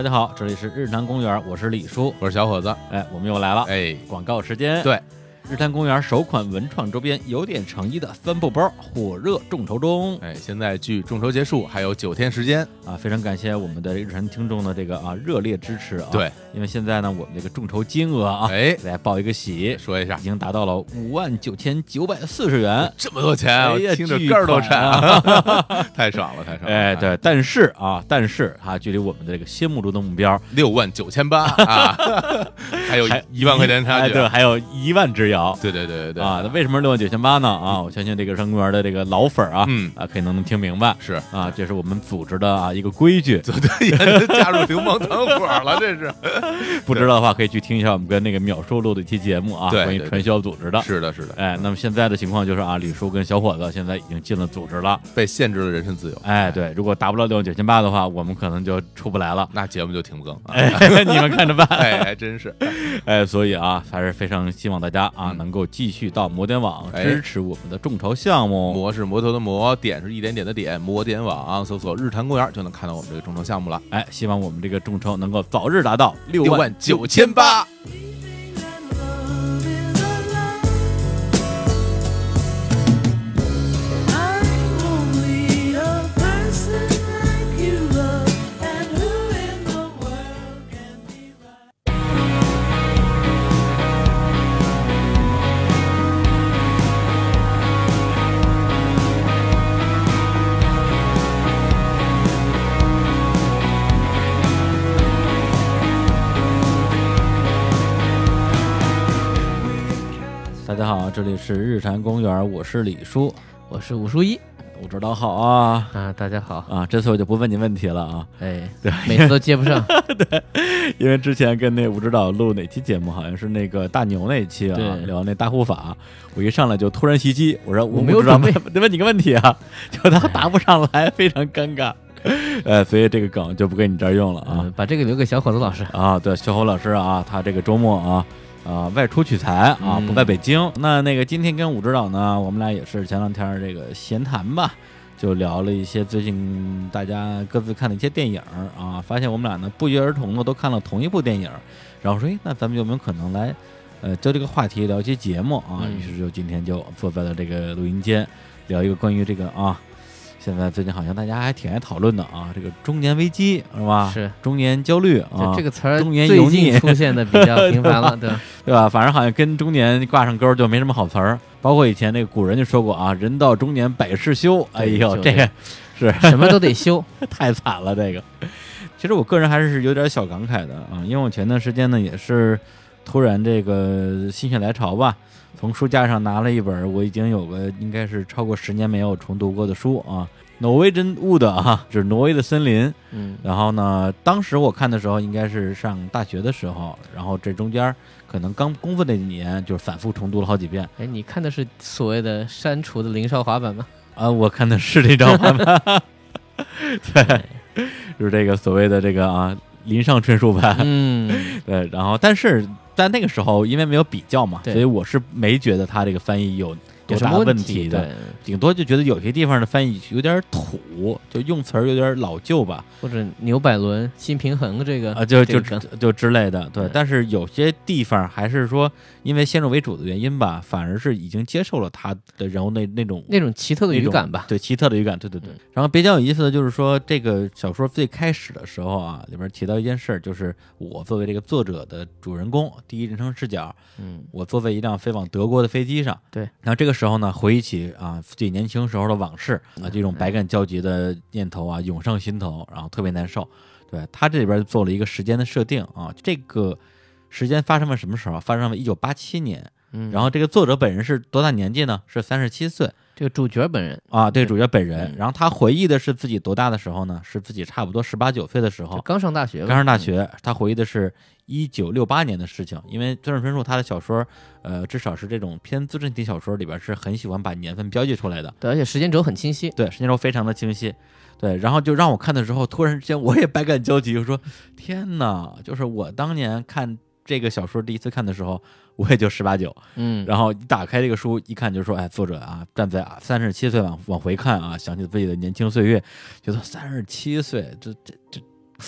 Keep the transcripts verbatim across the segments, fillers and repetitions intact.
大家好，这里是日坛公园，我是李叔， 我是小伙子。 哎，我们又来了， 哎， 广告时间。 对， 日坛公园首款文创周边有点诚意的帆布包火热众筹中。 哎，现在距众筹结束还有九天时间啊，非常感谢我们的日坛听众的这个啊热烈支持啊。 对， 因为现在呢，我们这个众筹金额啊， 哎， 来报一个喜， 说一下， 已经达到了五万九千九百四十元， 这么多钱， 哎、 我听着根儿都馋啊，太爽了，太爽了。 哎，对，但是啊，但是啊，距离我们的这个心目中的目标六万九千八啊，还有一万块钱差距、 哎，对，还有一万之遥。 对对对对对啊，那为什么六万九千八呢？啊，我相信这个日坛公园的这个老粉啊， 嗯啊，可以能能听明白。 是啊，这是我们组织的啊一个规矩。 对对，加入流氓团伙了，这是。 不知道的话，可以去听一下我们跟那个淼叔录的一期节目啊， 对关于传销组织的。 是的，是的。 哎，那么现在的情况就是啊，李叔跟小伙子现在已经进了组织了， 被限制了人身自由。 哎，对，如果达不到六万九千八的话，我们可能就出不来了， 那节目就停更。 哎，你们看着办。 哎，还真是。 哎，所以啊，还是非常希望大家啊、 嗯、 能够继续到摩点网哎支持我们的众筹项目。 摩是摩托的摩，点是一点点的点，摩点网搜索日坛公园就能看到我们这个众筹项目了。 哎，希望我们这个众筹能够早日达到六万九千八。 大家好，这里是日坛公园，我是李叔， 我是武叔一， 武指导好啊啊，大家好啊，这次我就不问你问题了啊， 哎， 对， 每次都接不上， 对，因为之前跟那武指导录哪期节目，好像是那个大牛那一期啊，聊那大护法，我一上来就突然袭击，我说我没有准备问你个问题啊，就他答不上来，非常尴尬。呃，所以这个梗就不跟你这儿用了啊、 嗯，把这个留给小伙子老师啊。对，小伙老师啊，他这个周末啊。啊、呃，外出取材啊，不在北京。嗯、那那个今天跟武指导呢，我们俩也是前两天这个闲谈吧，就聊了一些最近大家各自看的一些电影啊，发现我们俩呢不约而同的都看了同一部电影，然后说，哎，那咱们有没有可能来，呃，就这个话题聊一些节目啊？于、嗯、是就今天就坐在了这个录音间，聊一个关于这个啊。现在最近好像大家还挺爱讨论的啊，这个中年危机是吧？ 是中年焦虑啊， 这个词儿中年油腻出现的比较频繁了，对对吧？反正好像跟中年挂上钩就没什么好词儿。包括以前那个古人就说过啊，人到中年百事休。哎呦，这个是什么都得休， 太惨了这个。其实我个人还是有点小感慨的啊，因为我前段时间呢也是突然这个心血来潮吧。从书架上拿了一本我已经有个应该是超过十年没有重读过的书啊，挪威真物的啊，就是挪威的森林。 嗯， 然后呢，当时我看的时候应该是上大学的时候，然后这中间可能刚功夫那几年就是反复重读了好几遍。 哎，你看的是所谓的删除的林少华版吗？ 啊，我看的是这张版本，对，就是这个所谓的这个啊林上春树版。 嗯， 对，然后但是。在那个时候，因为没有比较嘛，所以我是没觉得他这个翻译有多大问题的，顶多就觉得有些地方的翻译有点土，就用词儿有点老旧吧， 或者牛百伦新平衡这个啊，就就这个就之类的，对。但是有些地方还是说，因为先入为主的原因吧，反而是已经接受了他的人物那那种那种奇特的语感吧， 对，奇特的语感，对对对。嗯、然后比较有意思的就是说，这个小说最开始的时候啊，里边提到一件事，就是我作为这个作者的主人公。第一人称视角， 嗯， 我坐在一辆飞往德国的飞机上， 对， 然后这个时候呢，回忆起啊自己年轻时候的往事啊，这种百感交集的念头啊涌上心头，然后特别难受。对，他这里边做了一个时间的设定啊，这个时间发生了什么时候？发生了一九八七年， 嗯， 然后这个作者本人是多大年纪呢？是三十七岁。 这个主角本人啊，对，主角本人、 嗯。 然后他回忆的是自己多大的时候呢？是自己差不多十八九岁的时候， 刚上大学。 刚上大学，他回忆的是一九六八年的事情。因为村上春树他的小说，呃，至少是这种偏自传体小说里边是很喜欢把年份标记出来的。 对，而且时间轴很清晰。 对，时间轴非常的清晰。对，然后就让我看的时候，突然之间我也百感交集，我说天哪，就是我当年看这个小说第一次看的时候，我也就十八九， 嗯， 然后一打开这个书一看，就说，哎，作者啊，站在三十七岁往往回看啊，想起自己的年轻岁月，觉得三十七岁，这这这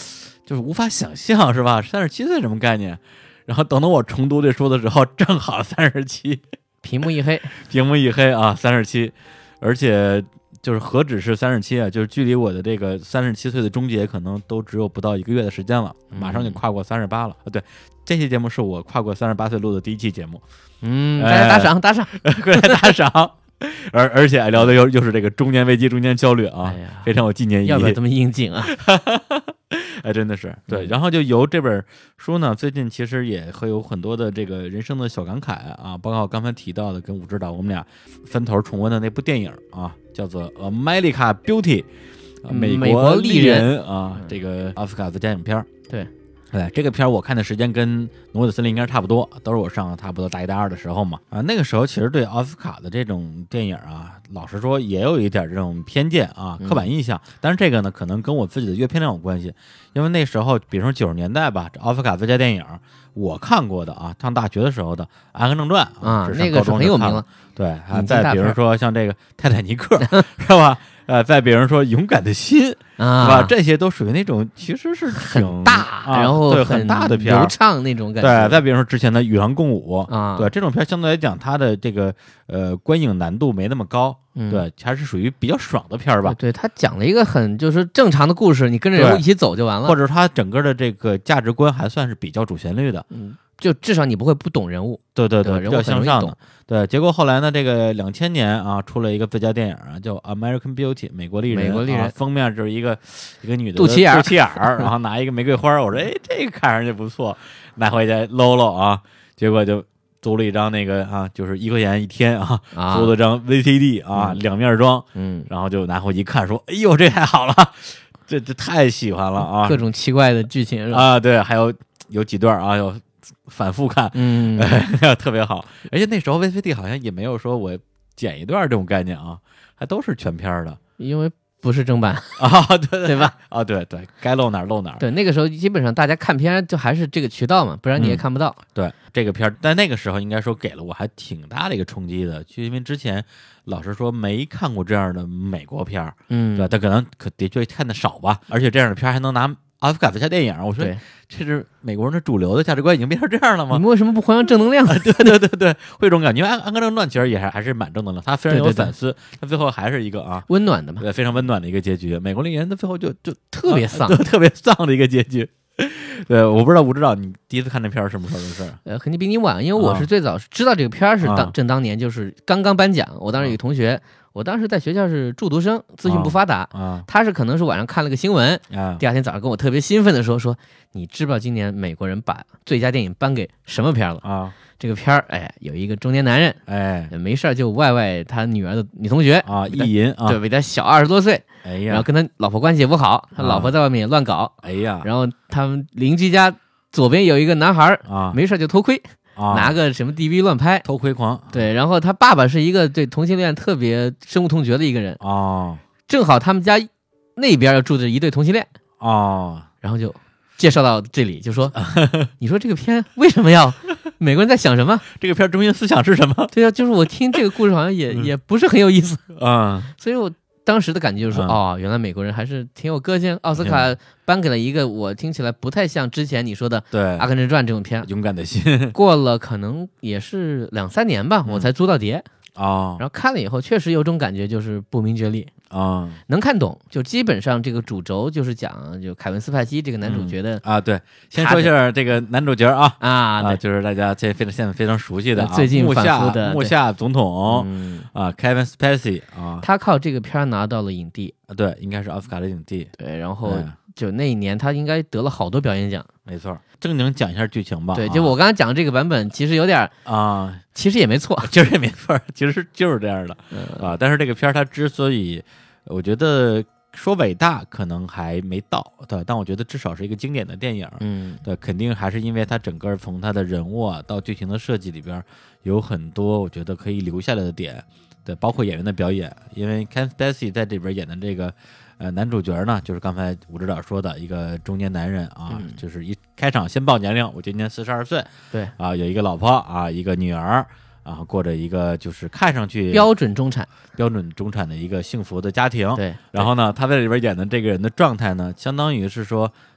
就是无法想象，是吧？三十七岁什么概念？然后等到我重读这书的时候，正好三十七， 屏幕一黑， 屏幕一黑啊，三十七，而且就是何止是三十七啊，就是距离我的这个三十七岁的终结，可能都只有不到一个月的时间了，马上就跨过三十八了啊！对，这期节目是我跨过三十八岁录的第一期节目， 嗯，大家打赏、哎、打赏， 快来打赏。而而且聊的又又是这个中年危机、中年焦虑啊， 哎、 非常有纪念意义。 要不要这么应景啊？ 哎，真的是对。然后就由这本书呢，最近其实也会有很多的这个人生的小感慨啊，包括我刚才提到的跟武指导我们俩分头重温的那部电影啊，叫做《America Beauty》，美国丽人啊，这个奥斯卡最佳影片。 对。 对，这个片我看的时间跟《挪威的森林》应该差不多，都是我上差不多大一大二的时候嘛。啊，那个时候其实对奥斯卡的这种电影啊，老实说也有一点这种偏见啊，刻板印象。嗯、但是这个呢，可能跟我自己的阅片量有关系，因为那时候，比如说九十年代吧，这奥斯卡最佳电影我看过的啊，上大学的时候的《阿甘正传》 啊，那个是很有名了。 对，啊，再比如说像这个《泰坦尼克》，是吧？呃，再比如说勇敢的心， 啊， 是吧？这些都属于那种其实是很大， 啊、 然后对很大的片， 流畅那种感觉。 对，再比如说之前的《与狼共舞》 啊， 对这种片相对来讲，它的这个呃观影难度没那么高， 嗯、 对，还是属于比较爽的片吧。 对，它讲了一个很就是正常的故事，你跟着人物一起走就完了， 或者它整个的这个价值观还算是比较主旋律的。 嗯。就至少你不会不懂人物， 对对对， 比较向上的。对，结果后来呢，这个两千年啊，出了一个最佳电影啊，叫《American Beauty》美国丽人。 美国丽人、 啊、封面就是一个一个女的肚脐眼肚脐眼儿，然后拿一个玫瑰花。我说，哎，这个看上去不错，拿回家搂搂啊。结果就租了一张那个啊，就是一块钱一天啊， 啊租了张 V C D 啊， 嗯、 两面装， 嗯， 然后就拿回一看，说，哎呦，这太好了，这这太喜欢了啊， 各种奇怪的剧情是吧？ 啊，对，还有有几段啊，有。反复看， 嗯， 特别好。而且那时候 V C D 好像也没有说我剪一段这种概念啊，还都是全片的， 因为不是正版啊，对对吧？ 啊，对对，该漏哪儿漏哪儿。 对，那个时候基本上大家看片就还是这个渠道嘛，不然你也看不到。 嗯、对这个片，但那个时候应该说给了我还挺大的一个冲击的，就因为之前老实说没看过这样的美国片， 嗯， 对，但可能可的确看的少吧，而且这样的片还能拿奥斯卡最佳电影，我说这是美国人的主流的价值观已经变成这样了吗？ 你们为什么不弘扬正能量？ 对对对对，会有种感觉。因为《安安哥正传》其实也还还是蛮正能量，他虽然有反思，他最后还是一个啊温暖的嘛， 对，非常温暖的一个结局。美国丽人的最后就就特别丧， 啊、特别丧的一个结局。对，我不知道，我知道你第一次看那片儿什么时候的事儿？ 呃，肯定比你晚，因为我是最早知道这个片儿是当、啊、正当年就是刚刚颁奖，我当时有个同学。啊我当时在学校是住读生，资讯不发达， 啊、 他是可能是晚上看了个新闻， 啊、 第二天早上跟我特别兴奋的说说，你知不知道今年美国人把最佳电影颁给什么片了？ 啊， 这个片儿，哎，有一个中年男人， 哎， 没事就外外他女儿的女同学啊，意淫啊， 对，比他小二十多岁， 哎呀， 然后跟他老婆关系也不好，他老婆在外面也乱搞， 哎呀， 然后他们邻居家左边有一个男孩啊， 没事就偷窥。 啊、 拿个什么 D V 乱拍， 偷窥狂， 对，然后他爸爸是一个对同性恋特别深恶痛绝的一个人哦， 正好他们家那边住着一对同性恋哦， 然后就介绍到这里，就说你说这个片为什么要美国人在想什么？ 这个片中心思想是什么？ 对啊，就是我听这个故事好像也、嗯、也不是很有意思啊、嗯， 所以我当时的感觉就是说、嗯、哦，原来美国人还是挺有个性。奥斯卡颁给了一个我听起来不太像之前你说的对 《阿甘正传》这种片， 勇敢的心。 过了可能也是两三年吧，嗯、我才租到碟啊、哦， 然后看了以后确实有种感觉，就是不明觉厉啊、哦， 能看懂。就基本上这个主轴就是讲就凯文斯派西这个男主角的、 嗯、啊，对，先说一下这个男主角啊啊啊，就是大家这非常现在非常熟悉的、啊、 最近反复的木下总统、 嗯、 啊 ，Kevin Spacey 啊， 他靠这个片拿到了影帝啊，对，应该是奥斯卡的影帝。 对，然后就那一年他应该得了好多表演奖。 没错，正经讲一下剧情吧。 对，就我刚才讲的这个版本，其实有点啊， 其实也没错， 其实也没错，其实就是这样的、嗯、啊。但是这个片它之所以，我觉得说伟大可能还没到，对，但我觉得至少是一个经典的电影。 嗯， 对，肯定还是因为它整个从它的人物啊到剧情的设计里边有很多我觉得可以留下来的点。对，包括演员的表演，因为 Kevin Spacey 在这边演的这个呃男主角呢，就是刚才武指导说的一个中年男人啊、 嗯， 就是一开场先报年龄，我今年四十二岁， 对啊，有一个老婆啊，一个女儿，啊，过着一个就是看上去标准中产、 标准中产的一个幸福的家庭。 对， 然后呢，他在里边演的这个人的状态呢，相当于是说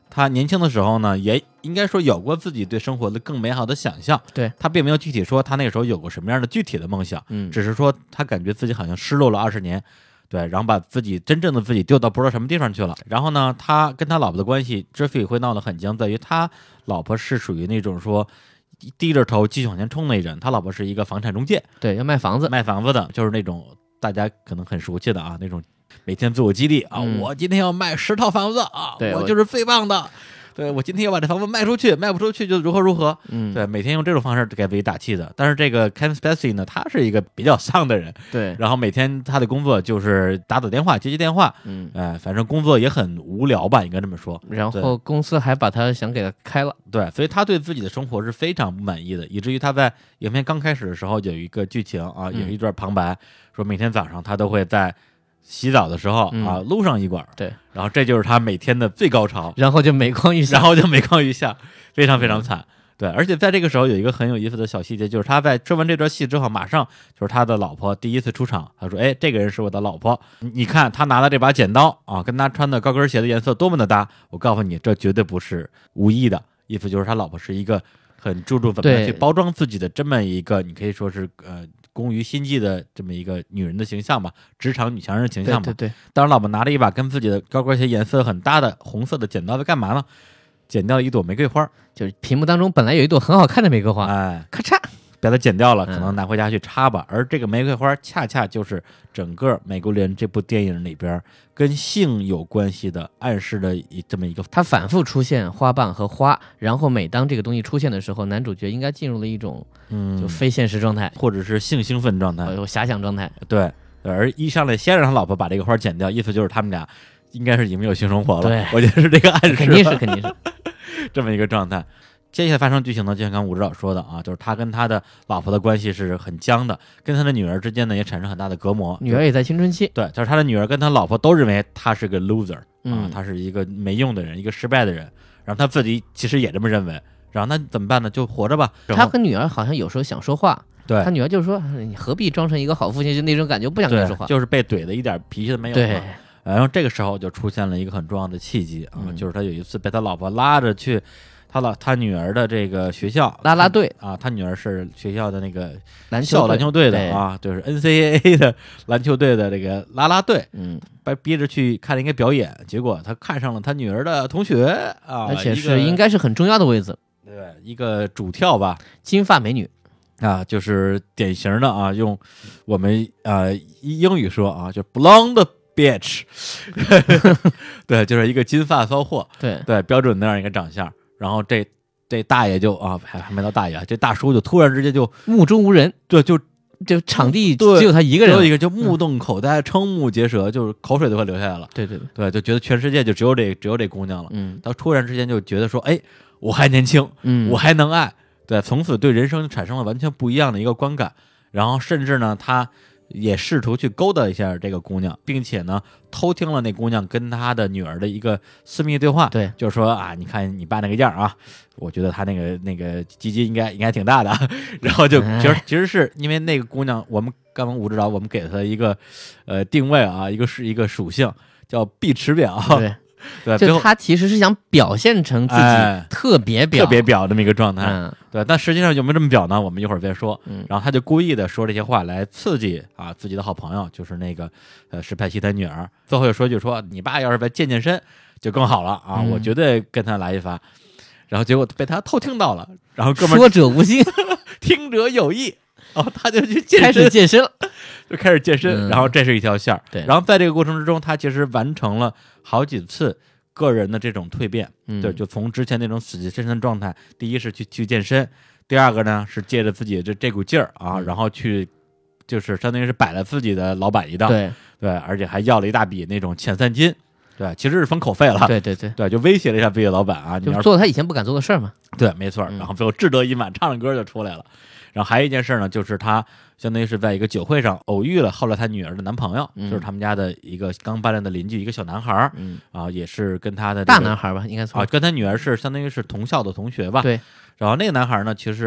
他年轻的时候呢，也应该说有过自己对生活的更美好的想象。 对， 他并没有具体说他那个时候有过什么样的具体的梦想， 嗯， 只是说他感觉自己好像失落了二十年。对，然后把自己真正的自己丢到不知道什么地方去了。然后呢，他跟他老婆的关系之所以会闹得很僵，在于他老婆是属于那种说低着头继续往前冲那人，他老婆是一个房产中介， 对，要卖房子， 卖房子的，就是那种大家可能很熟悉的啊，那种每天自我激励啊， 嗯、 我今天要卖十套房子啊， 对我就是最棒的。对，我今天要把这房子卖出去，卖不出去就如何如何。 嗯， 对，每天用这种方式给自己打气的。但是这个 Kevin Spacey 呢，他是一个比较丧的人， 对， 然后每天他的工作就是打打电话、接接电话， 嗯， 哎、呃，反正工作也很无聊吧，应该这么说。 然后公司还把他想给他开了， 对，所以他对自己的生活是非常不满意的，以至于他在影片刚开始的时候有一个剧情啊，有一段旁白，嗯、说每天早上他都会在洗澡的时候啊，撸上一管， 对， 然后这就是他每天的最高潮， 然后就每况愈下， 然后就每况愈下，非常非常惨。对，而且在这个时候有一个很有意思的小细节，就是他在说完这段戏之后，马上就是他的老婆第一次出场，他说：“哎，这个人是我的老婆，你看他拿的这把剪刀啊，跟他穿的高跟鞋的颜色多么的搭，我告诉你，这绝对不是无意的。”意思就是他老婆是一个很注重怎么样去包装自己的这么一个，你可以说是呃。工于心计的这么一个女人的形象吧，职场女强人形象吧。 对对对。 当然，老婆拿着一把跟自己的高跟鞋颜色很搭的红色的剪刀在干嘛呢？剪掉一朵玫瑰花， 就是屏幕当中本来有一朵很好看的玫瑰花， 哎， 咔嚓， 把它剪掉了，可能拿回家去插吧。嗯、而这个玫瑰花恰恰就是整个《美国人》这部电影里边跟性有关系的暗示的一这么一个， 它反复出现花瓣和花，然后每当这个东西出现的时候，男主角应该进入了一种嗯就非现实状态， 或者是性兴奋状态， 有遐想状态。 对，而一上来先让他老婆把这个花剪掉，意思就是他们俩应该是已经没有性生活了。 对， 我觉得是这个暗示， 肯定是肯定是这么一个状态。接下来发生剧情呢，就像刚刚武指导说的啊，就是他跟他的老婆的关系是很僵的，跟他的女儿之间呢也产生很大的隔膜。 女儿也在青春期， 对，就是他的女儿跟他老婆都认为他是个 loser 啊， 嗯、 他是一个没用的人，一个失败的人。然后他自己其实也这么认为。然后那怎么办呢？就活着吧。 他跟女儿好像有时候想说话， 对， 他女儿就说：“你何必装成一个好父亲？”就那种感觉，不想跟你说话， 就是被怼的一点脾气都没有。 对。 然后这个时候就出现了一个很重要的契机啊， 嗯、 就是他有一次被他老婆拉着去他老他女儿的这个学校拉拉队啊，他女儿是学校的那个篮球篮球队的啊，就是 N C A A 的篮球队的这个拉拉队， 嗯， 被逼着去看了一个表演，结果他看上了他女儿的同学啊， 而且是应该是很重要的位置， 对，一个主跳吧， 金发美女啊，就是典型的啊，用我们呃英语说啊，就 blonde bitch， 对，就是一个金发骚货， 对对，标准那样一个长相。然后这这大爷就啊，还还没到大爷，这大叔就突然之间就目中无人， 对，就就场地只有他一个人， 只有一个，就目瞪口呆、瞠目结舌，就是口水都快流下来了。 对对对， 对，就觉得全世界就只有这只有这姑娘了。 嗯， 他突然之间就觉得说，哎，我还年轻， 嗯， 我还能爱，对，从此对人生产生了完全不一样的一个观感。然后甚至呢，他也试图去勾搭一下这个姑娘，并且呢，偷听了那姑娘跟他的女儿的一个私密对话。 对， 就是说啊，你看你爸那个样啊，我觉得他那个那个鸡鸡应该应该挺大的。然后就其实其实是因为那个姑娘，我们刚刚武指导我们给她一个呃定位啊，一个是一个属性叫碧池婊。 对。 对， 就他其实是想表现成自己特别表、 哎、特别表这么一个状态， 嗯、 对。但实际上有没有这么表呢？我们一会儿再说。 嗯、 然后他就故意的说这些话来刺激啊自己的好朋友，就是那个呃史派西他女儿。最后又说句说，你爸要是再健健身就更好了啊， 嗯、 我绝对跟他来一发。然后结果被他偷听到了，然后哥们说者无心， 听者有意。哦，他就去健身， 开始健身了， 就开始健身。 嗯、 然后这是一条线儿， 对。 然后在这个过程之中，他其实完成了好几次个人的这种蜕变， 嗯、 对，就从之前那种死气沉沉的状态，第一是去去健身，第二个呢是借着自己这这股劲儿啊， 嗯、 然后去就是相当于是摆了自己的老板一道， 对对，而且还要了一大笔那种遣散金，对，其实是封口费了， 对对对对，就威胁了一下自己的老板啊， 就做他以前不敢做的事儿嘛， 对，没错， 嗯、 然后最后志得意满，唱着歌就出来了。然后还有一件事呢，就是他相当于是在一个酒会上偶遇了后来他女儿的男朋友， 嗯、 就是他们家的一个刚搬来的邻居，一个小男孩， 嗯啊，也是跟他的、这个、 大男孩吧，应该说啊，跟他女儿是相当于是同校的同学吧。 对。 然后那个男孩呢，其实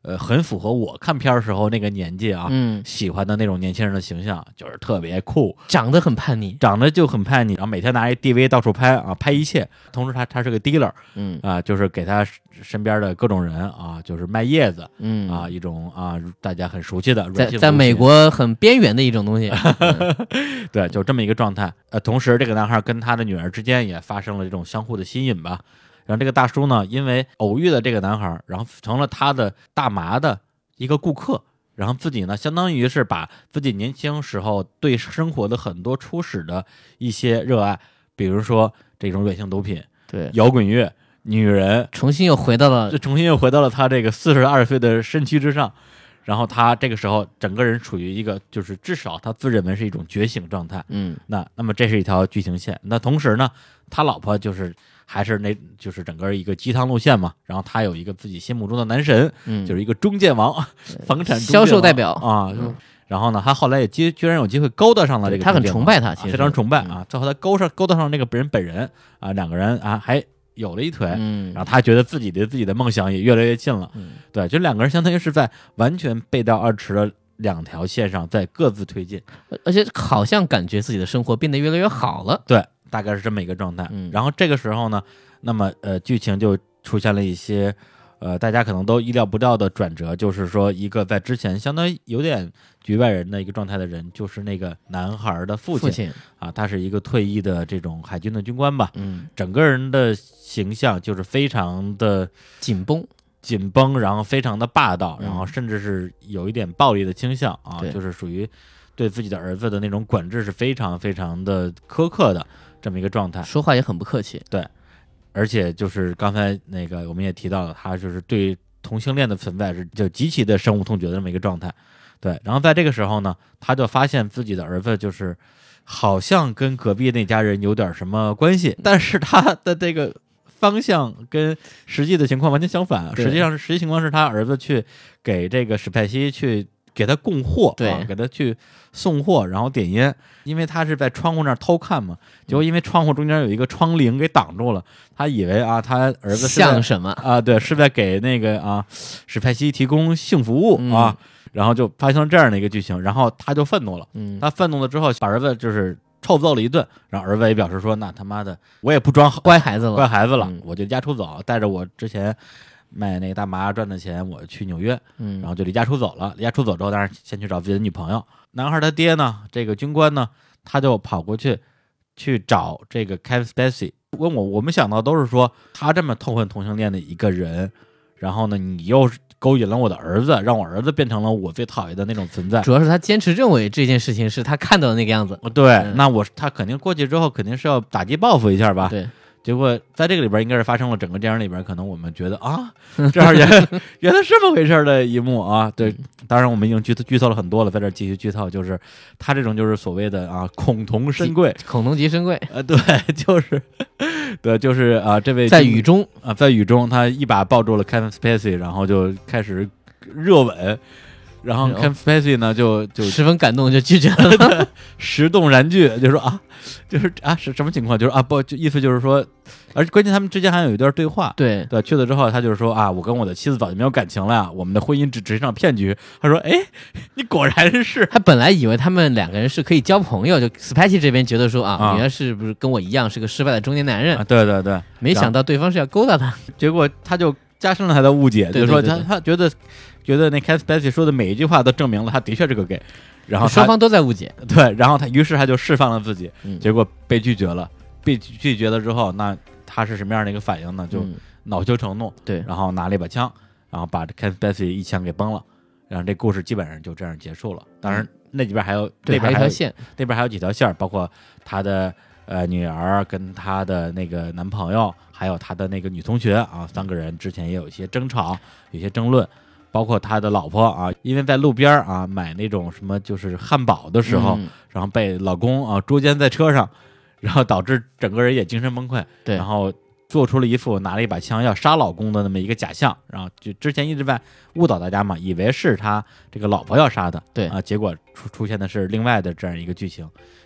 呃，很符合我看片儿时候那个年纪啊， 嗯， 喜欢的那种年轻人的形象，就是特别酷， 长得很叛逆， 长得就很叛逆，然后每天拿一 D V 到处拍啊，拍一切。同时他他是个 dealer， 嗯啊，就是给他身边的各种人啊，就是卖叶子， 嗯啊，一种啊大家很熟悉的在在美国很边缘的一种东西，嗯、 对，就这么一个状态。呃，同时这个男孩跟他的女儿之间也发生了这种相互的吸引吧。然后这个大叔呢，因为偶遇了这个男孩，然后成了他的大麻的一个顾客，然后自己呢，相当于是把自己年轻时候对生活的很多初始的一些热爱，比如说这种软性毒品、 对摇滚乐、女人， 重新又回到了， 就重新又回到了他这个四十二岁的身躯之上。然后他这个时候整个人处于一个，就是至少他自认为是一种觉醒状态。 嗯， 那那么这是一条剧情线。那同时呢，他老婆就是还是那就是整个一个鸡汤路线嘛。然后他有一个自己心目中的男神， 嗯， 就是一个中介王，房产中介销售代表啊。 嗯、 然后呢，他后来也居居然有机会勾搭上了这个， 他很崇拜他，其实、 啊、非常崇拜啊。 嗯、 最后他勾上勾搭上这个人本人啊，两个人啊还有了一腿， 嗯， 然后他觉得自己离自己的梦想也越来越近了， 嗯， 对，就两个人相当于是在完全背道而驰的两条线上在各自推进， 而且好像感觉自己的生活变得越来越好了， 对，大概是这么一个状态。 嗯， 然后这个时候呢，那么呃，剧情就出现了一些呃大家可能都意料不到的转折，就是说一个在之前相当于有点局外人的一个状态的人，就是那个男孩的父亲， 父亲啊，他是一个退役的这种海军的军官吧， 嗯， 整个人的形象就是非常的紧绷。 紧绷，然后非常的霸道， 嗯、 然后甚至是有一点暴力的倾向啊，就是属于对自己的儿子的那种管制是非常非常的苛刻的这么一个状态， 说话也很不客气。 对，而且就是刚才那个我们也提到了，他就是对同性恋的存在是就极其的深恶痛绝的这么一个状态。对，然后在这个时候呢，他就发现自己的儿子就是好像跟隔壁那家人有点什么关系，但是他的这个方向跟实际的情况完全相反，实际上是实际情况是他儿子去给这个史派西去给他供货， 对、 啊，给他去送货，然后点烟，因为他是在窗户那儿偷看嘛，结果因为窗户中间有一个窗棂给挡住了，他以为啊他儿子是像什么啊，对，是在给那个啊史派西提供性服务、 嗯、 啊，然后就发生这样的一个剧情，然后他就愤怒了， 嗯， 他愤怒了之后把儿子就是臭揍了一顿，然后儿子也表示说：“那他妈的，我也不装好乖孩子了， 乖孩子了， 嗯、 我就离家出走，带着我之前卖那个大麻赚的钱，我去纽约， 嗯， 然后就离家出走了。离家出走之后，当然先去找自己的女朋友。男孩他爹呢，这个军官呢，他就跑过去去找这个 Kevin Spacey。问我，我们想到都是说他这么痛恨同性恋的一个人，然后呢，你又是勾引了我的儿子，让我儿子变成了我最讨厌的那种存在。 主要是他坚持认为这件事情是他看到的那个样子。 对， 嗯、 那我他肯定过去之后肯定是要打击报复一下吧。 对。 结果在这个里边应该是发生了整个电影里边，可能我们觉得啊，这样原来原来是这么回事的一幕啊。对，当然我们已经剧剧透了很多了，在这继续剧透，就是他这种就是所谓的啊恐同深贵， 恐同级深贵。 呃，对，就是对，就是啊，这位在雨中啊，在雨中，他一把抱住了 Kevin Spacey，然后就开始热吻。然后 Kevin Spacey 呢，就就十分感动，就拒绝了， 石动燃拒，就说啊，就是啊，是什么情况？就是啊，不，就意思就是说，而且关键他们之间还有一段对话， 对对，去了之后，他就是说啊，我跟我的妻子早就没有感情了呀，我们的婚姻只只是一场骗局。他说，哎，你果然是， 他本来以为他们两个人是可以交朋友，就 Spacey 这边觉得说啊， 啊原来是不是跟我一样是个失败的中年男人？ 啊、对对对， 没想到对方是要勾搭他， 结果他就加深了他的误解， 对对对对， 就是说他他觉得。觉得那 Kevin Spacey 说的每一句话都证明了他的确是个 gay， 然后双方都在误解， 对，然后他于是他就释放了自己， 嗯、 结果被拒绝了，被拒绝了之后，那他是什么样的一个反应呢？就恼羞成怒， 嗯、对， 然后拿了一把枪，然后把 Kevin Spacey 一枪给崩了，然后这故事基本上就这样结束了。当然那里边还有对， 那边还有一条线， 那边还有几条线，包括他的呃女儿跟他的那个男朋友，还有他的那个女同学啊，三个人之前也有一些争吵，有些争论。包括他的老婆啊，因为在路边啊买那种什么就是汉堡的时候， 嗯、 然后被老公啊捉奸在车上，然后导致整个人也精神崩溃， 对， 然后做出了一副拿了一把枪要杀老公的那么一个假象，然后就之前一直在误导大家嘛，以为是他这个老婆要杀的， 对啊，结果出出现的是另外的这样一个剧情。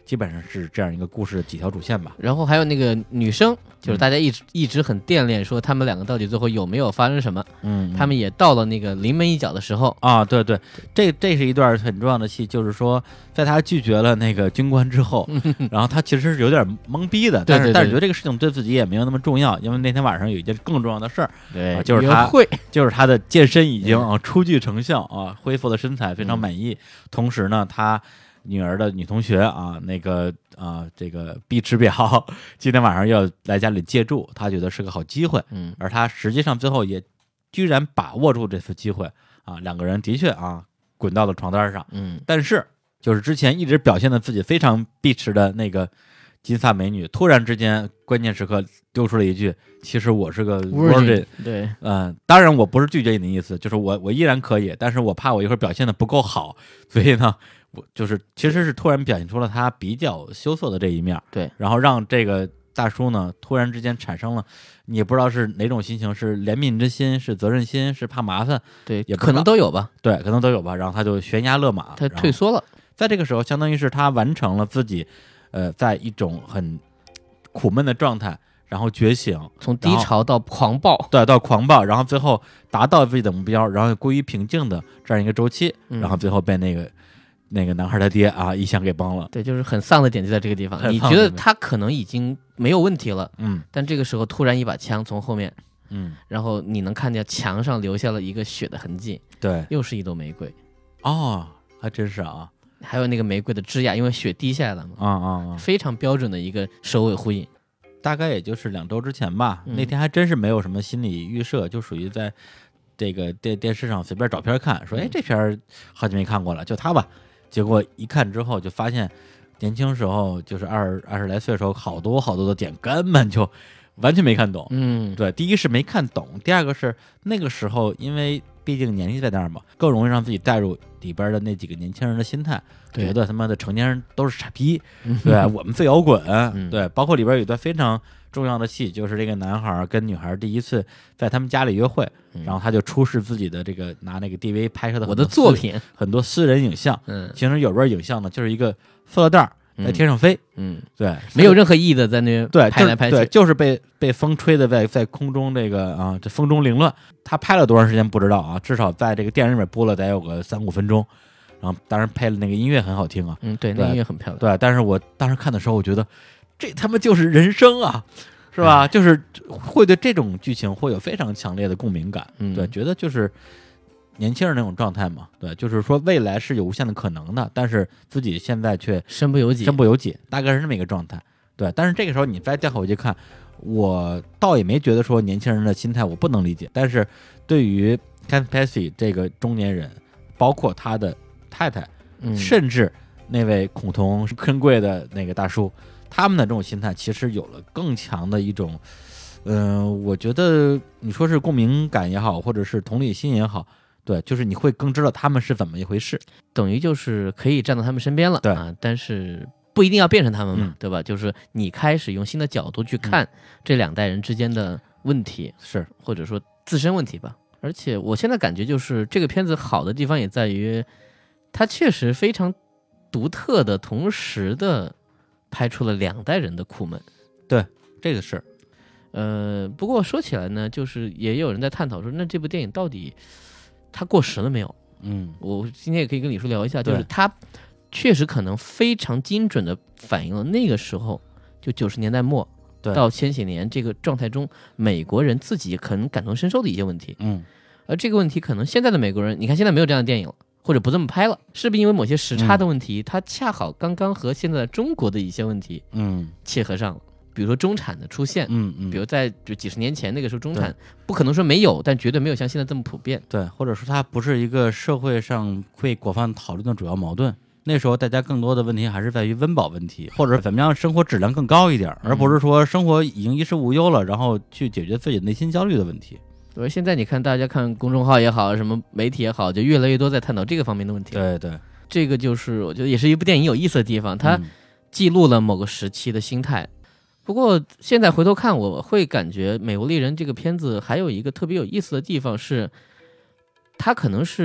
基本上是这样一个故事的几条主线吧。 然后还有那个女生，就是大家一直、嗯、一直很惦恋说他们两个到底最后有没有发生什么， 嗯， 他们也到了那个临门一脚的时候啊，对对，这这是一段很重要的戏，就是说在他拒绝了那个军官之后，然后他其实是有点懵逼的，但是但是觉得这个事情对自己也没有那么重要，因为那天晚上有一件更重要的事儿， 对、 啊，就是他会就是他的健身已经啊初具成效啊，恢复了身材，非常满意，嗯、同时呢他。女儿的女同学啊，那个啊，这个毕池表今天晚上要来家里借住，他觉得是个好机会， 嗯， 而他实际上最后也居然把握住这次机会啊，两个人的确啊滚到了床单上， 嗯， 但是就是之前一直表现的自己非常碧池的那个金发美女，突然之间关键时刻丢出了一句：“其实我是个 virgin。” 对， 嗯、呃，当然我不是拒绝你的意思，就是我我依然可以，但是我怕我一会儿表现的不够好，所以呢。我就是其实是突然表现出了他比较羞涩的这一面， 对， 然后让这个大叔呢突然之间产生了，你也不知道是哪种心情，是怜悯之心，是责任心，是怕麻烦， 对， 也可能都有吧， 对，可能都有吧。然后他就悬崖勒马， 他退缩了， 在这个时候，相当于是他完成了自己，呃，在一种很苦闷的状态，然后觉醒， 从低潮到狂暴， 对，到狂暴，然后最后达到自己的目标，然后归于平静的这样一个周期， 嗯、 然后最后被那个。那个男孩他爹啊，一枪给崩了。 对，就是很丧的点就在这个地方。你觉得他可能已经没有问题了， 嗯， 但这个时候突然一把枪从后面， 嗯， 然后你能看见墙上留下了一个血的痕迹， 对， 又是一朵玫瑰。 哦，还真是啊。 还有那个玫瑰的枝桠，因为血滴下来了嘛， 啊啊啊， 非常标准的一个首尾呼应。 大概也就是两周之前吧， 嗯、 那天还真是没有什么心理预设，就属于在这个电电视上随便找片看，说哎这片好久没看过了，就他吧。结果一看之后，就发现年轻时候就是二二十来岁的时候，好多好多的点根本就完全没看懂。 嗯， 对，第一是没看懂，第二个是那个时候，因为毕竟年纪在那儿嘛，更容易让自己带入里边的那几个年轻人的心态，觉得他妈的成年人都是傻逼，对我们最摇滚、嗯，对，包括里边有一段非常重要的戏，就是这个男孩跟女孩第一次在他们家里约会， 嗯、 然后他就出示自己的这个拿那个 D V 拍摄的我的作品， 很多私人影像。 嗯， 其实有段影像呢，就是一个塑料袋在天上飞， 嗯， 对， 没有任何意义的在那对拍来拍去， 对，就是被被风吹的在在空中这个啊，这风中凌乱。他拍了多长时间不知道啊，至少在这个电影里面播了得有个三五分钟，然后当然配了那个音乐很好听啊， 嗯，对，那音乐很漂亮， 对，但是我当时看的时候，我觉得这他妈就是人生啊。是吧？就是会对这种剧情会有非常强烈的共鸣感， 嗯、 对，觉得就是年轻人那种状态嘛，对，就是说未来是有无限的可能的，但是自己现在却身不由己， 身不由己，大概是这么一个状态，对。但是这个时候你再调回去看，我倒也没觉得说年轻人的心态我不能理解，但是对于 Kevin Spacey 这个中年人，包括他的太太， 嗯、 甚至那位恐同珍贵的那个大叔。他们的这种心态其实有了更强的一种，嗯、呃，我觉得你说是共鸣感也好，或者是同理心也好，对，就是你会更知道他们是怎么一回事， 等于就是可以站到他们身边了， 对啊，但是不一定要变成他们嘛， 嗯、 对吧？就是你开始用新的角度去看这两代人之间的问题， 是、嗯、 或者说自身问题吧。而且我现在感觉就是这个片子好的地方也在于，它确实非常独特的同时的。拍出了两代人的苦闷， 对，这个是， 呃，不过说起来呢，就是也有人在探讨说，那这部电影到底它过时了没有？ 嗯， 我今天也可以跟李叔聊一下，就是它确实可能非常精准的反映了那个时候，就九十年代末到千禧年这个状态中，美国人自己可能感同身受的一些问题。 嗯， 而这个问题可能现在的美国人，你看现在没有这样的电影了。或者不这么拍了，是不是因为某些时差的问题，嗯、它恰好刚刚和现在中国的一些问题， 嗯， 切合上了。比如说中产的出现， 嗯嗯， 比如在就几十年前那个时候，中产不可能说没有，但绝对没有像现在这么普遍。 对，或者说它不是一个社会上会广泛讨论的主要矛盾。那时候大家更多的问题还是在于温饱问题，或者怎么样生活质量更高一点，而不是说生活已经衣食无忧了，然后去解决自己内心焦虑的问题。 所以现在你看，大家看公众号也好，什么媒体也好，就越来越多在探讨这个方面的问题。 对对， 这个就是我觉得也是一部电影有意思的地方，它记录了某个时期的心态。嗯、不过现在回头看，我会感觉《美国丽人》这个片子还有一个特别有意思的地方是，它可能是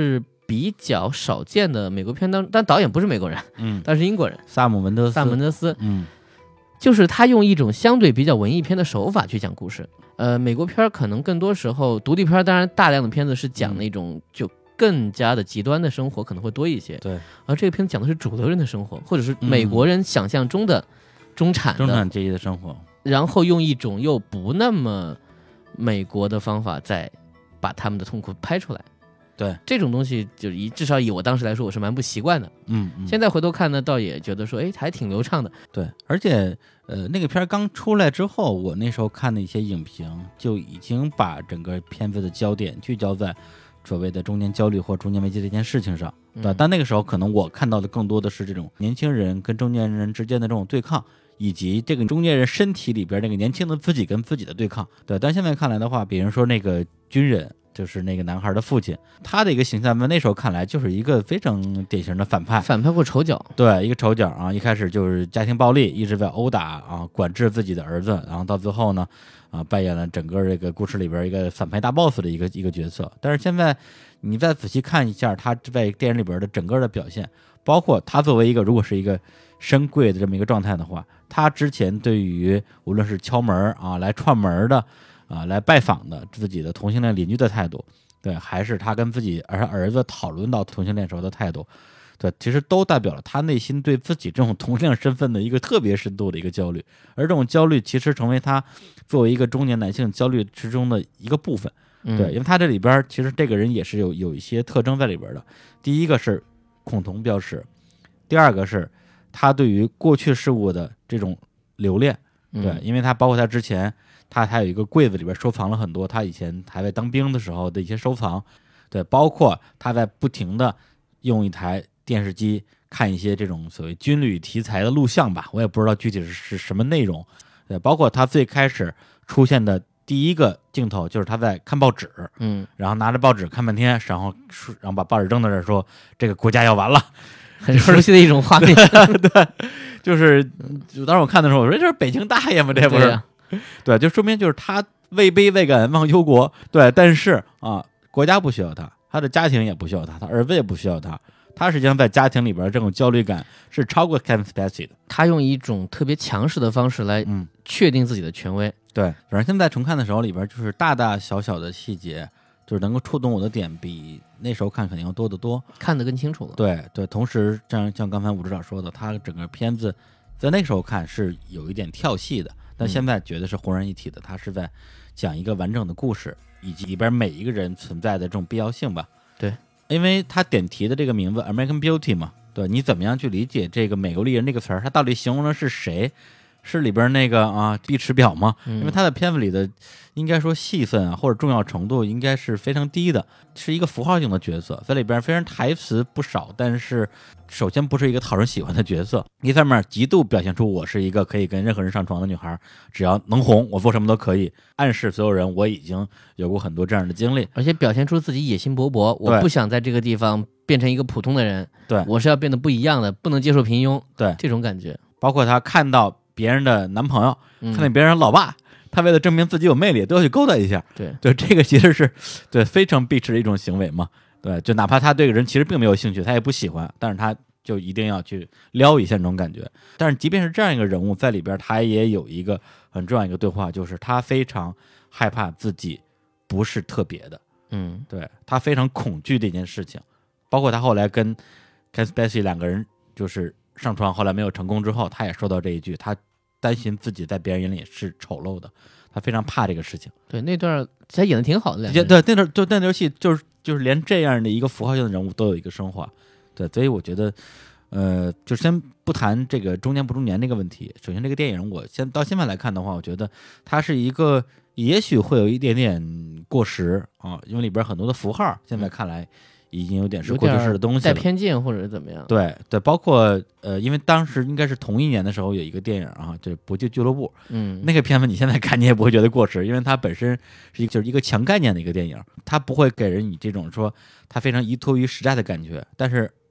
比较少见的美国片当，但导演不是美国人， 嗯， 但是英国人， 萨姆文德斯， 萨姆文德斯， 嗯， 就是他用一种相对比较文艺片的手法去讲故事。呃，美国片可能更多时候，独立片当然大量的片子是讲那种就更加的极端的生活可能会多一些， 对， 而这个片子讲的是主流人的生活，或者是美国人想象中的中产的、 中产阶级的生活， 然后用一种又不那么美国的方法再把他们的痛苦拍出来。 对， 这种东西就以至少以我当时来说，我是蛮不习惯的。 嗯，嗯现在回头看呢，倒也觉得说，哎，还挺流畅的。 对，而且呃，那个片儿刚出来之后，我那时候看的一些影评就已经把整个片子的焦点聚焦在所谓的中年焦虑或中年危机这件事情上，对吧？ 嗯、 但那个时候可能我看到的更多的是这种年轻人跟中年人之间的这种对抗，以及这个中年人身体里边那个年轻的自己跟自己的对抗。对，但现在看来的话，比如说那个军人。就是那个男孩的父亲，他的一个形象在那时候看来就是一个非常典型的反派， 反派或丑角， 对，一个丑角啊，一开始就是家庭暴力，一直在殴打啊，管制自己的儿子，然后到最后呢，啊，扮演了整个这个故事里边一个反派大 boss 的一个一个角色。但是现在你再仔细看一下他在电影里边的整个的表现，包括他作为一个如果是一个深柜的这么一个状态的话，他之前对于无论是敲门啊、来串门的。啊，来拜访的自己的同性恋邻居的态度，对，还是他跟自己儿儿子讨论到同性恋时候的态度，对，其实都代表了他内心对自己这种同性恋身份的一个特别深度的一个焦虑，而这种焦虑其实成为他作为一个中年男性焦虑之中的一个部分，对，因为他这里边其实这个人也是有有一些特征在里边的，第一个是恐同标识，第二个是他对于过去事物的这种留恋，对，因为他包括他之前。他还有一个柜子里边收藏了很多他以前还在当兵的时候的一些收藏，对，包括他在不停的用一台电视机看一些这种所谓军旅题材的录像吧，我也不知道具体是是什么内容，对，包括他最开始出现的第一个镜头就是他在看报纸， 嗯， 然后拿着报纸看半天，然后然后把报纸扔在这儿说这个国家要完了， 很熟悉的一种画面， 对，就是当时我看的时候，我说这是北京大爷吗？这不是？对，就说明就是他位卑未敢忘忧国，对，但是啊，国家不需要他，他的家庭也不需要他，他儿子也不需要他，他实际上在家庭里边这种焦虑感是超过 Kevin Spacey 的。 他用一种特别强势的方式来确定自己的权威。 嗯、对，反正现在重看的时候，里边就是大大小小的细节，就是能够触动我的点，比那时候看肯定要多得多， 看得更清楚了。 对对，同时像像刚才武指导说的，他整个片子在那时候看是有一点跳戏的。但现在觉得是浑然一体的，它是在讲一个完整的故事，以及里边每一个人存在的这种必要性吧。 对， 因为他点题的这个名字 American Beauty 嘛，对，你怎么样去理解这个美国丽人这个词儿？它到底形容的是谁？是里边那个啊碧池婊吗？因为他的片子里的应该说戏份啊或者重要程度应该是非常低的，是一个符号性的角色，在里边虽然台词不少，但是首先不是一个讨人喜欢的角色，一方面极度表现出我是一个可以跟任何人上床的女孩，只要能红我做什么都可以，暗示所有人我已经有过很多这样的经历， 而且表现出自己野心勃勃，我不想在这个地方变成一个普通的人， 对， 我是要变得不一样的，不能接受平庸， 对， 这种感觉。 包括他看到别人的男朋友，看见别人老爸，他为了证明自己有魅力，都要去勾搭一下。 对对，这个其实是对非常必吃的一种行为嘛。对，就哪怕他对这个人其实并没有兴趣，他也不喜欢，但是他就一定要去撩一下那种感觉。但是即便是这样一个人物，在里边他也有一个很重要一个对话，就是他非常害怕自己不是特别的。 嗯， 对，他非常恐惧这件事情。包括他后来跟 Kevin Spacey 两个人就是上床后来没有成功之后，他也说到这一句，他担心自己在别人眼里是丑陋的，他非常怕这个事情。 对，那段他演的挺好的， 对，那段就那段戏就是就是连这样的一个符号性的人物都有一个升华。对，所以我觉得，呃，就先不谈这个中年不中年这个问题。首先，这个电影我先到现在来看的话，我觉得它是一个也许会有一点点过时啊，因为里边很多的符号现在看来。嗯已经有点是过去式的东西了， 带偏见或者怎么样？ 对对，包括呃，因为当时应该是同一年的时候有一个电影啊，就是《搏击俱乐部》， 嗯， 那个片子你现在看你也不会觉得过时，因为它本身是一个就是一个强概念的一个电影，它不会给人以这种说它非常依托于时代的感觉。但是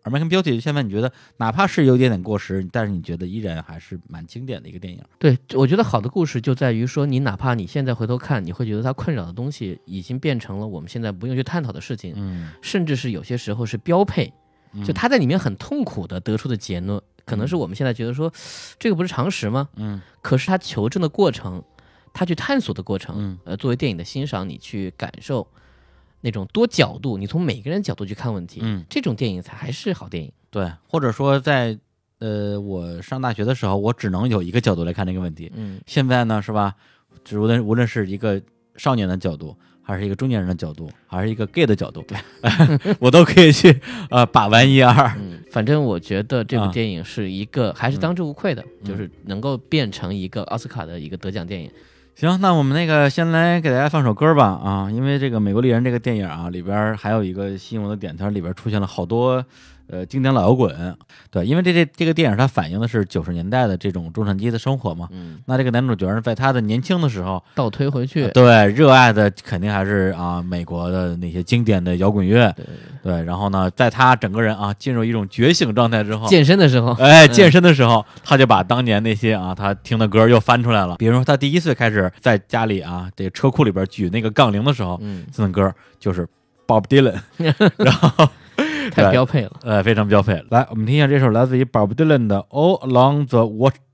而没看标题，现在你觉得哪怕是有点点过时，但是你觉得依然还是蛮经典的一个电影。 对，我觉得好的故事就在于说，你哪怕你现在回头看，你会觉得它困扰的东西已经变成了我们现在不用去探讨的事情， 嗯， 甚至是有些时候是标配。就他在里面很痛苦的得出的结论，可能是我们现在觉得说，这个不是常识吗？ 嗯， 可是他求证的过程，他去探索的过程， 嗯， 呃，作为电影的欣赏，你去感受那种多角度，你从每个人角度去看问题， 嗯， 这种电影才还是好电影。 对，或者说在呃我上大学的时候，我只能有一个角度来看这个问题。 嗯， 现在呢，是吧？无论无论是一个少年的角度，还是一个中年人的角度，还是一个 gay 的角度，我都可以去呃把玩一二。 嗯，反正我觉得这部电影是一个、啊、还是当之无愧的、 嗯， 就是能够变成一个奥斯卡的一个得奖电影。 行，那我们那个先来给大家放首歌吧啊，因为这个《美国丽人》这个电影啊，里边还有一个吸引我的点，它里边出现了好多呃经典老摇滚。对，因为这这这个电影它反映的是九十年代的这种中产阶级的生活嘛。 嗯， 那这个男主角在他的年轻的时候， 倒推回去， 对，热爱的肯定还是啊美国的那些经典的摇滚乐。 对对，然后呢，在他整个人啊进入一种觉醒状态之后， 健身的时候， 哎，健身的时候，嗯、他就把当年那些啊他听的歌又翻出来了。比如说他第一次开始在家里啊这个车库里边举那个杠铃的时候， 嗯， 这首歌就是 Bob Dylan， 然后太标配了， 呃，非常标配。来，我们听一下这首来自于 Bob Dylan 的 All Along the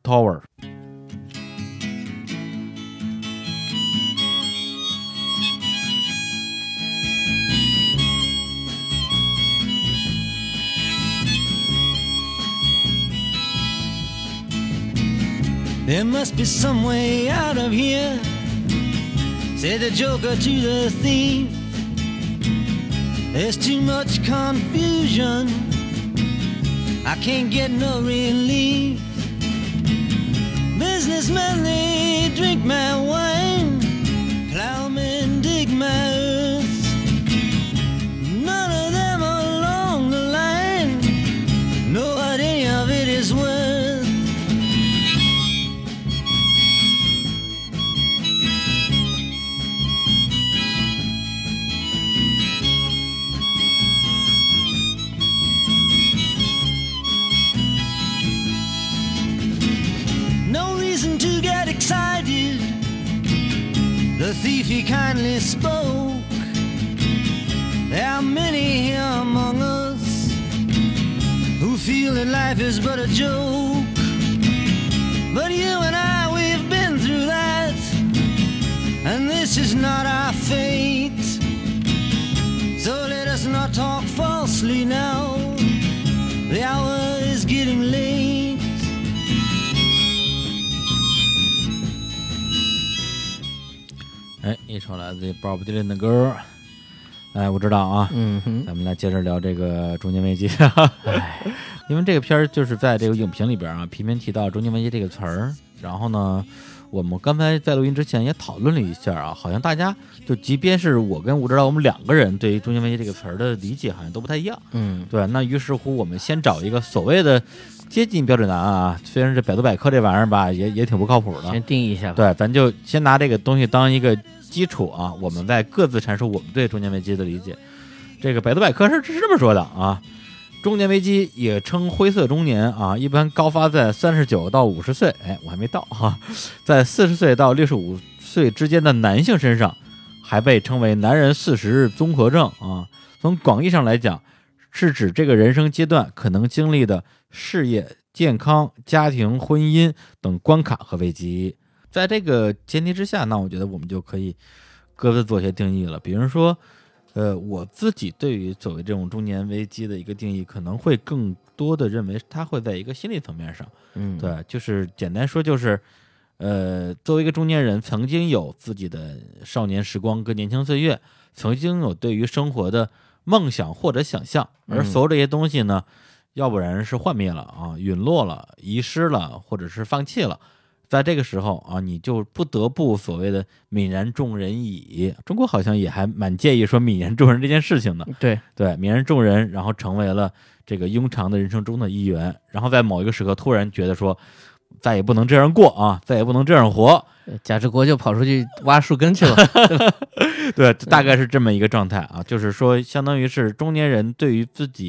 Watchtower。There must be some way out of here, said the joker to the thief. There's too much confusion, I can't get no relief. Businessmen, they drink my wine, plowmen dig my earth. None of them along the line know what any of it is worth.Excited, the thief he kindly spoke. There are many here among us who feel that life is but a joke. But you and I, we've been through that, and this is not our fate. So let us not talk falsely now, the hour is getting late. 哎，一首来自于 Bob Dylan 的歌，哎，我知道啊， 嗯哼， 咱们来接着聊这个中年危机。哎，因为这个片儿就是在这个影评里边啊，频频提到中年危机这个词儿。然后呢，我们刚才在录音之前也讨论了一下啊，好像大家就即便是我跟吴指导，我们两个人对于中年危机这个词儿的理解好像都不太一样。 嗯， 对，那于是乎我们先找一个所谓的接近标准答案啊，虽然这百度百科这玩意儿吧，也也挺不靠谱的。 先定义一下吧。 对，咱就先拿这个东西当一个基础啊，我们再各自阐述我们对中年危机的理解。这个百度百科是是这么说的啊，中年危机也称灰色中年啊，一般高发在三十九到五十岁，哎，我还没到哈、啊，在四十岁到六十五岁之间的男性身上，还被称为男人四十日综合症啊。从广义上来讲，是指这个人生阶段可能经历的事业、健康、家庭、婚姻等关卡和危机。在这个前提之下，那我觉得我们就可以各自做一些定义了。比如说，呃，我自己对于所谓这种中年危机的一个定义，可能会更多的认为它会在一个心理层面上。 嗯， 对，就是简单说就是，呃，作为一个中年人，曾经有自己的少年时光跟年轻岁月，曾经有对于生活的梦想或者想象，而所有这些东西呢，嗯、要不然是幻灭了啊，陨落了，遗失了，或者是放弃了。在这个时候啊，你就不得不所谓的泯然众人矣。中国好像也还蛮介意说泯然众人这件事情的。 对对，泯然众人，然后成为了这个庸常的人生中的一员。然后在某一个时刻，突然觉得说，再也不能这样过啊，再也不能这样活。 贾志国就跑出去挖树根去了。 对，大概是这么一个状态啊，就是说，相当于是中年人对于自己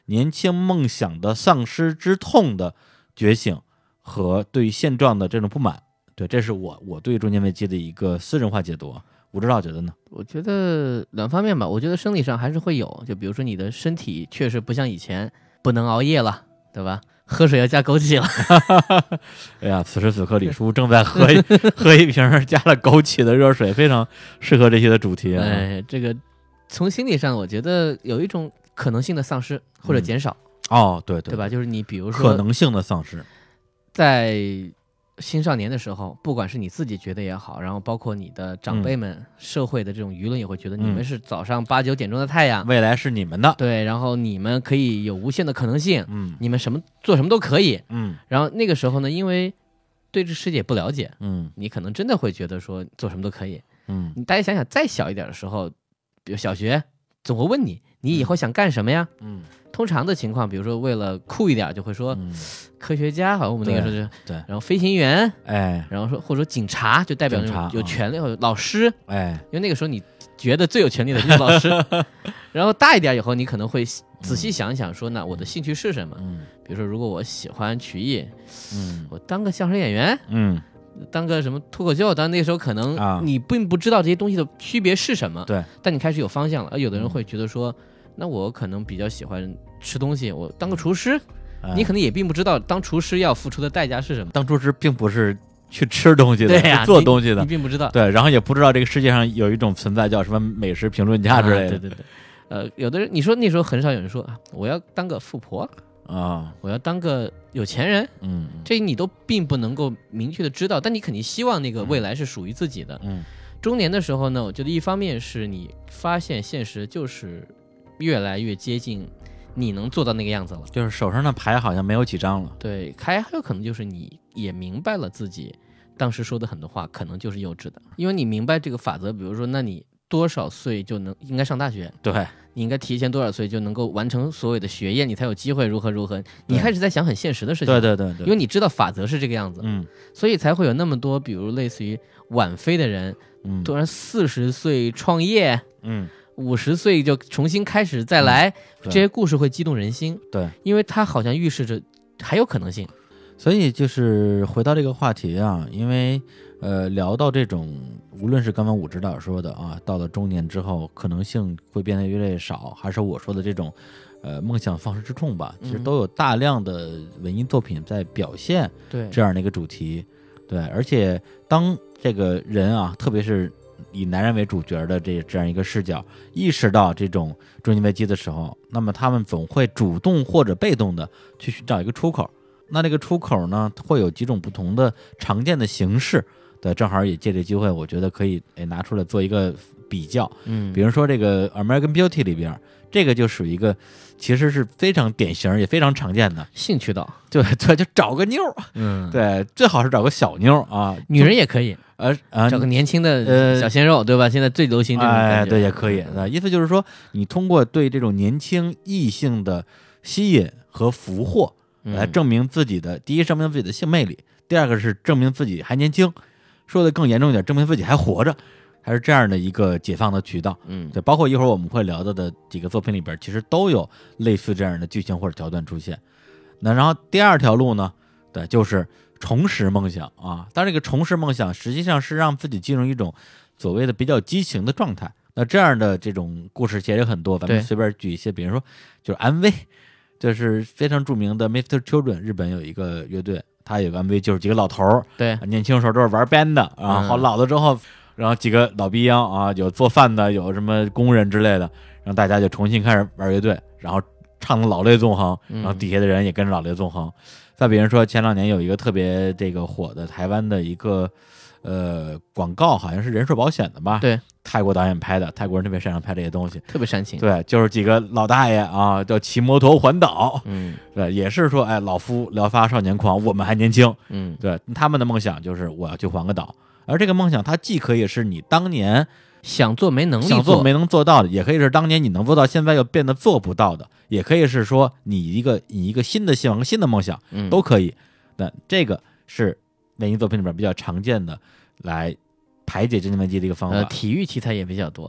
年轻梦想的丧失之痛的觉醒和对于现状的这种不满。对，这是我我对中年危机的一个私人化解读。吴指导觉得呢？ 我觉得两方面吧，我觉得生理上还是会有，就比如说你的身体确实不像以前不能熬夜了，对吧？喝水要加枸杞了。 哎呀，此时此刻李叔正在喝一喝一瓶加了枸杞的热水，非常适合这些的主题啊。 哎，这个从心理上，我觉得有一种可能性的丧失或者减少。 嗯、哦，对 对, 对吧？就是你比如说可能性的丧失， 在青少年的时候，不管是你自己觉得也好，然后包括你的长辈们、嗯、社会的这种舆论也会觉得你们是早上八九点钟的太阳， 未来是你们的， 对，然后你们可以有无限的可能性， 嗯， 你们什么做什么都可以， 嗯， 然后那个时候呢，因为对这世界不了解， 嗯， 你可能真的会觉得说做什么都可以， 嗯， 你大家想想，再小一点的时候，比如小学总会问你，你以后想干什么呀？ 嗯。 通常的情况，比如说为了酷一点，就会说、嗯、科学家，好像我们那个时候就对， 然后飞行员， 哎， 然后说或者说警察，就代表有权利，嗯、老师， 哎， 因为那个时候你觉得最有权利的就是老师。然后大一点以后，你可能会仔细想一想说，那我的兴趣是什么？ 嗯， 比如说如果我喜欢曲艺， 嗯， 我当个相声演员， 嗯， 当个什么脱口秀，但那时候可能你并不知道这些东西的区别是什么， 对、啊， 但你开始有方向了。而有的人会觉得说，嗯、那我可能比较喜欢吃东西，我当个厨师， 嗯、 你可能也并不知道当厨师要付出的代价是什么。 当厨师并不是去吃东西的， 对呀、啊， 做东西的， 你并不知道。 对，然后也不知道这个世界上有一种存在叫什么美食评论家之类的。啊、 对对对，呃，有的人你说那时候很少有人说啊，我要当个富婆啊， 我要当个有钱人， 嗯， 这你都并不能够明确的知道，但你肯定希望那个未来是属于自己的。 嗯， 中年的时候呢，我觉得一方面是你发现现实就是越来越接近你能做到那个样子了， 就是手上的牌好像没有几张了。 对，还还有可能就是你也明白了自己当时说的很多话可能就是幼稚的，因为你明白这个法则，比如说，那你多少岁就能应该上大学？ 对， 你应该提前多少岁就能够完成所有的学业，你才有机会如何如何。你开始在想很现实的事情， 对对对对， 因为你知道法则是这个样子， 嗯， 所以才会有那么多，比如类似于晚飞的人， 嗯， 突然四十岁创业， 嗯。 五十岁就重新开始再来，嗯、这些故事会激动人心。 对， 因为它好像预示着还有可能性。 所以就是回到这个话题啊，因为呃聊到这种，无论是刚刚武指导说的啊，到了中年之后可能性会变得越来越少，还是我说的这种呃梦想放矢之痛吧，其实都有大量的文艺作品在表现对这样的一个主题。对，而且当这个人啊，特别是以男人为主角的这这样一个视角，意识到这种中年危机的时候，那么他们总会主动或者被动的去寻找一个出口。那这个出口呢，会有几种不同的常见的形式。对，正好也借这机会，我觉得可以诶拿出来做一个比较。 嗯， 比如说这个 American Beauty 里边，这个就属于一个其实是非常典型也非常常见的性渠道。 对对，就找个妞， 嗯， 对，最好是找个小妞啊， 女人也可以。 呃啊， 找个年轻的小鲜肉，呃、对吧？现在最流行这种感觉， 哎，对，也可以。呃，意思就是说，你通过对这种年轻异性的吸引和俘获，来证明自己的、嗯、第一，证明自己的性魅力；第二个是证明自己还年轻，说的更严重一点，证明自己还活着，还是这样的一个解放的渠道。 嗯， 对，包括一会儿我们会聊到的几个作品里边，其实都有类似这样的剧情或者桥段出现。那然后第二条路呢，对，就是重拾梦想啊，但这个重拾梦想实际上是让自己进入一种所谓的比较激情的状态。那这样的这种故事其实也很多，咱们随便举一些，比如说就是 M V， 就是非常著名的 Mister Children， 日本有一个乐队，他有个 M V 就是几个老头儿， 对， 年轻时候都是玩 band 的啊，好、嗯、老了之后，然后几个老逼样啊，有做饭的，有什么工人之类的，让大家就重新开始玩乐队，然后唱的老泪纵横，然后底下的人也跟着老泪纵横。嗯，再比如说前两年有一个特别这个火的台湾的一个呃广告，好像是人寿保险的吧？ 对， 泰国导演拍的，泰国人特别擅长拍这些东西， 特别煽情。 对，就是几个老大爷啊，叫骑摩托环岛， 嗯， 对，也是说，哎，老夫聊发少年狂，我们还年轻， 嗯， 对，他们的梦想就是我要去环个岛，而这个梦想它既可以是你当年想做没能力想做没能做到的，也可以是当年你能做到现在又变得做不到的，也可以是说你一个你一个新的希望新的梦想， 嗯， 都可以。那这个是文艺作品里边比较常见的来排解中年危机的一个方法。 呃，体育题材也比较多，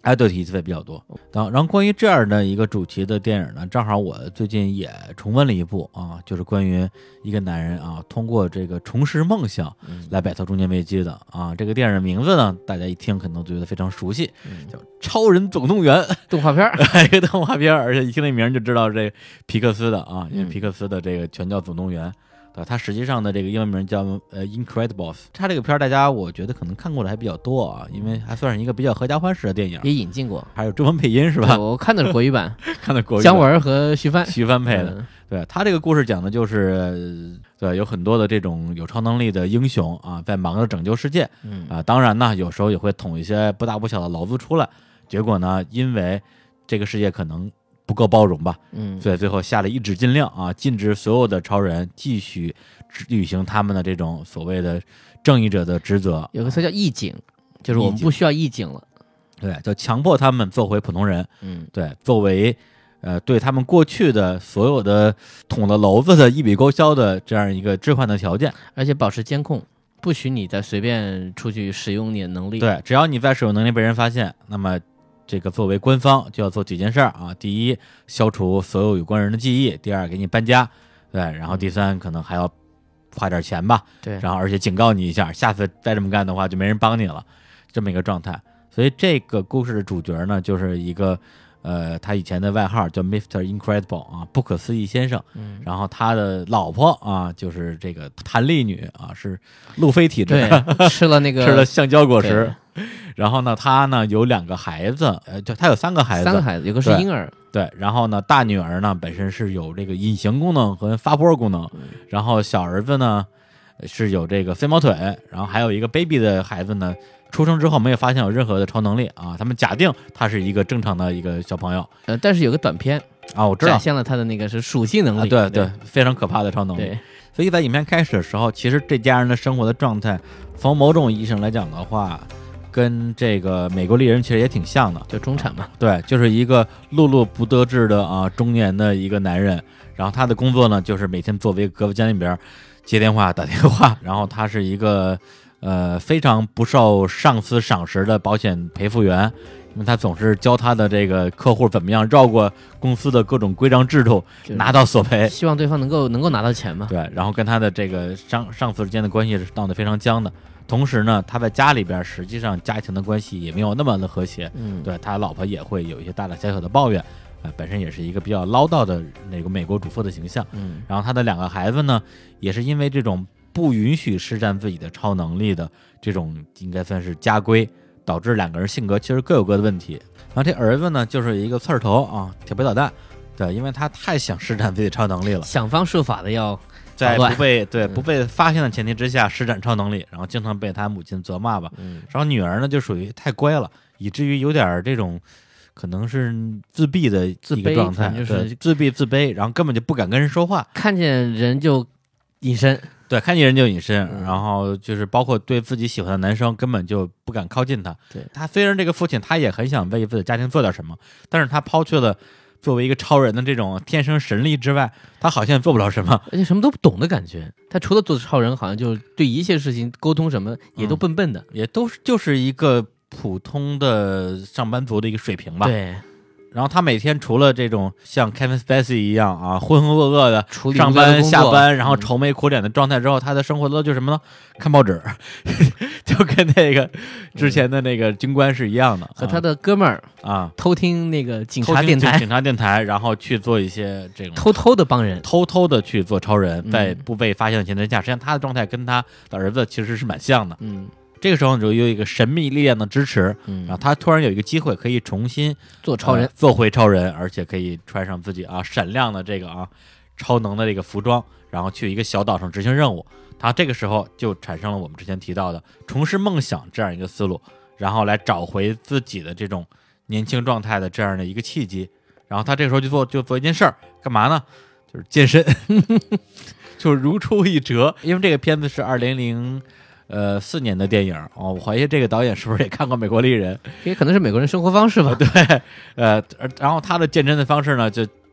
哎，对，题材比较多。然后，然后关于这样的一个主题的电影呢，正好我最近也重温了一部啊，就是关于一个男人啊，通过这个重拾梦想来摆脱中年危机的啊。这个电影名字呢，大家一听可能觉得非常熟悉，叫《超人总动员》 动画片， 一个动画片，而且一听那名就知道这皮克斯的啊，因为皮克斯的这个全叫总动员。对，它实际上的这个英文名叫呃 Incredibles。它这个片儿大家我觉得可能看过的还比较多啊，因为还算是一个比较合家欢式的电影， 也引进过， 还有中文配音是吧？ 我看的是国语版， 看的国语版， 姜文和徐帆， 徐帆配的。 嗯、 对，他这个故事讲的就是对有很多的这种有超能力的英雄啊，在忙着拯救世界， 嗯啊，当然呢，有时候也会捅一些不大不小的娄子出来，结果呢，因为这个世界可能不够包容吧， 嗯， 所以最后下了一纸禁令啊，禁止所有的超人继续履行他们的这种所谓的正义者的职责。 有个词叫义警，就是我们不需要义警了， 对，就强迫他们做回普通人。 嗯， 对，作为呃对他们过去的所有的捅了娄子的一笔勾销的这样一个置换的条件， 而且保持监控，不许你再随便出去使用你的能力。 对，只要你在使用能力被人发现，那么这个作为官方就要做几件事啊。第一，消除所有有关人的记忆；第二，给你搬家；对，然后第三，可能还要花点钱吧。 对， 然后而且警告你一下，下次再这么干的话就没人帮你了，这么一个状态。所以这个故事的主角呢，就是一个呃，他以前的外号叫 Mister Incredible 啊，不可思议先生。 嗯， 然后他的老婆啊，就是这个弹力女啊，是路飞体质， 对，吃了那个吃了橡胶果实。然后呢，他呢有两个孩子，呃，就他有三个孩子， 三个孩子，有个是婴儿。 对，然后呢，大女儿呢本身是有这个隐形功能和发波功能， 嗯、 然后小儿子呢是有这个飞毛腿，然后还有一个 baby 的孩子呢，出生之后没有发现有任何的超能力啊，他们假定他是一个正常的一个小朋友。 呃，但是有个短片啊，我知道展现了他的那个是属性能力， 啊、对对, 对，非常可怕的超能力。 对， 所以在影片开始的时候，其实这家人的生活的状态，从某种意义上来讲的话，跟这个美国丽人其实也挺像的， 就中产嘛。 对，就是一个碌碌不得志的啊中年的一个男人，然后他的工作呢，就是每天坐在一个胳膊间里边接电话打电话，然后他是一个呃非常不受上司赏识的保险赔付员。因为他总是教他的这个客户怎么样绕过公司的各种规章制度，拿到索赔， 希望对方能够能够拿到钱嘛。 对，然后跟他的这个上上司之间的关系是闹得非常僵的。同时呢，他在家里边实际上家庭的关系也没有那么的和谐。 嗯， 对，他老婆也会有一些大大小小的抱怨，呃，本身也是一个比较唠叨的那个美国主妇的形象。 嗯， 然后他的两个孩子呢，也是因为这种不允许施展自己的超能力的这种应该算是家规，导致两个人性格其实各有各的问题。然后这儿子呢，就是一个刺儿头啊，调皮捣蛋，对，因为他太想施展自己的超能力了， 想方设法的要在不被对不被发现的前提之下施展超能力，然后经常被他母亲责骂吧。 嗯， 然后女儿呢，就属于太乖了，以至于有点这种可能是自闭的一个状态， 就是自闭自卑，然后根本就不敢跟人说话， 看见人就隐身。 对，看见人就隐身， 嗯、 然后就是包括对自己喜欢的男生根本就不敢靠近他。 对， 他虽然这个父亲他也很想为自己的家庭做点什么，但是他抛去了作为一个超人的这种天生神力之外，他好像做不了什么， 而且什么都不懂的感觉。他除了做超人，好像就对一切事情沟通什么也都笨笨的， 嗯、也都是就是一个普通的上班族的一个水平吧。 对。 然后他每天除了这种像 Kevin Spacey 一样啊浑浑噩噩的处理上班下班， 嗯、 然后愁眉苦脸的状态之后，他的生活都就是什么呢？看报纸，就跟那个之前的那个军官是一样的， 和他的哥们儿啊偷听那个警察电台， 警察电台，然后去做一些这种偷偷的帮人， 偷偷的去做超人， 嗯、 在不被发现的前提下，实际上他的状态跟他的儿子其实是蛮像的。 嗯。 这个时候就有一个神秘力量的支持， 嗯， 然后他突然有一个机会可以重新做超人， 呃、做回超人，而且可以穿上自己啊闪亮的这个啊超能的这个服装，然后去一个小岛上执行任务。他这个时候就产生了我们之前提到的重拾梦想这样一个思路，然后来找回自己的这种年轻状态的这样的一个契机。然后他这个时候就做就做一件事儿，干嘛呢？就是健身，就如出一辙。因为这个片子是二零零。呃，四年的电影哦，我怀疑这个导演是不是也看过《美国丽人》？ 也可能是美国人生活方式吧。 对，呃，然后他的健身的方式呢，就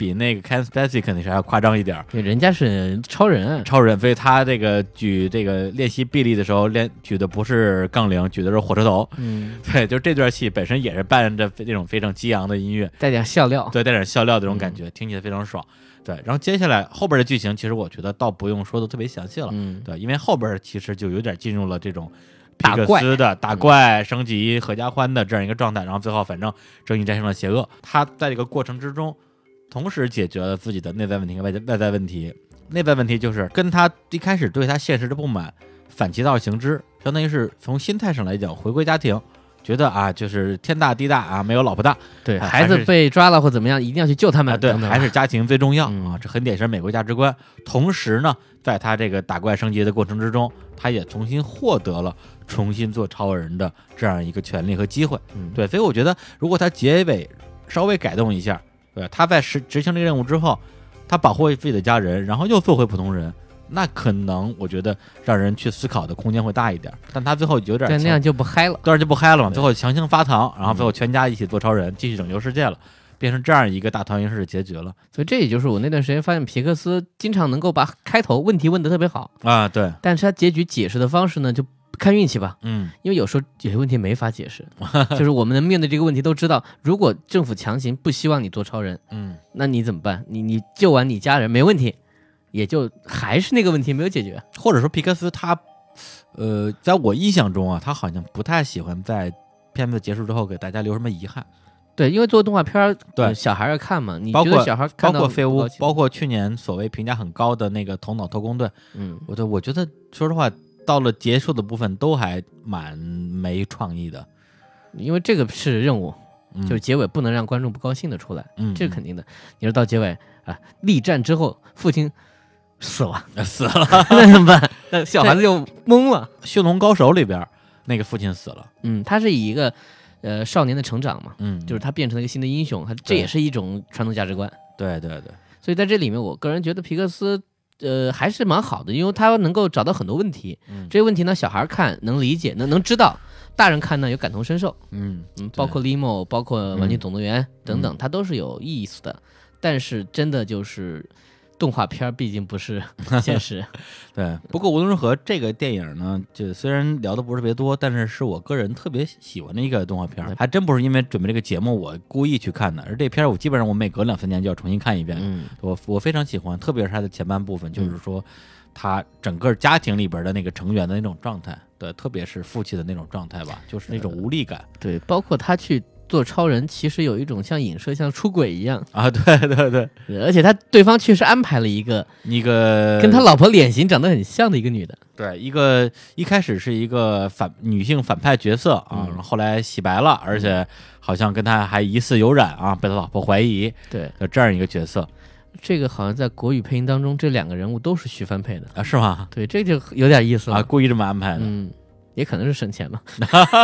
比那个 Kevin Spacey 肯定是还要夸张一点， 对，人家是超人， 超人，所以他这个举这个练习臂力的时候，练举的不是杠铃，举的是火车头。 嗯， 对，就这段戏本身也是伴着这种非常激昂的音乐， 带点笑料， 对，带点笑料这种感觉，嗯、听起来非常爽。对，然后接下来后边的剧情，其实我觉得倒不用说的特别详细了， 嗯， 对，因为后边其实就有点进入了这种打皮克斯的打怪升级合家欢的这样一个状态，然后最后反正正义战胜了邪恶。他在这个过程之中，同时解决了自己的内在问题和外在外在问题。内在问题就是跟他一开始对他现实的不满反其道而行之，相当于是从心态上来讲回归家庭，觉得啊就是天大地大啊，没有老婆大， 对、啊、孩子被抓了或怎么样，一定要去救他们， 啊、对，还是家庭最重要、 嗯、 啊，这很典型美国价值观。同时呢，在他这个打怪升级的过程之中，他也重新获得了重新做超人的这样一个权利和机会。 嗯， 对，所以我觉得如果他结尾稍微改动一下，对，他在实执行这个任务之后，他保护自己的家人，然后又做回普通人，那可能我觉得让人去思考的空间会大一点。但他最后有点对那样就不嗨了， 当然就不嗨了嘛。最后强行发糖，然后最后全家一起做超人，继续拯救世界了，变成这样一个大团圆式的结局了。 所以这也就是我那段时间发现皮克斯经常能够把开头问题问得特别好啊，对， 但是他结局解释的方式呢就看运气吧， 嗯， 因为有时候有些问题没法解释，就是我们能面对这个问题都知道，如果政府强行不希望你做超人， 嗯， 那你怎么办？你你救完你家人没问题，也就还是那个问题没有解决。 或者说皮克斯他，呃，在我印象中啊，他好像不太喜欢在片子结束之后给大家留什么遗憾。 对，因为做动画片， 对、 呃、小孩要看嘛，你觉得小孩看到包括废物，包括去年所谓评价很高的那个头脑特工队， 嗯， 我觉得我觉得说实话。到了结束的部分都还蛮没创意的， 因为这个是任务、 嗯、 就是结尾不能让观众不高兴的出来， 嗯， 这是肯定的。你说到结尾啊，力战之后父亲死了， 死了， 那怎么办？那小孩子就懵了。 驯龙高手里边那个父亲死了， 嗯，他是以一个呃少年的成长嘛， 嗯， 就是他变成了一个新的英雄，这也是一种传统价值观。 对对对， 所以在这里面，我个人觉得皮克斯。呃，还是蛮好的，因为他能够找到很多问题， 嗯、 这些问题呢，小孩看能理解，能能知道；大人看呢，有感同身受。 嗯嗯，包括 Limo， 包括玩具总动员、嗯、等等，它都是有意思的。但是真的就是动画片，毕竟不是现实。 对，不过无论如何，这个电影呢，就虽然聊的不是特别多，但是是我个人特别喜欢的一个动画片，还真不是因为准备这个节目我故意去看的，而这片我基本上我每隔两三年就要重新看一遍。 嗯， 我我非常喜欢，特别是它的前半部分，就是说他整个家庭里边的那个成员的那种状态，对，特别是父亲的那种状态吧，就是那种无力感。 呃、对，包括他去做超人，其实有一种像影射，像出轨一样啊！对对对， 而且他对方确实安排了一个一个跟他老婆脸型长得很像的一个女的。 对，一个一开始是一个反女性反派角色啊， 嗯、 后来洗白了，而且好像跟他还疑似有染啊，被他老婆怀疑。 对， 这样一个角色。 这个好像在国语配音当中，这两个人物都是徐帆配的啊？是吗？ 对，这就有点意思了啊，故意这么安排的。 嗯，也可能是省钱嘛。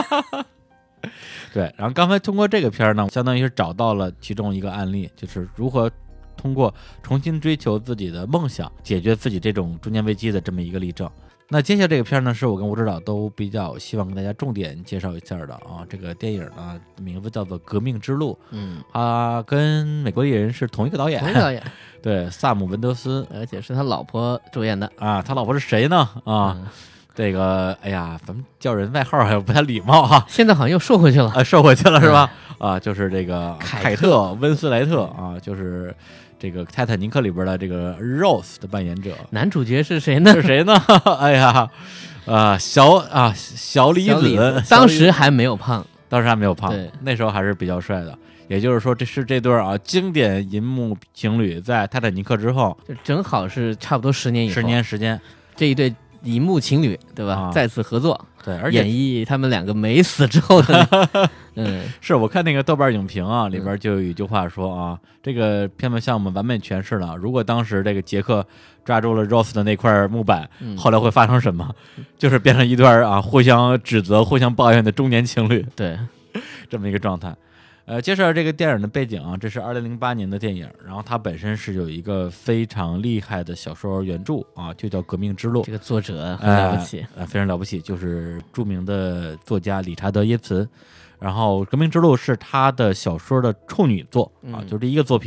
对，然后刚才通过这个片儿呢，相当于是找到了其中一个案例，就是如何通过重新追求自己的梦想，解决自己这种中年危机的这么一个例证。那接下来这个片儿呢，是我跟吴指导都比较希望跟大家重点介绍一下的啊。这个电影呢，名字叫做《革命之路》， 嗯， 它跟美国丽人是同一个导演， 同一个导演， 对，萨姆文德斯， 而且是他老婆主演的啊。他老婆是谁呢？啊。 嗯， 这个，哎呀，咱们叫人外号还不太礼貌啊。 现在好像又瘦回去了， 啊，瘦回去了是吧？嗯、啊，就是这个凯特温斯莱特啊，就是这个《泰坦尼克》里边的这个 Rose 的扮演者。 男主角是谁呢？ 是谁呢？哎呀，啊，小啊小李子， 子当时还没有胖， 当时还没有胖， 对， 那时候还是比较帅的。也就是说，这是这对啊经典银幕情侣在《泰坦尼克》之后， 就正好是差不多十年以后， 十年时间， 这一对银幕情侣，对吧？ 啊、再次合作， 对，而且演绎他们两个没死之后的，嗯， 是我看那个豆瓣影评啊，里边就有一句话说啊，嗯、这个片子项目完美诠释了，如果当时这个杰克抓住了 Rose 的那块木板， 嗯、 后来会发生什么？就是变成一对啊互相指责、互相抱怨的中年情侣， 对， 这么一个状态。呃，介绍这个电影的背景啊，这是二零零八年的电影，然后它本身是有一个非常厉害的小说原著啊，就叫《革命之路》。 这个作者很了不起， 呃，非常了不起，就是著名的作家理查德耶茨。然后《革命之路》是他的小说的处女作啊， 嗯、 就是第一个作品，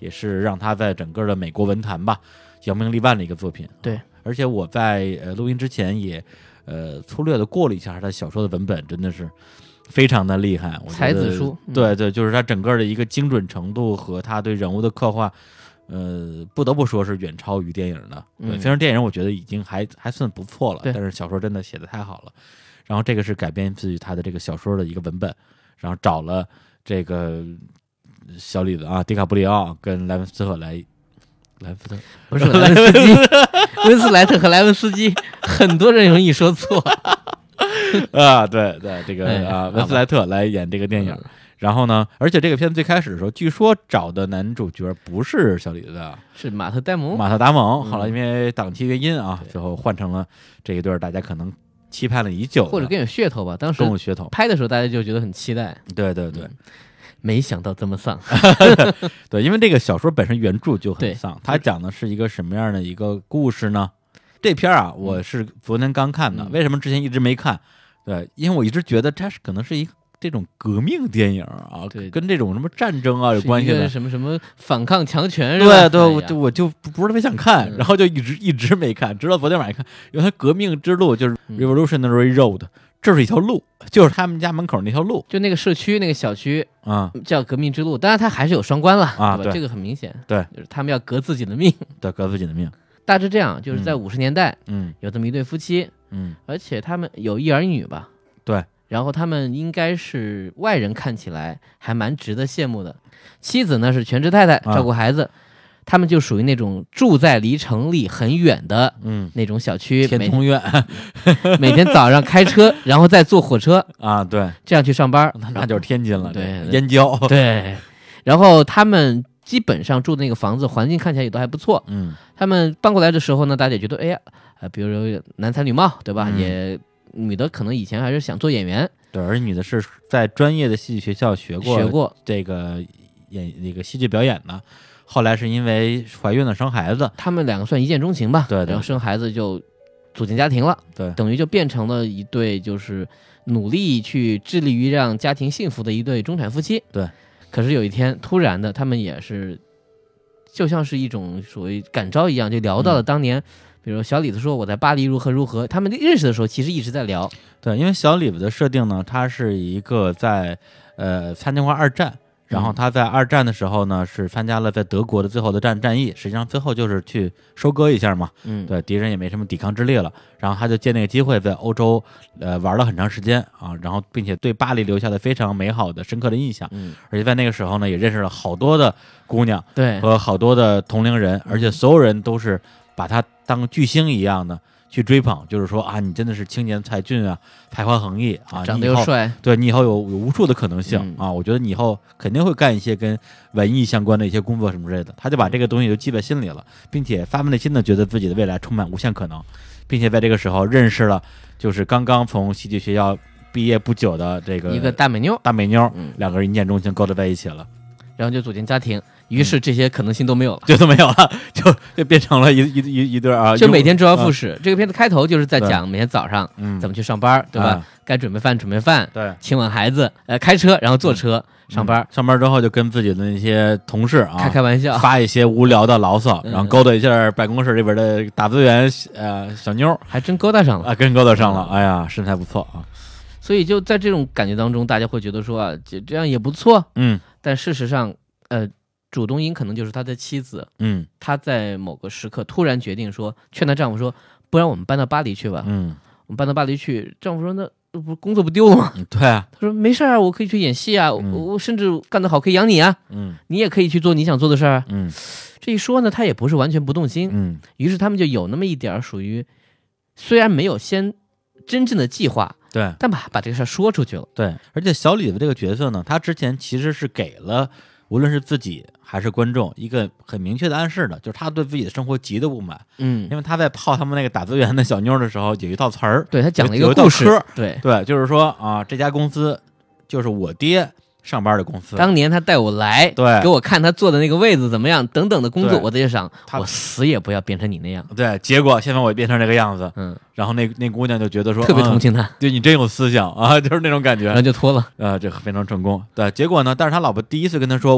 也是让他在整个的美国文坛吧扬名立万的一个作品。 对， 而且我在呃录音之前也呃粗略的过了一下他小说的文本，真的是非常的厉害，我觉得才子书， 嗯、对对，就是他整个的一个精准程度和他对人物的刻画。呃，不得不说是远超于电影的。对， 嗯、 虽然电影我觉得已经还还算不错了， 但是小说真的写得太好了。然后这个是改编自于他的这个小说的一个文本，然后找了这个小李子啊，迪卡布里奥跟莱文斯特来，莱文斯特不是莱文斯基，温斯莱特和莱文斯基，很多人容易说错啊，对对，这个、 哎、 啊温斯莱特来演这个电影。嗯然后呢？而且这个片子最开始的时候，据说找的男主角不是小李子的， 是马特·戴蒙。 马特·达蒙，后来因为档期原因啊，嗯、最后换成了这一对大家可能期盼了已久， 或者更有噱头吧。当时更有噱头， 拍的时候大家就觉得很期待。 对对对， 嗯、没想到这么丧。 对，因为这个小说本身原著就很丧，它讲的是一个什么样的一个故事呢？这片啊，我是昨天刚看的， 嗯、 为什么之前一直没看？对，因为我一直觉得它是可能是一个。这种革命电影啊，跟这种什么战争啊有关系的， 什么什么反抗强权是吧？对对， 哎、 我就我就不是特别想看，嗯、然后就一直一直没看，直到昨天晚上看，因为它革命之路就是 Revolutionary Road，、嗯、这是一条路，就是他们家门口那条路， 就那个社区那个小区啊、 嗯，叫革命之路。当然它还是有双关了啊， 对吧？这个很明显， 对， 就是他们要革自己的命， 对，革自己的命。 大致这样，就是在五十年代， 嗯， 有这么一对夫妻， 嗯， 而且他们有一儿一女吧， 对。 然后他们应该是外人看起来还蛮值得羡慕的。妻子呢是全职太太，照顾孩子，啊、他们就属于那种住在离城里很远的嗯那种小区， 天通苑， 每天早上开车，然后再坐火车啊，对， 这样去上班， 那那就是天津了， 对， 燕郊， 对。然后他们基本上住的那个房子环境看起来也都还不错， 嗯， 他们搬过来的时候呢，大家也觉得，哎呀，呃，比如说男才女貌，对吧？ 嗯、 也。女的可能以前还是想做演员， 对，而女的是在专业的戏剧学校学过学过这个演那个戏剧表演的，后来是因为怀孕了生孩子， 他们两个算一见钟情吧， 对， 对， 对， 然后生孩子就组建家庭了， 对， 等于就变成了一对就是努力去致力于让家庭幸福的一对中产夫妻， 对。 可是有一天突然的，他们也是就像是一种所谓感召一样，就聊到了当年。嗯比如小李子说我在巴黎如何如何，他们认识的时候其实一直在聊。 对，因为小李子的设定呢，他是一个在呃参加过二战，然后他在二战的时候呢是参加了在德国的最后的战战役，实际上最后就是去收割一下嘛， 嗯， 对，敌人也没什么抵抗之力了，然后他就借那个机会在欧洲呃玩了很长时间啊，然后并且对巴黎留下了非常美好的深刻的印象， 嗯， 而且在那个时候呢也认识了好多的姑娘， 对， 和好多的同龄人，而且所有人都是把他当巨星一样的去追捧，就是说啊，你真的是青年才俊啊，才华横溢啊， 长得又帅， 对你以后有有无数的可能性、 嗯、 啊！我觉得你以后肯定会干一些跟文艺相关的一些工作什么之类的。他就把这个东西就记在心里了，并且发自内心的觉得自己的未来充满无限可能，并且在这个时候认识了就是刚刚从戏剧学校毕业不久的这个一个大美妞， 大美妞， 嗯、 两个人一见钟情，勾搭在一起了。 然后就组建家庭，于是这些可能性都没有了， 就都没有了，就就变成了一一一一对啊， 就每天周而复始、嗯。这个片子开头就是在讲每天早上怎么去上班，对吧？ 啊、 该准备饭准备饭， 对， 亲吻孩子，呃，开车，然后坐车、嗯、上班、 嗯，上班之后就跟自己的那些同事啊开开玩笑， 发一些无聊的牢骚， 嗯、 然后勾搭一下办公室里边的打字员呃小妞， 还真勾搭上了啊，跟勾搭上了，嗯、哎呀，身材不错啊。 所以就在这种感觉当中，大家会觉得说啊，这这样也不错， 嗯， 但事实上，呃。主动因可能就是他的妻子， 嗯， 他在某个时刻突然决定说，劝他丈夫说，不然我们搬到巴黎去吧， 嗯， 我们搬到巴黎去。丈夫说，那不工作不丢了吗？ 对啊， 他说没事啊，我可以去演戏啊， 嗯、 我我甚至干得好可以养你啊， 嗯， 你也可以去做你想做的事儿， 嗯， 这一说呢，他也不是完全不动心， 嗯， 于是他们就有那么一点属于，虽然没有先真正的计划。 对， 但把把这个事儿说出去了。 对，而且小李子这个角色呢，他之前其实是给了无论是自己还是观众一个很明确的暗示的，就是他对自己的生活极的不满。 嗯， 因为他在泡他们那个打字员的小妞的时候，有一套词儿， 对他讲了一个故事， 对对，就是说啊，这家公司就是我爹上班的公司， 当年他带我来， 对， 给我看他坐的那个位子怎么样，等等的工作，我在想， 他我死也不要变成你那样。 对，结果现在我变成这个样子， 嗯， 然后那那姑娘就觉得说特别同情他， 嗯、对你真有思想啊，就是那种感觉， 然后就脱了， 呃，这非常成功。对，结果呢，但是他老婆第一次跟他说，我们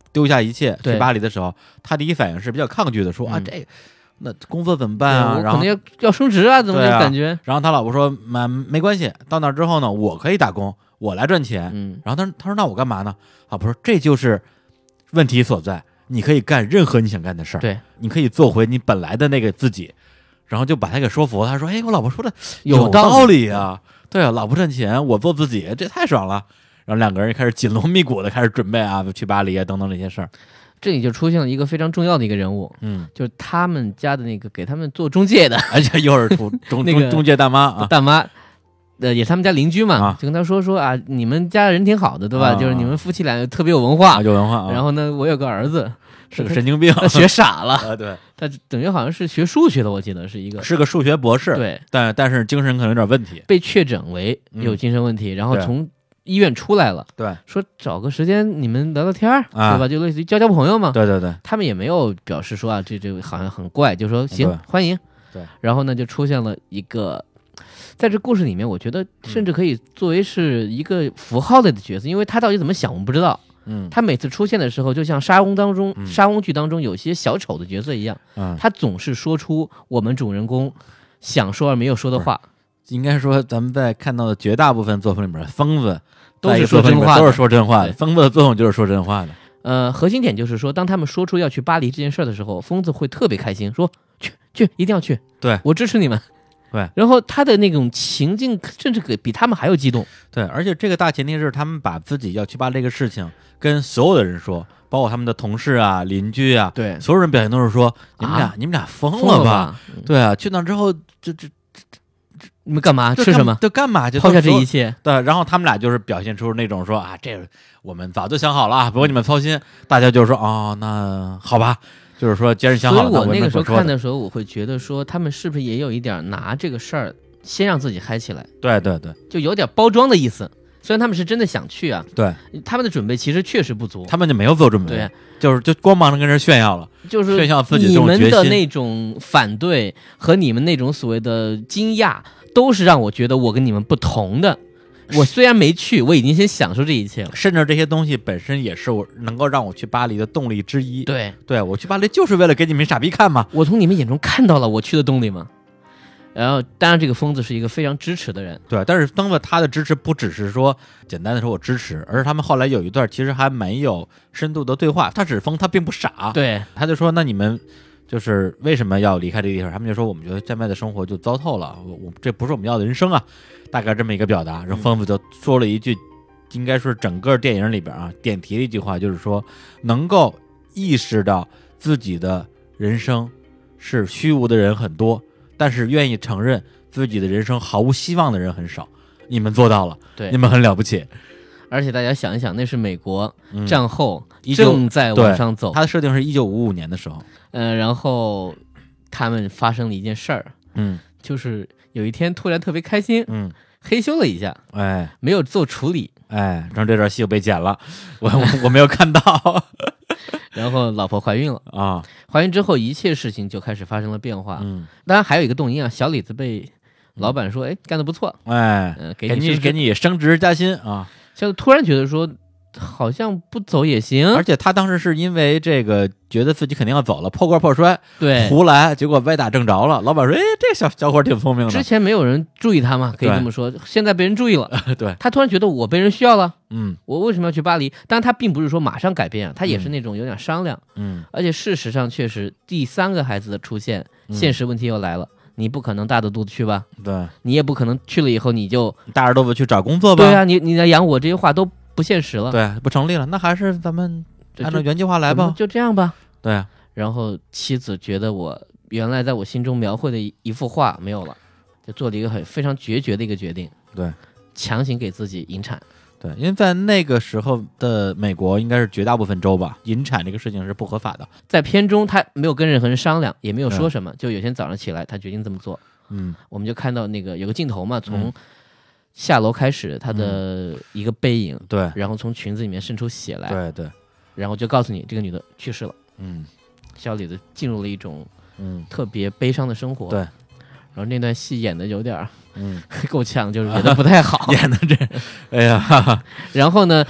丢下一切去对巴黎的时候，他第一反应是比较抗拒的，说、 嗯、 啊这那工作怎么办啊？然后可能要要升职啊，怎么对啊感觉？ 然后他老婆说没没关系，到那之后呢，我可以打工，我来赚钱。 嗯， 然后他他说那我干嘛呢？老婆说这就是问题所在，你可以干任何你想干的事儿， 对， 你可以做回你本来的那个自己。然后就把他给说服，他说：“哎，我老婆说的有道理啊，对啊，老婆赚钱，我做自己，这太爽了。”然后两个人开始紧锣密鼓的开始准备啊，去巴黎啊等等这些事儿。 这里就出现了一个非常重要的一个人物， 嗯， 就是他们家的那个给他们做中介的， 而且又是中中那个中中介大妈啊， 大妈。呃，也是他们家邻居嘛， 啊、 就跟他说说啊，你们家人挺好的，对吧？ 啊、 就是你们夫妻俩特别有文化， 啊、有文化、啊。 然后呢，我有个儿子是个神经病， 他学傻了啊，对， 他等于好像是学数学的，我记得是一个， 是个数学博士， 对， 但但是精神可能有点问题， 被确诊为有精神问题，嗯、然后从医院出来了， 对， 说找个时间你们聊聊天儿， 啊、 对吧？就类似于交交朋友嘛， 对对对， 他们也没有表示说啊，这这好像很怪，就说行，欢迎， 对， 然后呢，就出现了一个。在这故事里面，我觉得甚至可以作为是一个符号类的角色，因为他到底怎么想，我们不知道。 嗯， 他每次出现的时候，就像沙翁当中、嗯、沙翁剧当中有些小丑的角色一样， 嗯， 他总是说出我们主人公想说而没有说的话。 应该说，咱们在看到的绝大部分作品里面，疯子都是说真话， 都是说真话的。疯子的作用就是说真话的。 呃，核心点就是说，当他们说出要去巴黎这件事的时候，疯子会特别开心，说去去，一定要去， 对我支持你们。 对， 然后他的那种情境甚至比他们还要激动。 对，而且这个大前提是他们把自己要去巴黎这个事情跟所有的人说，包括他们的同事啊、邻居啊， 对， 所有人表现都是说你们俩、啊、你们俩疯了吧？ 了吧对啊，去那之后这这你们干嘛？吃什么？ 就干嘛？就抛下这一切。 对，然后他们俩就是表现出那种说啊，这我们早就想好了，不用你们操心。大家就是说哦，那好吧。就是说，既然想好了， 所以我那个时候看的时候，我会觉得说，他们是不是也有一点拿这个事儿先让自己嗨起来？ 对对对， 就有点包装的意思。虽然他们是真的想去啊， 对， 他们的准备其实确实不足， 他们就没有做准备， 对， 就是就光忙着跟人炫耀了， 就是炫耀自己的你们的那种反对和你们那种所谓的惊讶，都是让我觉得我跟你们不同的。我虽然没去，我已经先享受这一切了。 甚至这些东西本身也是我能够让我去巴黎的动力之一。 对， 对我去巴黎就是为了给你们傻逼看嘛。 我从你们眼中看到了我去的动力嘛。然后，当然这个疯子是一个非常支持的人。 对，但是疯子他的支持不只是说简单的说我支持，而是他们后来有一段其实还没有深度的对话。他只是疯，他并不傻。 对， 他就说那你们。就是为什么要离开这个地方？他们就说我们觉得现在的生活就糟透了，我我这不是我们要的人生啊，大概这么一个表达。然后疯子就说了一句，应该是整个电影里边啊点题的一句话，就是说能够意识到自己的人生是虚无的人很多，但是愿意承认自己的人生毫无希望的人很少。你们做到了， 对， 你们很了不起。 而且大家想一想，那是美国、 嗯、 战后正在往上走， 它的设定是一九五五年的时候， 呃，然后他们发生了一件事儿， 嗯， 就是有一天突然特别开心， 嗯， 嘿咻了一下， 哎， 没有做处理， 哎，然后这段戏又被剪了，我我没有看到， 然后老婆怀孕了啊， 怀孕之后一切事情就开始发生了变化， 嗯， 当然还有一个动因啊，小李子被老板说，哎，干得不错， 哎， 呃、给你你给你升职加薪啊。 就突然觉得说好像不走也行， 而且他当时是因为这个觉得自己肯定要走了，破罐破摔， 对， 胡来，结果歪打正着了。老板说：“哎，这小小伙挺聪明的。” 之前没有人注意他嘛，可以这么说，现在被人注意了。 对， 他突然觉得我被人需要了， 嗯， 我为什么要去巴黎？但他并不是说马上改变啊，他也是那种有点商量， 嗯， 而且事实上确实第三个孩子的出现，现实问题又来了。你不可能大着肚子去吧？ 对， 你也不可能去了以后你就大着肚子去找工作吧？ 对啊，你你来养我，这些话都不现实了， 对，不成立了。那还是咱们按照原计划来吧， 就这样吧。 对啊。 然后妻子觉得我原来在我心中描绘的一一幅画没有了，就做了一个很非常决绝的一个决定， 对， 强行给自己引产。 对，因为在那个时候的美国，应该是绝大部分州吧，引产这个事情是不合法的。 在片中，他没有跟任何人商量，也没有说什么，就有天早上起来，他决定这么做。 嗯， 我们就看到那个有个镜头嘛，从下楼开始，他的一个背影， 嗯、对， 然后从裙子里面渗出血来， 对对， 然后就告诉你这个女的去世了。 嗯， 小李子进入了一种嗯特别悲伤的生活。 对， 然后那段戏演的有点嗯够呛，就是演的不太好， 演的这，哎呀， 然后呢，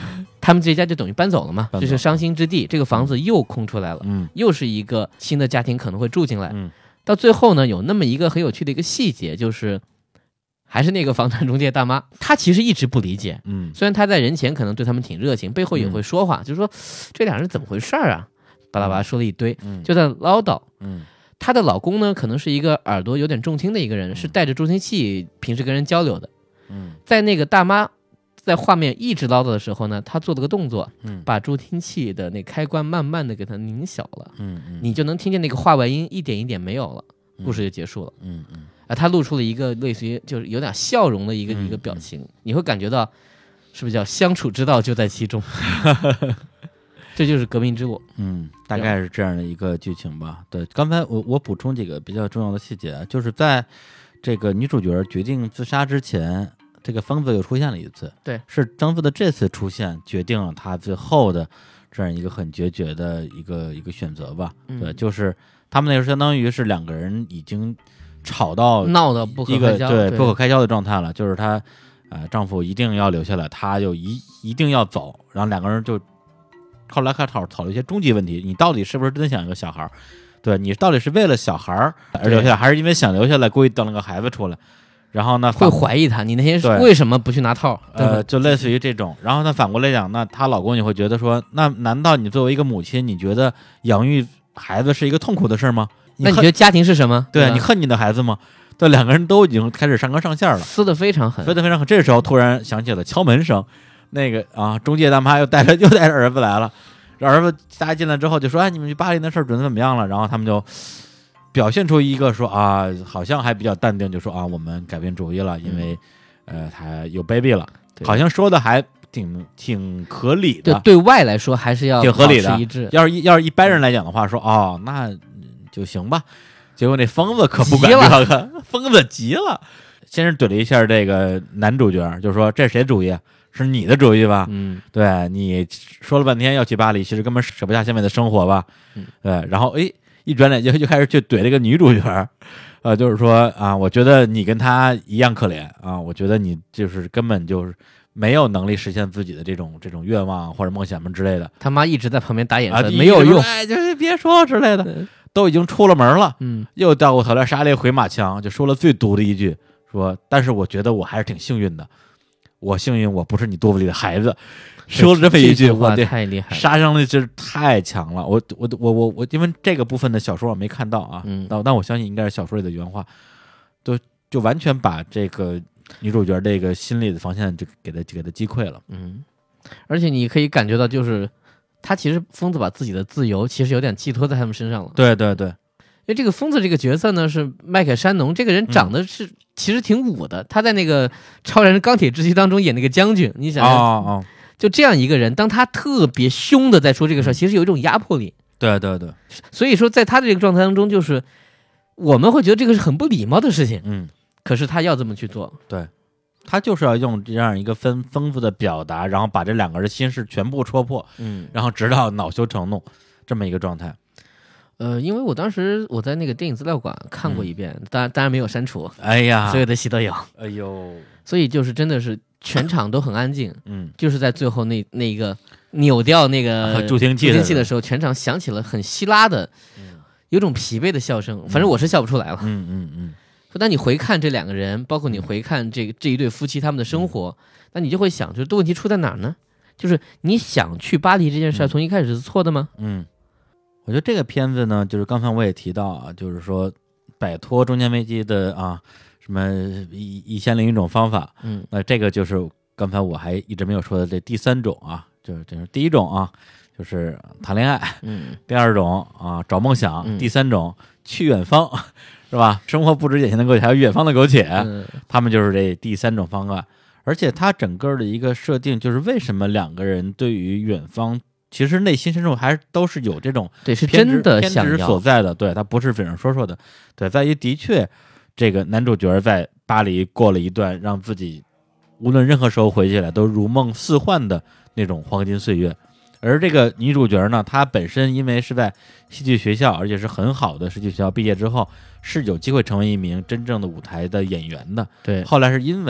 他们这家就等于搬走了嘛， 搬走这是伤心之地，这个房子又空出来了， 嗯， 又是一个新的家庭可能会住进来。 嗯， 到最后呢，有那么一个很有趣的一个细节，就是还是那个房产中介大妈，她其实一直不理解， 嗯， 虽然她在人前可能对他们挺热情，背后也会说话， 嗯、 就说这俩人怎么回事啊，巴拉巴拉说了一堆， 嗯， 就在唠叨。 嗯， 她的老公呢，可能是一个耳朵有点重听的一个人， 嗯、 是带着助听器平时跟人交流的。 嗯， 在那个大妈在画面一直唠叨的时候呢，她做了个动作， 嗯， 把助听器的那开关慢慢的给它拧小了， 嗯嗯， 你就能听见那个话外音一点一点没有了，故事就结束了。 嗯嗯， 啊，他露出了一个类似于就是有点笑容的一个、嗯、一个表情，你会感觉到是不是叫相处之道就在其中？这就是革命之路。 嗯，大概是这样的一个剧情吧。对，刚才我我补充几个比较重要的细节，就是在这个女主角决定自杀之前，这个疯子又出现了一次。 对， 是张子的这次出现决定了他最后的这样一个很决绝的一个一个选择吧。 嗯、 对，就是他们那时候相当于是两个人已经吵到闹得不可一个开交， 对对不可开交的状态了，就是她呃丈夫一定要留下来，她就一一定要走，然后两个人就后来开始讨讨论一些终极问题，你到底是不是真想一个小孩？对，你到底是为了小孩而留下来，还是因为想留下来故意等了个孩子出来？然后呢， 会怀疑他，你那天为什么不去拿套？ 呃，就类似于这种。然后呢，反过来讲，那她老公也会觉得说，那难道你作为一个母亲，你觉得养育孩子是一个痛苦的事吗？ 那你觉得家庭是什么？ 对，你恨你的孩子吗？对，两个人都已经开始上纲上线了， 撕得非常狠， 撕得非常狠。这时候突然响起了敲门声，那个啊，中介大妈又带着又带着儿子来了。儿子大家进来之后就说：“哎，你们去巴黎的事儿准备怎么样了？”然后他们就表现出一个说啊，好像还比较淡定，就说啊，我们改变主意了，因为、嗯、呃他有 baby 了，好像说的还挺挺合理的。 对，对外来说还是要挺合理的。 一致。 要是要是一般人来讲的话，说哦那就行吧。结果那疯子可不管这个，疯子急了，先是怼了一下这个男主角，就说这是谁主意？是你的主意吧？ 嗯， 对，你说了半天要去巴黎，其实根本舍不下现在的生活吧？ 嗯， 对，然后哎，一转脸就就开始去怼这个女主角，呃，就是说啊，我觉得你跟她一样可怜啊，我觉得你就是根本就是没有能力实现自己的这种这种愿望或者梦想们之类的。 他妈一直在旁边打眼色， 啊、 没有用， 哎，就是别说之类的，都已经出了门了， 嗯， 又掉过头来杀了一回马枪，就说了最毒的一句，说，但是我觉得我还是挺幸运的。我幸运，我不是你肚子里的孩子。说了这么一句话，太厉害了， 杀伤力真太强了。我我我我我，因为这个部分的小说我没看到啊， 嗯， 但但我相信应该是小说里的原话，都就完全把这个女主角这个心理的防线就给她给她击溃了。 嗯，而且你可以感觉到，就是他其实疯子把自己的自由其实有点寄托在他们身上了。 对对对。 因为这个疯子这个角色呢，是麦克山农，这个人长得是、嗯、其实挺武的。他在那个超人钢铁之躯当中演那个将军，你想想， 哦哦， 就这样一个人，当他特别凶的在说这个事儿、嗯，其实有一种压迫力。 对对对， 所以说在他的这个状态当中，就是我们会觉得这个是很不礼貌的事情， 嗯， 可是他要这么去做， 对，他就是要用这样一个疯疯子的表达，然后把这两个人心事全部戳破， 嗯， 然后直到恼羞成怒这么一个状态。 呃，因为我当时我在那个电影资料馆看过一遍，嗯、当然当然没有删除， 哎呀， 所有的戏都有， 哎呦， 所以就是真的是全场都很安静， 嗯， 就是在最后那那个扭掉那个助听器助听器的时候，全场响起了很希拉的， 嗯、 有种疲惫的笑声，反正我是笑不出来了， 嗯嗯嗯。 但你回看这两个人，包括你回看这这一对夫妻他们的生活，嗯、那你就会想，就是问题出在哪儿呢？就是你想去巴黎这件事、嗯、从一开始是错的吗？ 嗯。我觉得这个片子呢，就是刚才我也提到啊，就是说摆脱中年危机的啊，什么一一千零一种方法， 嗯， 那这个就是刚才我还一直没有说的这第三种啊，就是就是第一种啊，就是谈恋爱， 嗯， 第二种啊找梦想， 嗯、 第三种去远方，是吧？生活不止眼前的苟且，还有远方的苟且， 嗯， 他们就是这第三种方案，而且它整个的一个设定就是为什么两个人对于远方。其实内心深处还是都是有这种对是真的想要偏执所在的，对他不是嘴上说说的，对，在于的确，这个男主角在巴黎过了一段让自己无论任何时候回起来都如梦似幻的那种黄金岁月，而这个女主角呢，她本身因为是在戏剧学校，而且是很好的戏剧学校毕业之后，是有机会成为一名真正的舞台的演员的， 对， 后来是因为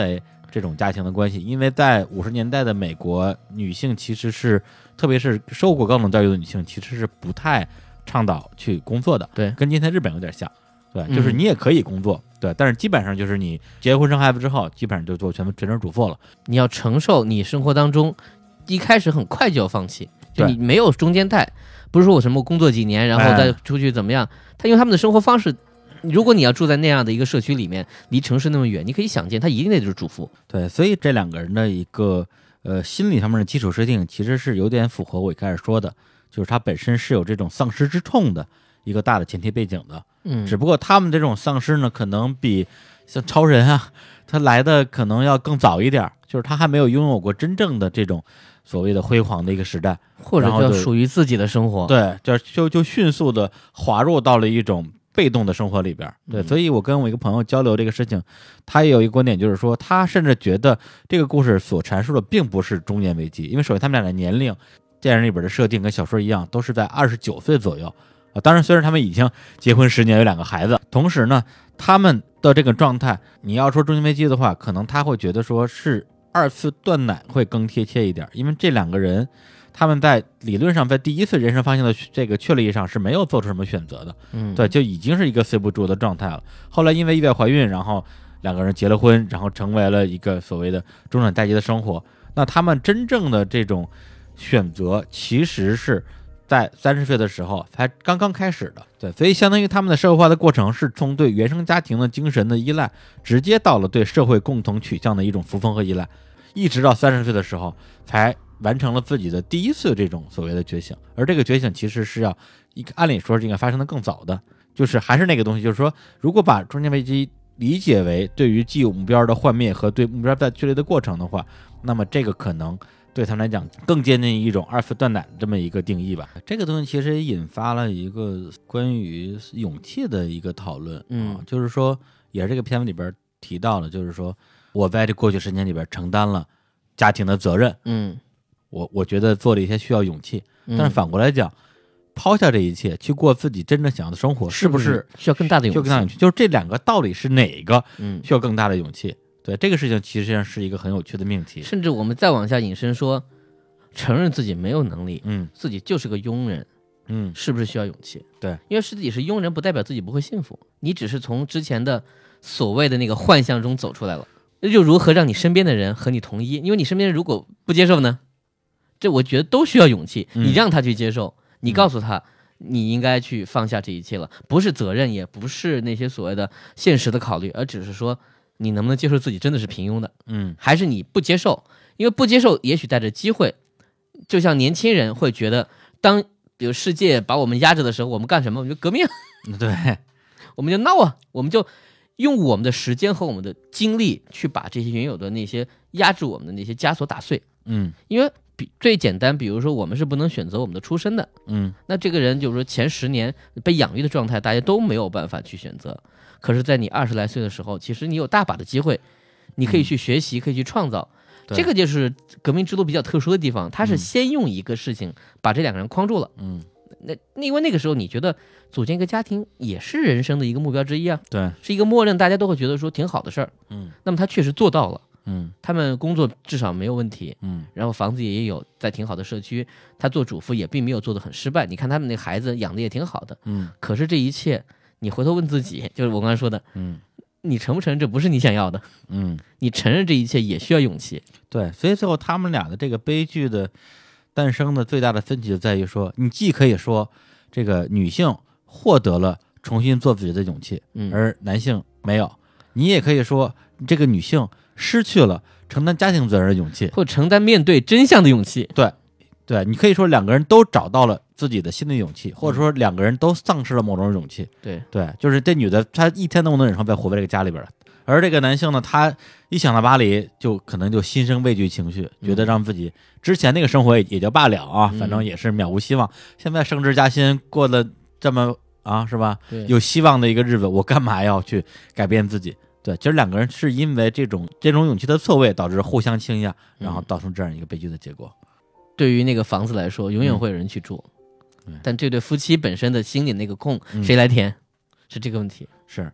这种家庭的关系，因为在五十年代的美国，女性其实是，特别是受过高等教育的女性，其实是不太倡导去工作的。 对， 跟今天日本有点像。对，就是你也可以工作，嗯、对，但是基本上就是你结婚生孩子之后，基本上就做全全职主妇了。 你要承受你生活当中一开始很快就要放弃，就你没有中间带，不是说我什么工作几年然后再出去怎么样。哎、他因为他们的生活方式，如果你要住在那样的一个社区里面，离城市那么远，你可以想见，他一定得是主妇。 对，所以这两个人的一个呃心理上面的基础设定，其实是有点符合我一开始说的，就是他本身是有这种丧失之痛的一个大的前提背景的。 嗯， 只不过他们这种丧失呢，可能比像超人啊，他来的可能要更早一点，就是他还没有拥有过真正的这种所谓的辉煌的一个时代， 或者叫属于自己的生活。 对，就就就迅速的滑入到了一种被动的生活里边。对，所以我跟我一个朋友交流这个事情，他也有一个观点，就是说他甚至觉得这个故事所阐述的并不是中年危机，因为首先他们俩的年龄，电影里边的设定跟小说一样，都是在二十九岁左右。啊，当然，虽然他们已经结婚十年，有两个孩子，同时呢，他们的这个状态，你要说中年危机的话，可能他会觉得说是二次断奶会更贴切一点，因为这两个人，他们在理论上在第一次人生方向的这个确立上是没有做出什么选择的， 嗯， 对，就已经是一个睡不住的状态了。后来因为意外怀孕，然后两个人结了婚，然后成为了一个所谓的中产阶级的生活。那他们真正的这种选择，其实是在三十岁的时候才刚刚开始的，对，所以相当于他们的社会化的过程是从对原生家庭的精神的依赖，直接到了对社会共同取向的一种服从和依赖，一直到三十岁的时候才完成了自己的第一次这种所谓的觉醒。而这个觉醒其实是要一个按理说是应该发生的更早的，就是还是那个东西，就是说，如果把中年危机理解为对于既有目标的幻灭和对目标在确立的过程的话，那么这个可能对他们来讲更接近一种二次断奶这么一个定义吧。这个东西其实也引发了一个关于勇气的一个讨论， 嗯、 啊，就是说也是这个片子里边提到了，就是说我在这过去十年里边承担了家庭的责任， 嗯， 我我觉得做了一些需要勇气，但是反过来讲，抛下这一切去过自己真正想要的生活，是不是需要更大的勇气？ 需要更大的勇气，就是这两个到底是哪个嗯需要更大的勇气？对，这个事情其实上是一个很有趣的命题。 甚至我们再往下引申说，承认自己没有能力， 嗯， 自己就是个庸人， 嗯， 是不是需要勇气？ 对， 因为自己是庸人，不代表自己不会幸福，你只是从之前的所谓的那个幻象中走出来了。那就如何让你身边的人和你同意？因为你身边人如果不接受呢，这我觉得都需要勇气。 嗯、 你让他去接受，你告诉他、嗯、你应该去放下这一切了，不是责任，也不是那些所谓的现实的考虑，而只是说你能不能接受自己真的是平庸的， 嗯， 还是你不接受？因为不接受也许带着机会，就像年轻人会觉得，当比如世界把我们压着的时候，我们干什么？我们就革命， 对， 我们就闹啊，我们就用我们的时间和我们的精力去把这些原有的那些压制我们的那些枷锁打碎。 嗯， 因为比最简单，比如说我们是不能选择我们的出身的， 嗯， 那这个人就是说前十年被养育的状态，大家都没有办法去选择。可是，在你二十来岁的时候，其实你有大把的机会，你可以去学习，嗯、可以去创造。这个就是革命之路比较特殊的地方，它是先用一个事情把这两个人框住了。 嗯， 那因为那个时候你觉得组建一个家庭也是人生的一个目标之一啊， 对， 是一个默认大家都会觉得说挺好的事儿。 嗯， 那么他确实做到了。 嗯， 他们工作至少没有问题。 嗯，然后房子也有在挺好的社区，他做主妇也并没有做得很失败。你看他们那孩子养的也挺好的。 嗯， 可是这一切，你回头问自己，就是我刚才说的， 嗯。 你承不承认这不是你想要的？ 嗯， 你承认这一切也需要勇气。 对，所以最后他们俩的这个悲剧的诞生的最大的分歧就在于说，你既可以说这个女性获得了重新做自己的勇气， 嗯， 而男性没有；你也可以说这个女性失去了承担家庭责任的勇气， 或承担面对真相的勇气。 对，对，你可以说两个人都找到了自己的新的勇气，或者说两个人都丧失了某种勇气。 对对，就是这女的她一天都不能忍受再活在这个家里边了，而这个男性呢，他一想到巴黎就可能就心生畏惧情绪，觉得让自己之前那个生活也也就罢了啊，反正也是渺无希望，现在升职加薪过得这么啊，是吧？有希望的一个日子，我干嘛要去改变自己？对，其实两个人是因为这种这种勇气的错位，导致互相倾轧，然后造成这样一个悲剧的结果。 对于那个房子来说，永远会有人去住，嗯、但这对夫妻本身的心里那个空，嗯、谁来填？是这个问题。 是，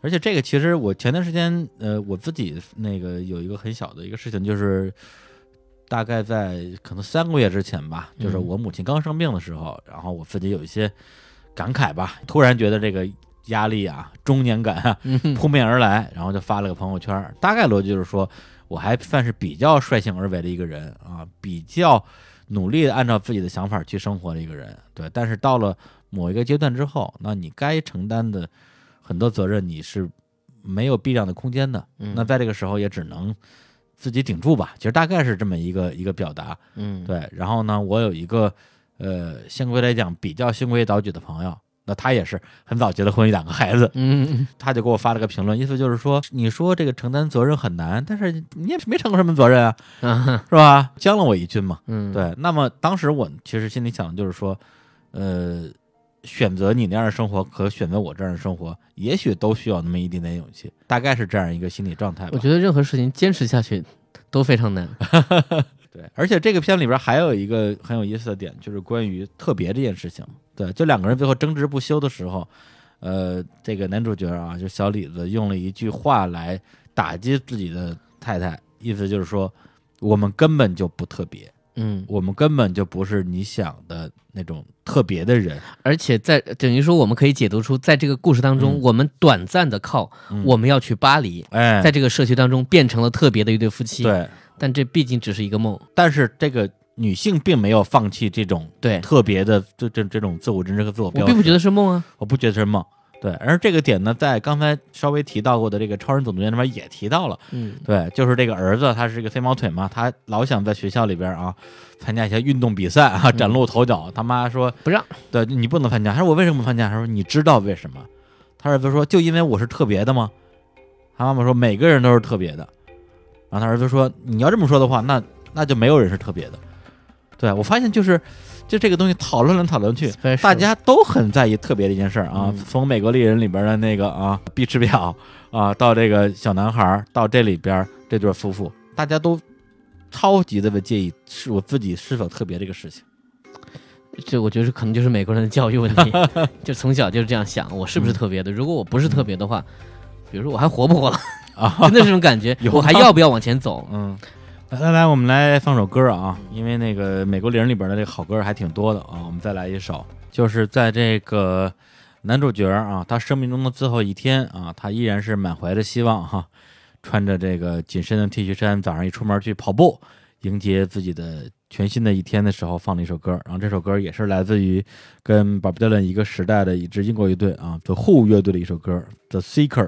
而且这个其实我前段时间呃我自己那个有一个很小的一个事情，就是大概在可能三个月之前吧，就是我母亲刚生病的时候，嗯、然后我自己有一些感慨吧，突然觉得这个压力啊、中年感啊扑面而来，然后就发了个朋友圈，大概逻辑就是说，我还算是比较率性而为的一个人啊，比较努力的按照自己的想法去生活的一个人，对。但是到了某一个阶段之后，那你该承担的很多责任你是没有避让的空间的， 嗯、 那在这个时候也只能自己顶住吧。其实大概是这么一个一个表达， 嗯， 对。然后呢，我有一个呃，相对来讲比较循规蹈矩的朋友，那他也是很早结了婚，有两个孩子， 嗯， 他就给我发了个评论，意思就是说，你说这个承担责任很难，但是你也没承过什么责任啊， 啊是吧？将了我一军嘛， 嗯， 对。那么当时我其实心里想的就是说，呃。选择你那样的生活和选择我这样的生活，也许都需要那么一点点勇气，大概是这样一个心理状态吧。 我觉得任何事情坚持下去都非常难。 对，而且这个片里边还有一个很有意思的点，就是关于特别这件事情。对，就两个人最后争执不休的时候，呃，这个男主角啊，就小李子用了一句话来打击自己的太太，意思就是说，我们根本就不特别。 嗯， 我们根本就不是你想的那种特别的人， 而且在等于说，我们可以解读出，在这个故事当中，嗯、我们短暂的靠、嗯、我们要去巴黎， 哎， 在这个社区当中变成了特别的一对夫妻。 对， 但这毕竟只是一个梦。 但是这个女性并没有放弃这种对特别的这这这种自我认知和自我标识。 我并不觉得是梦啊， 我不觉得是梦。对，而这个点呢，在刚才稍微提到过的这个超人总动员里边也提到了， 嗯， 对，就是这个儿子他是一个飞毛腿嘛，他老想在学校里边啊参加一些运动比赛啊，崭露头角。嗯、他妈说不让， 对你不能参加。他说我为什么不参加？他说你知道为什么？他儿子说就因为我是特别的吗？他妈妈说每个人都是特别的。然后他儿子说你要这么说的话，那那就没有人是特别的。对，我发现就是。就这个东西讨论来讨论去，大家都很在意特别的一件事啊。 嗯、 从美国丽人里边的那个啊碧池表啊，到这个小男孩，到这里边这对夫妇，大家都超级的介意是我自己是否特别这个事情。 这我觉得可能就是美国人的教育问题，就从小就是这样想，我是不是特别的？嗯、如果我不是特别的话，比如说我还活不活了啊？真的是这种感觉，我还要不要往前走？ 嗯。来来来，我们来放首歌啊，因为那个美国丽人里边的这个好歌还挺多的啊，我们再来一首，就是在这个男主角啊，他生命中的最后一天啊，他依然是满怀着希望哈、啊，穿着这个紧身的 T 恤衫，早上一出门去跑步，迎接自己的全新的一天的时候，放了一首歌，然后这首歌也是来自于跟 Bob Dylan 一个时代的一支英国乐队啊 The Who 乐队的一首歌 The Seeker。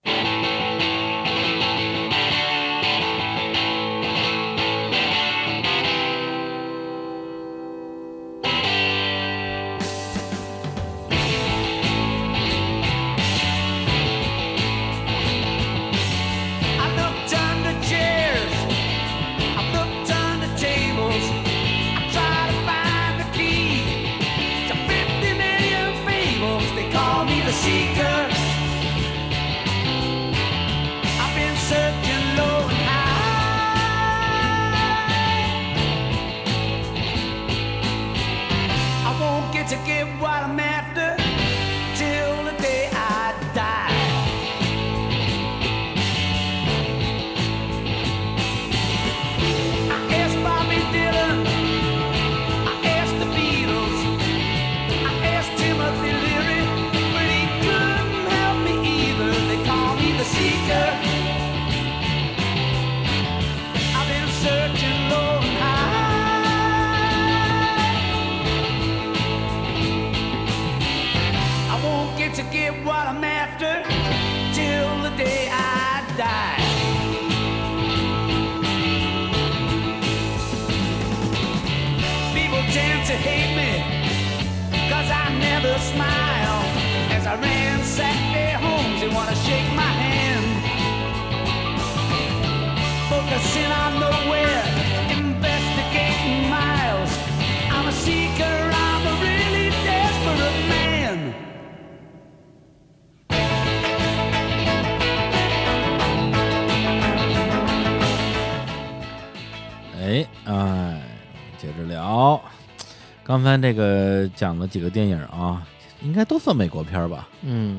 哎，哎，接着聊。刚才这个讲了几个电影啊，应该都算美国片吧？ 嗯，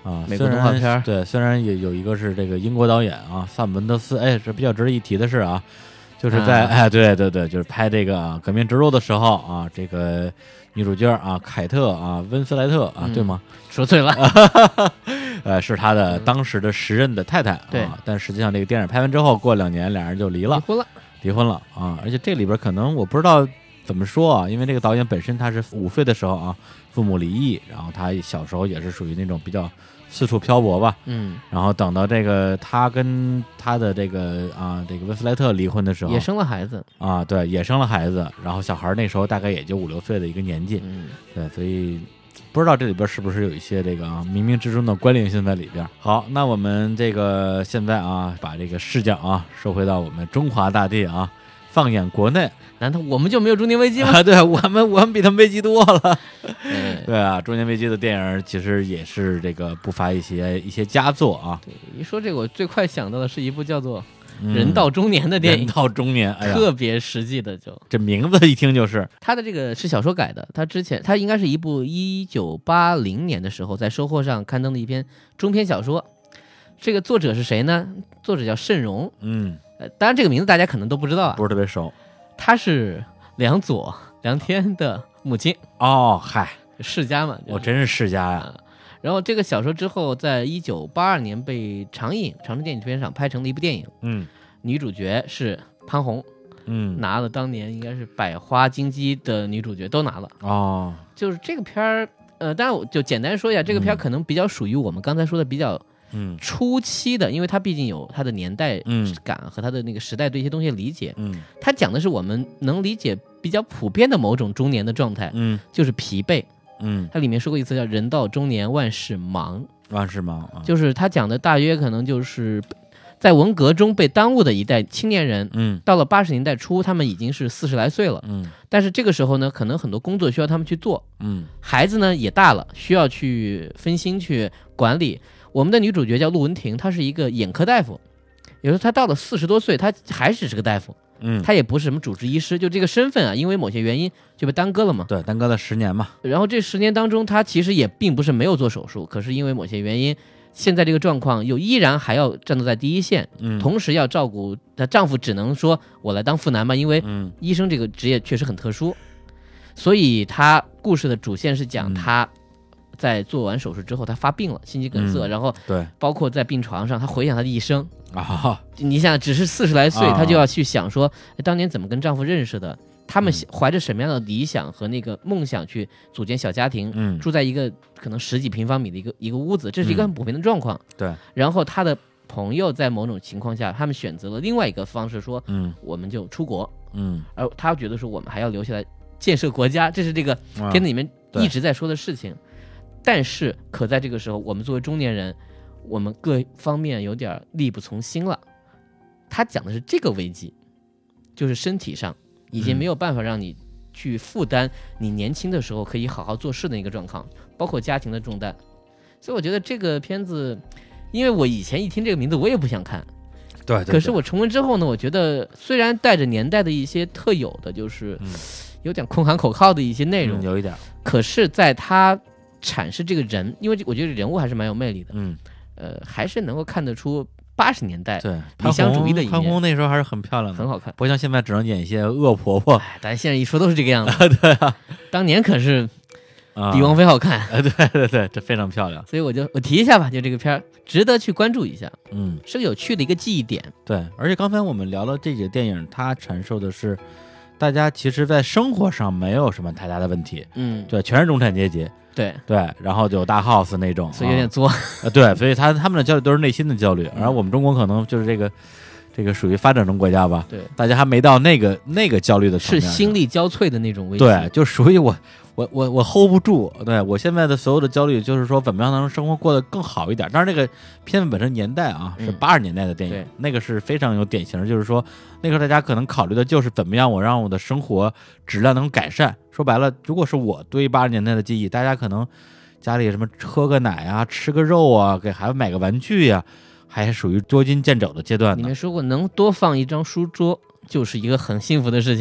啊， 美国动画片。 对，虽然也有一个是这个英国导演啊，萨姆文德斯，哎，这比较值得一提的是啊，就是在、啊、哎，对对对，就是拍这个、啊、革命之路的时候啊，这个女主角啊，凯特啊，温斯莱特啊， 嗯、 对吗？ 说对了， 呃，是他的当时的时任的太太、嗯、 对啊，但实际上这个电影拍完之后，过两年两人就离了， 离婚了， 离婚了啊！而且这里边可能我不知道怎么说啊，因为这个导演本身他是五岁的时候啊，父母离异，然后他小时候也是属于那种比较四处漂泊吧， 嗯， 然后等到这个他跟他的这个啊这个温斯莱特离婚的时候， 也生了孩子啊，对，也生了孩子，然后小孩那时候大概也就五六岁的一个年纪， 嗯， 对，所以不知道这里边是不是有一些这个啊冥冥之中的关联性在里边。好，那我们这个现在啊把这个视角啊收回到我们中华大地啊，放眼国内。 难道我们就没有中年危机吗？ 啊，对我们我们比他们危机多了。 嗯、 对啊，中年危机的电影其实也是这个不乏一些一些佳作啊。 对，一说这个，我最快想到的是一部叫做《人到中年》的电影。 人到中年，哎呀， 特别实际的就，就这名字一听就是。 他的这个是小说改的，他之前他应该是一部一九八零年的时候在收获上刊登的一篇中篇小说。这个作者是谁呢？作者叫慎荣。 嗯， 呃，当然这个名字大家可能都不知道啊， 不是特别熟。 他是梁左梁天的母亲哦，嗨， 世家嘛， 我、就是、真是世家呀、啊。 然后这个小说之后，在一九八二年被长影长城电影制片厂拍成了一部电影。 嗯， 女主角是潘虹， 嗯， 拿了当年应该是百花金鸡的女主角都拿了。 哦， 就是这个片儿，呃，当然我就简单说一下，这个片儿可能比较属于我们刚才说的比较。 嗯， 初期的，因为它毕竟有它的年代感和它的那个时代对一些东西的理解。 嗯， 它讲的是我们能理解比较普遍的某种中年的状态。 嗯， 就是疲惫。 嗯， 它里面说过一次叫“人到中年万事忙”， 万事忙、啊， 就是他讲的大约可能就是在文革中被耽误的一代青年人。 嗯， 到了八十年代初，他们已经是四十来岁了。 嗯， 但是这个时候呢，可能很多工作需要他们去做。 嗯， 孩子呢也大了，需要去分心去管理。我们的女主角叫陆文婷，她是一个眼科大夫，也就是她到了四十多岁，她还只是个大夫， 嗯， 她也不是什么主治医师，就这个身份啊，因为某些原因就被耽搁了嘛。 对，耽搁了十年嘛。 然后这十年当中，她其实也并不是没有做手术，可是因为某些原因，现在这个状况又依然还要站在第一线， 嗯， 同时要照顾她丈夫，只能说我来当妇男吧，因为医生这个职业确实很特殊，所以她故事的主线是讲她。在做完手术之后，他发病了，心肌梗塞， 嗯、 然后对， 包括在病床上，他回想他的一生啊， 你想，只是四十来岁， 啊、 他就要去想说，当年怎么跟丈夫认识的，他们怀着什么样的理想和那个梦想去组建小家庭， 嗯， 住在一个可能十几平方米的一个一个屋子，这是一个很普遍的状况。 嗯、对， 然后他的朋友在某种情况下，他们选择了另外一个方式，说， 嗯， 我们就出国， 嗯， 而他觉得说我们还要留下来建设国家，这是这个片子里面一直在说的事情。啊，但是，可在这个时候，我们作为中年人，我们各方面有点力不从心了。他讲的是这个危机，就是身体上已经没有办法让你去负担你年轻的时候可以好好做事的一个状况，包括家庭的重担。所以我觉得这个片子，因为我以前一听这个名字，我也不想看。 对, 对, 对。 可是我重温之后呢，我觉得虽然带着年代的一些特有的，就是有点空喊口号的一些内容， 嗯、有一点。 可是在他阐释这个人，因为我觉得人物还是蛮有魅力的， 嗯， 呃，还是能够看得出八十年代对理想主义的一面。 潘虹那时候还是很漂亮的， 很好看， 不像现在只能演一些恶婆婆。 哎，咱现在一说都是这个样子。 对啊， 当年可是比王菲好看。 哎、啊，对对对，这非常漂亮。 所以我就我提一下吧，就这个片儿值得去关注一下， 嗯， 是个有趣的一个记忆点。 对，而且刚才我们聊了这几个电影，它阐述的是。大家其实，在生活上没有什么太大的问题， 嗯， 对，全是中产阶级， 对对，然后就有大 house 那种， 所以有点作， 啊，对，所以他他们的焦虑都是内心的焦虑，而我们中国可能就是这个这个属于发展中国家吧， 对， 大家还没到那个那个焦虑的层面， 是心力交瘁的那种危机， 对，就属于我我我我 hold 不住，对我现在的所有的焦虑就是说怎么样能让生活过得更好一点。当然，这个片子本身年代啊是八十年代的电影， 嗯、 那个是非常有典型，就是说那个时候大家可能考虑的就是怎么样我让我的生活质量能改善。说白了，如果是我对八十年代的记忆，大家可能家里什么喝个奶啊，吃个肉啊，给孩子买个玩具呀、啊，还属于捉襟见肘的阶段呢。 你们说过，能多放一张书桌就是一个很幸福的事情了。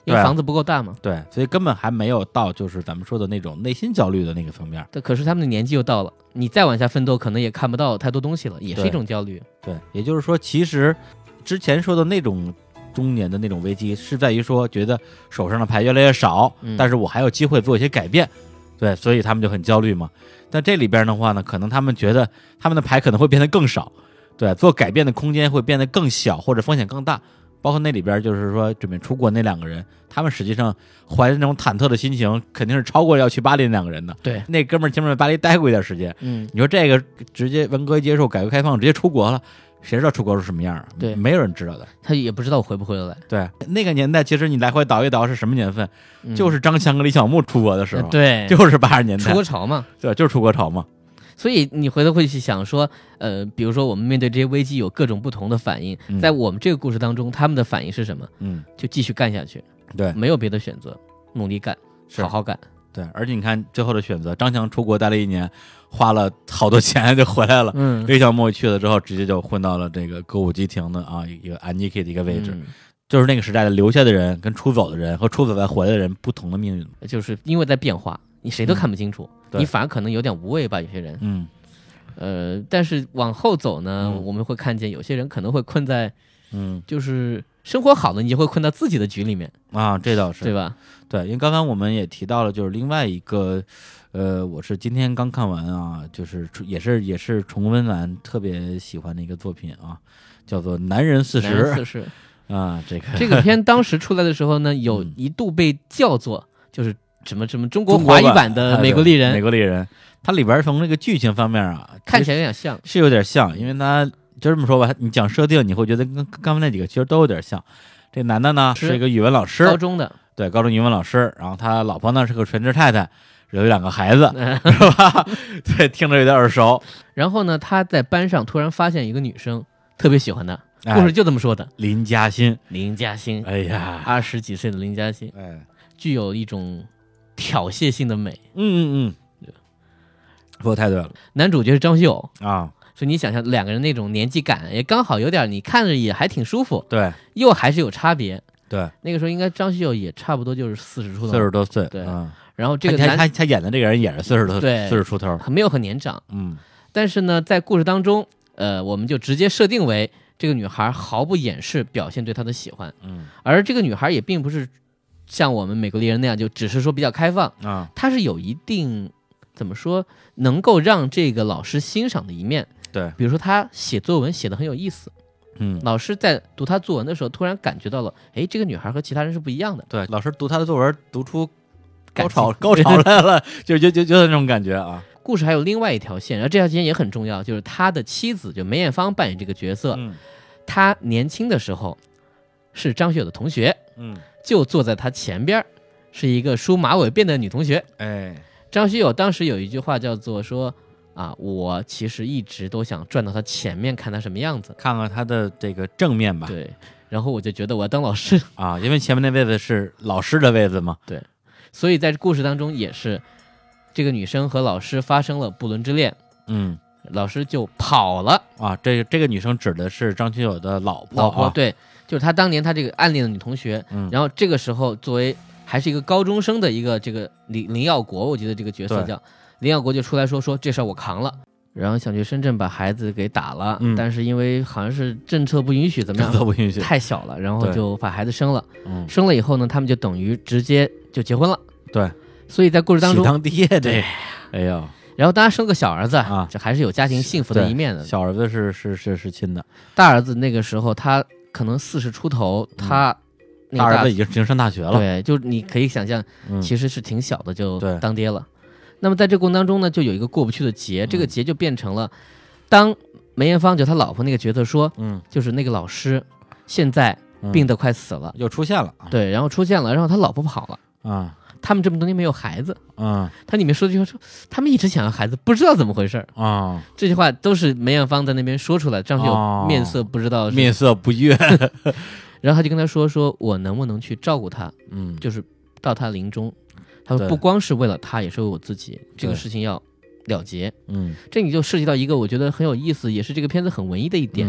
因为房子不够大嘛。 对，所以根本还没有到就是咱们说的那种内心焦虑的那个层面。 对，可是他们的年纪又到了，你再往下奋斗，可能也看不到太多东西了，也是一种焦虑。 对，也就是说，其实之前说的那种中年的那种危机，是在于说觉得手上的牌越来越少， 嗯、 但是我还有机会做一些改变。对，所以他们就很焦虑嘛。但这里边的话呢，可能他们觉得他们的牌可能会变得更少，对，做改变的空间会变得更小，或者风险更大。包括那里边就是说准备出国那两个人，他们实际上怀着那种忐忑的心情，肯定是超过要去巴黎那两个人的。 对， 那哥们儿前面在巴黎待过一段时间， 嗯， 你说这个直接文革一结束，改革开放直接出国了。谁知道出国是什么样啊？ 对， 没有人知道的。 他也不知道我回不回得来。 对，那个年代其实你来回倒一倒是什么年份？ 嗯、 就是张强和李小牧出国的时候。呃、 对， 就是八十年代出国潮嘛。 对，就是出国潮嘛。 所以你回头会去想说，呃，比如说我们面对这些危机有各种不同的反应， 嗯、 在我们这个故事当中，他们的反应是什么？ 嗯， 就继续干下去。 对， 没有别的选择，努力干，好好干。 对，而且你看最后的选择，张强出国待了一年，花了好多钱就回来了。 嗯， 李小牧去了之后，直接就混到了这个歌舞伎町的啊一个安妮 K 的一个位置。 嗯， 就是那个时代的留下的人跟出走的人和出走再回来的人不同的命运， 就是因为在变化，你谁都看不清楚， 嗯、 你反而可能有点无畏吧，有些人。 嗯， 呃，但是往后走呢， 嗯、 我们会看见有些人可能会困在， 嗯， 就是生活好了，你就会困到自己的局里面啊，这倒是， 对吧？ 对，因为刚刚我们也提到了，就是另外一个，呃，我是今天刚看完啊，就是也是也是重温完特别喜欢的一个作品啊，叫做《男人四十》。 男人四十啊，这个这个片当时出来的时候呢，有一度被叫做就是什么什么中国华语版的《美国丽人》。 美国丽人，它里边从这个剧情方面啊， 看起来有点像， 是有点像，因为它就这么说吧，你讲设定，你会觉得跟刚才那几个其实都有点像。这男的呢是一个语文老师， 高中的。 对，高中语文老师，然后他老婆呢是个全职太太，有两个孩子，是吧？对，听着有点耳熟。 然后呢，他在班上突然发现一个女生特别喜欢他，故事就这么说的。 哎、林嘉欣， 林嘉欣， 哎呀， 二十几岁的林嘉欣， 哎， 具有一种挑衅性的美。 嗯嗯嗯，说的太对了。 男主角是张学友啊。 所以你想象两个人那种年纪感也刚好有点，你看着也还挺舒服， 对， 又还是有差别。 对， 那个时候应该张学友也差不多就是四十出头， 四十多岁， 对。 嗯、 然后这个他他他演的这个人也是四十多， 对， 四十出头， 没有很年长。 嗯， 但是呢，在故事当中，呃，我们就直接设定为这个女孩毫不掩饰表现对他的喜欢， 嗯， 而这个女孩也并不是像我们美国丽人那样，就只是说比较开放啊， 她是有一定怎么说能够让这个老师欣赏的一面。 对， 比如说他写作文写得很有意思， 嗯， 老师在读他作文的时候，突然感觉到了，哎，这个女孩和其他人是不一样的。 对，老师读他的作文，读出高潮高潮来了，就就就就那种感觉啊。 故事还有另外一条线，然后这条线也很重要，就是他的妻子，就梅艳芳扮演这个角色， 嗯， 他年轻的时候是张学友的同学， 嗯， 就坐在他前边，是一个梳马尾辫的女同学。 哎， 张学友当时有一句话叫做说。啊，我其实一直都想转到他前面看他什么样子， 看看他的这个正面吧。 对，然后我就觉得我要当老师啊，因为前面那位子是老师的位子嘛。 对，所以在故事当中也是，这个女生和老师发生了不伦之恋， 嗯， 老师就跑了啊。这个这个女生指的是张学友的老婆， 老婆、 啊、 对，就是他当年他这个暗恋的女同学， 嗯， 然后这个时候作为还是一个高中生的一个这个林林耀国，我记得这个角色叫。林耀国就出来说说这事儿我扛了，然后想去深圳把孩子给打了， 嗯、 但是因为好像是政策不允许，怎么样？ 政策不允许， 太小了，然后就把孩子生了。 嗯， 生了以后呢，他们就等于直接就结婚了。 对， 所以在故事当中， 喜当爹对， 哎呦， 然后当然生个小儿子啊， 这还是有家庭幸福的一面的。 小儿子是是是是亲的， 大儿子那个时候他可能四十出头，他、 嗯、大儿子已经已经上大学了。 对，就你可以想象， 嗯、 其实是挺小的就对当爹了。那么在这个过程当中呢，就有一个过不去的结，这个结就变成了，当梅艳芳就他老婆那个角色说， 嗯， 就是那个老师现在病得快死了， 嗯、又出现了， 对，然后出现了，然后他老婆跑了， 啊， 他们这么多年没有孩子， 嗯， 他里面说这句话说，他们一直想要孩子，不知道怎么回事啊， 这句话都是梅艳芳在那边说出来，张学友面色不知道、 哦，面色不悦， 然后他就跟他说，说我能不能去照顾他， 嗯， 就是到他临终。他说不光是为了他，也是为我自己，这个事情要了结。 嗯， 这你就涉及到一个我觉得很有意思，也是这个片子很文艺的一点， 嗯、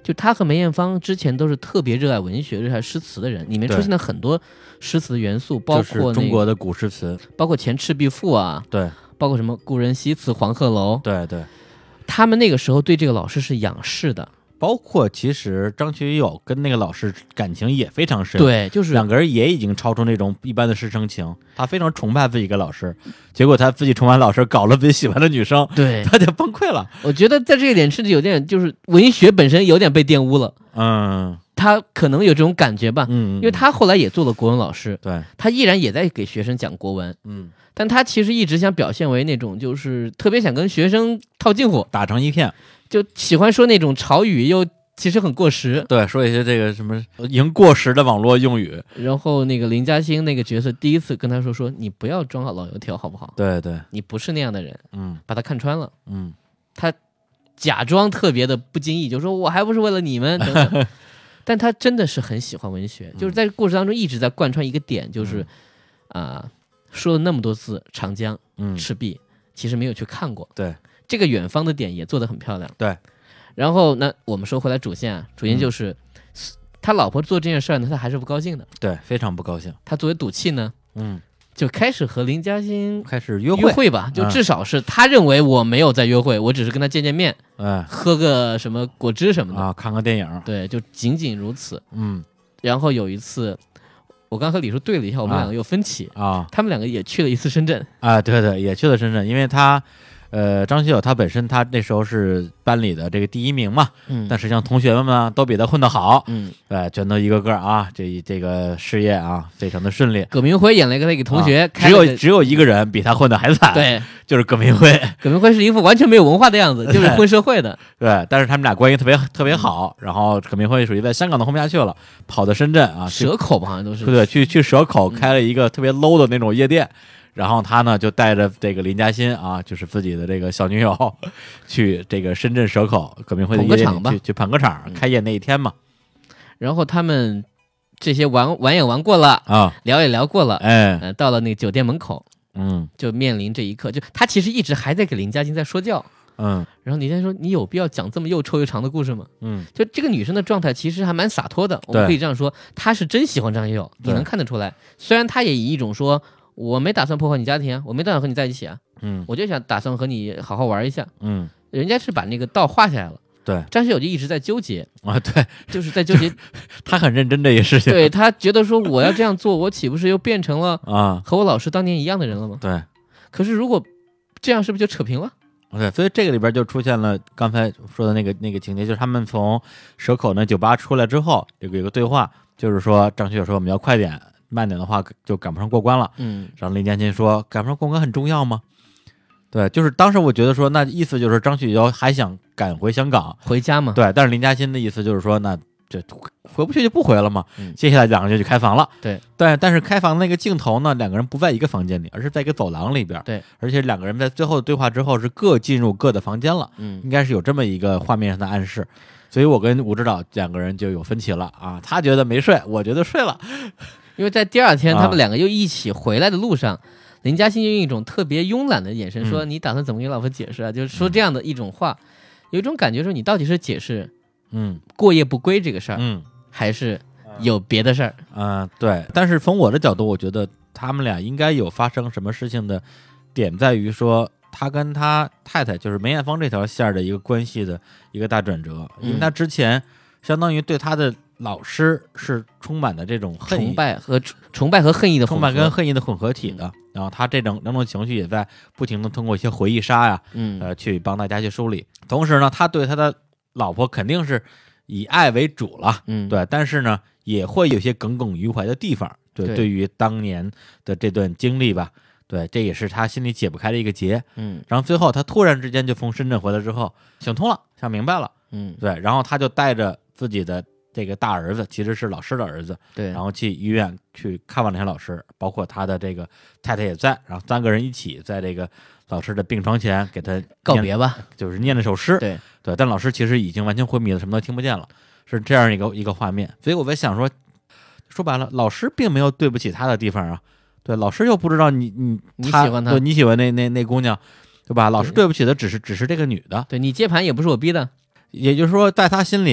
就他和梅艳芳之前都是特别热爱文学、热爱诗词的人，里面出现了很多诗词的元素，包括、那个、 中国的古诗词， 包括《前赤壁赋》啊， 对， 包括什么《故人西辞黄鹤楼》， 对对， 他们那个时候对这个老师是仰视的。 包括其实张学友跟那个老师感情也非常深， 对，就是两个人也已经超出那种一般的师生情，他非常崇拜自己一个老师，结果他自己崇拜老师搞了自己喜欢的女生， 对， 他就崩溃了。 我觉得在这一点甚至有点就是文学本身有点被玷污了， 嗯， 他可能有这种感觉吧， 嗯， 因为他后来也做了国文老师， 对， 他依然也在给学生讲国文， 嗯， 但他其实一直想表现为那种就是特别想跟学生套近乎， 打成一片， 就喜欢说那种潮语又其实很过时， 对，说一些这个什么已经过时的网络用语。 然后那个林嘉欣那个角色第一次跟他说说你不要装好老油条好不好？ 对对， 你不是那样的人， 嗯， 把他看穿了， 嗯， 他假装特别的不经意，就说我还不是为了你们等等，但他真的是很喜欢文学，就是在故事当中一直在贯穿一个点，就是啊、 嗯呃，说了那么多次长江、 嗯， 赤壁，其实没有去看过， 对， 这个远方的点也做得很漂亮， 对。 然后那我们说回来主线啊，主线就是、嗯、他老婆做这件事呢，他还是不高兴的， 对，非常不高兴。 他作为赌气呢， 嗯， 就开始和林嘉欣开始约会约会吧，就至少是他认为我没有在约会，我只是跟他见见面， 哎， 喝个什么果汁什么的啊，看个电影， 对，就仅仅如此。 嗯， 然后有一次，我刚和李叔对了一下，我们两个有分歧啊， 他们两个也去了一次深圳啊，对对，也去了深圳，因为他。呃，张学友他本身他那时候是班里的这个第一名嘛， 嗯， 但实际上同学们呢都比他混得好， 嗯， 对，全都一个个啊，这这个事业啊非常的顺利。 葛明辉演了一个那个同学， 啊、只有只有一个人比他混得还惨， 对， 就是葛明辉。 葛明辉是一副完全没有文化的样子，就是混社会的， 对，但是他们俩关系特别特别好，然后葛明辉属于在香港都混不下去了，跑到深圳啊， 蛇口吧好像都是， 对对，去去蛇口开了一个特别 low 的那种夜店。嗯，然后他呢就带着这个林嘉欣啊，就是自己的这个小女友，去这个深圳蛇口葛明辉的夜店里去去捧个场，开业那一天嘛。 然后他们这些玩玩也玩过了啊， 聊也聊过了， 哎， 呃，到了那个酒店门口， 嗯， 就面临这一刻，就他其实一直还在给林嘉欣在说教， 嗯， 然后林嘉欣说：“你有必要讲这么又臭又长的故事吗？” 嗯， 就这个女生的状态其实还蛮洒脱的，我们可以这样说，她是真喜欢张学友，你能看得出来。虽然她也以一种说。我没打算破坏你家庭啊，我没打算和你在一起啊， 嗯， 我就想打算和你好好玩一下， 嗯， 人家是把那个道画下来了， 对， 张学友就一直在纠结啊，对， 就是在纠结， 他很认真这一事情， 对他觉得说我要这样做，我岂不是又变成了啊和我老师当年一样的人了吗？ 对， 可是如果这样是不是就扯平了？ 对，所以这个里边就出现了刚才说的那个那个情节，就是他们从蛇口那酒吧出来之后，这个有个对话，就是说张学友说我们要快点。慢点的话就赶不上过关了， 嗯， 然后林嘉欣说赶不上过关很重要吗？对，就是当时我觉得说那意思就是张学友还想赶回香港回家嘛， 对，但是林嘉欣的意思就是说那这回不去就不回了嘛， 嗯， 接下来两个人就去开房了， 对， 对，但是开房那个镜头呢，两个人不在一个房间里，而是在一个走廊里边， 对， 而且两个人在最后的对话之后是各进入各的房间了， 嗯， 应该是有这么一个画面上的暗示。所以我跟吴指导两个人就有分歧了啊，他觉得没睡，我觉得睡了。 因为在第二天他们两个又一起回来的路上，啊，林嘉欣用一种特别慵懒的眼神说：“嗯，你打算怎么给老婆解释啊？”就是说这样的一种话，嗯，有一种感觉说你到底是解释嗯过夜不归这个事儿， 嗯， 还是有别的事儿？ 嗯，呃，对。但是从我的角度，我觉得他们俩应该有发生什么事情的点在于说。他跟他太太就是梅艳芳这条线的一个关系的一个大转折，因为他之前相当于对他的老师是充满的这种恨意崇拜和崇拜和恨意的充满跟恨意的混合体的，嗯，然后他这种两种情绪也在不停的通过一些回忆杀呀， 嗯，呃， 去帮大家去梳理。同时呢，他对他的老婆肯定是以爱为主了， 嗯， 对，但是呢，也会有些耿耿于怀的地方，对，对，对于当年的这段经历吧。对，这也是他心里解不开的一个结， 嗯， 然后最后他突然之间就从深圳回来之后想通了，想明白了， 嗯，对， 然后他就带着自己的这个大儿子，其实是老师的儿子， 对， 然后去医院去看望那些老师，包括他的这个太太也在，然后三个人一起在这个老师的病床前给他告别吧， 就是念了首诗， 对对，但老师其实已经完全昏迷了，什么都听不见了，是这样一个一个画面，所以我在想说，说白了，老师并没有对不起他的地方啊。对，老师又不知道你你你喜欢他， 对你喜欢那那那姑娘，对吧？老师对不起的只是只是这个女的， 对你接盘也不是我逼的， 也就是说，在他心里，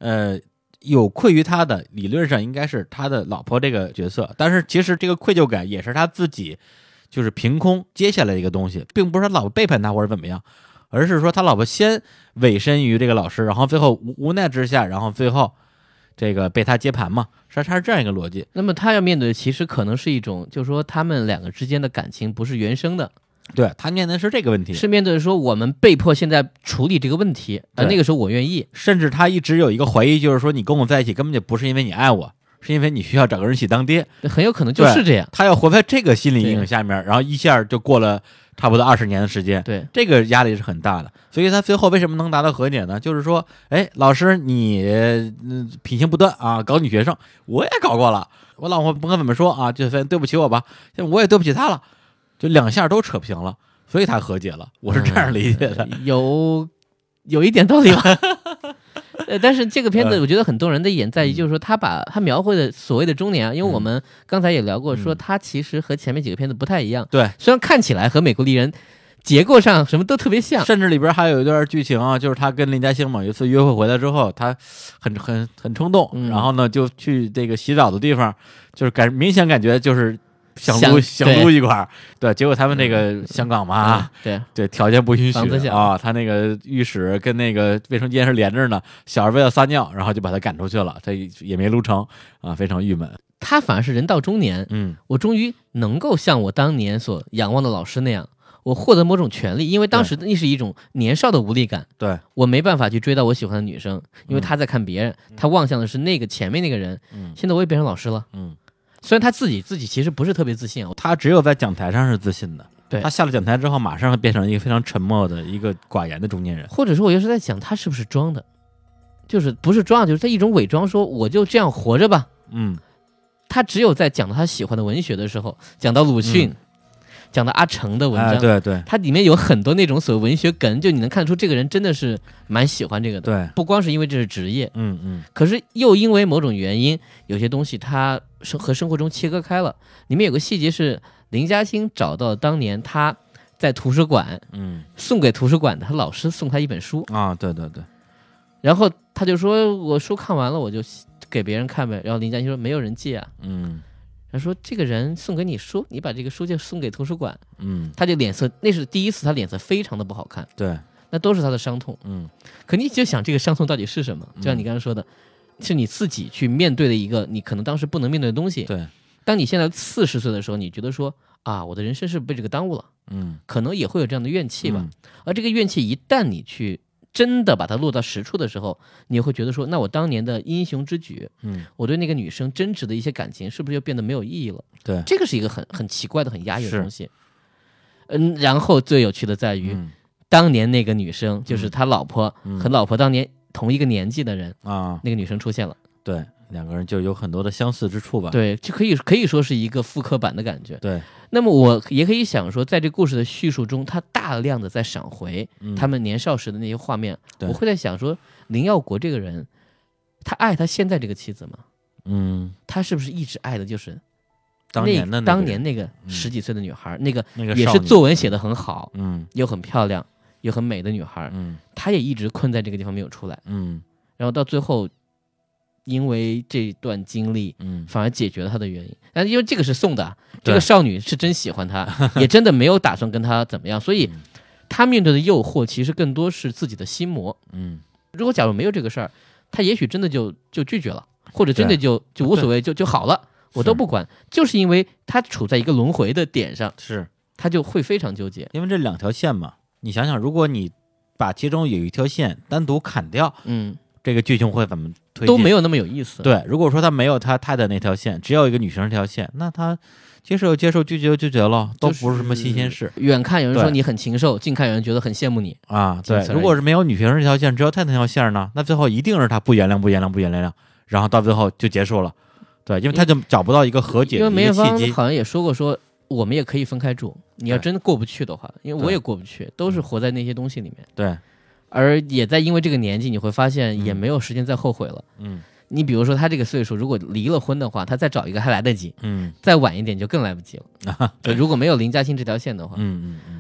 呃，有愧于他的理论上应该是他的老婆这个角色，但是其实这个愧疚感也是他自己就是凭空接下来的一个东西，并不是他老婆背叛他或者怎么样，而是说他老婆先委身于这个老师，然后最后无无奈之下，然后最后这个被他接盘嘛，是他是这样一个逻辑。 那么他要面对的其实可能是一种，就是说他们两个之间的感情不是原生的， 对，他面对的是这个问题， 是面对说我们被迫现在处理这个问题，而那个时候我愿意， 甚至他一直有一个怀疑，就是说你跟我在一起根本就不是因为你爱我，是因为你需要找个人一起当爹， 很有可能就是这样。 他要活在这个心理阴影下面，然后一下就过了差不多二十年的时间， 对， 这个压力是很大的。所以他最后为什么能达到和解呢？就是说，哎，老师你、嗯、品行不端啊，搞女学生，我也搞过了，我老婆甭管怎么说啊，就算对不起我吧，我也对不起他了，就两下都扯平了，所以他和解了。我是这样理解的， 嗯、有有一点道理吧。呃，但是这个片子我觉得很动人的一点在于，就是说他把他描绘的所谓的中年啊，因为我们刚才也聊过，说他其实和前面几个片子不太一样。 对， 虽然看起来和美国丽人结构上什么都特别像， 甚至里边还有一段剧情啊，就是他跟林嘉欣嘛，有一次约会回来之后，他很很很冲动， 嗯、 然后呢就去这个洗澡的地方，就是感明显感觉就是想撸想撸一块儿，对，结果他们那个香港嘛， 嗯、对对，条件不允许啊，他那个浴室跟那个卫生间是连着呢，小孩为了撒尿，然后就把他赶出去了，他也没撸成啊，非常郁闷。 他反而是人到中年， 嗯， 我终于能够像我当年所仰望的老师那样，我获得某种权利，因为当时那是一种年少的无力感， 对， 我没办法去追到我喜欢的女生，因为他在看别人，嗯、他望向的是那个前面那个人， 嗯， 现在我也变成老师了， 嗯。 虽然他自己自己其实不是特别自信啊， 他只有在讲台上是自信的， 对， 他下了讲台之后，马上会变成一个非常沉默的一个寡言的中年人。 或者说，我就是在想他是不是装的，就是不是装，就是他一种伪装，说我就这样活着吧。 嗯， 他只有在讲到他喜欢的文学的时候，讲到鲁迅。嗯讲到阿城的文章， 哎、对对， 它里面有很多那种所谓文学梗，就你能看出这个人真的是蛮喜欢这个的。 对， 不光是因为这是职业， 嗯嗯， 可是又因为某种原因，有些东西它生和生活中切割开了。里面有个细节是林嘉欣找到当年他在图书馆， 嗯， 送给图书馆的他老师送他一本书啊，对对对， 然后他就说我书看完了我就给别人看呗，然后林嘉欣说没有人借啊， 嗯。 他说这个人送给你书，你把这个书就送给图书馆， 嗯， 他就脸色，那是第一次他脸色非常的不好看， 对， 那都是他的伤痛， 嗯， 可你就想这个伤痛到底是什么？就像你刚才说的，嗯、是你自己去面对的一个你可能当时不能面对的东西。 对， 当你现在四十岁的时候，你觉得说啊，我的人生是被这个耽误了， 嗯， 可能也会有这样的怨气吧。 嗯、 而这个怨气一旦你去真的把它落到实处的时候，你会觉得说，那我当年的英雄之举， 嗯， 我对那个女生真挚的一些感情，是不是就变得没有意义了？ 对， 这个是一个很很奇怪的、很压抑的东西。嗯，然后最有趣的在于，嗯、当年那个女生，就是他老婆、嗯、和老婆当年同一个年纪的人啊， 那个女生出现了， 对，两个人就有很多的相似之处吧？ 对，就可以可以说是一个复刻版的感觉。 对。 那么我也可以想说，在这故事的叙述中，他大量的在闪回他们年少时的那些画面。嗯、我会在想说，林耀国这个人，他爱他现在这个妻子吗？ 嗯， 他是不是一直爱的就是当年的、那个、 当年那个十几岁的女孩，嗯、那个那个也是作文写得很好， 嗯， 又很漂亮又很美的女孩， 嗯， 她也一直困在这个地方没有出来， 嗯， 然后到最后。因为这段经历， 嗯， 反而解决了他的原因。但因为这个是送的，这个少女是真喜欢他，也真的没有打算跟他怎么样，所以他面对的诱惑其实更多是自己的心魔。 嗯， 如果假如没有这个事儿，他也许真的就就拒绝了，或者真的就就无所谓，就就好了，我都不管。就是因为他处在一个轮回的点上， 是他就会非常纠结。 因为这两条线嘛，你想想，如果你把其中有一条线单独砍掉， 嗯。 这个剧情会怎么推进都没有那么有意思。 对，如果说他没有他太太那条线，只有一个女生这条线，那他接受接受，拒绝拒绝了，都不是什么新鲜事。 就是、远看有人说你很禽兽，近看有人觉得很羡慕你啊。对，如果是没有女学生这条线，只有太太那条线呢，那最后一定是他不原谅不原谅不原谅，然后到最后就结束了。对，因为他就找不到一个和解的一个契机。因为梅艳芳好像也说过说，我们也可以分开住，你要真的过不去的话，因为我也过不去，都是活在那些东西里面。 对。 而也在因为这个年纪，你会发现也没有时间再后悔了。 嗯， 你比如说他这个岁数，如果离了婚的话，他再找一个还来得及。 嗯， 再晚一点就更来不及了。就如果没有林嘉欣这条线的话， 嗯嗯嗯，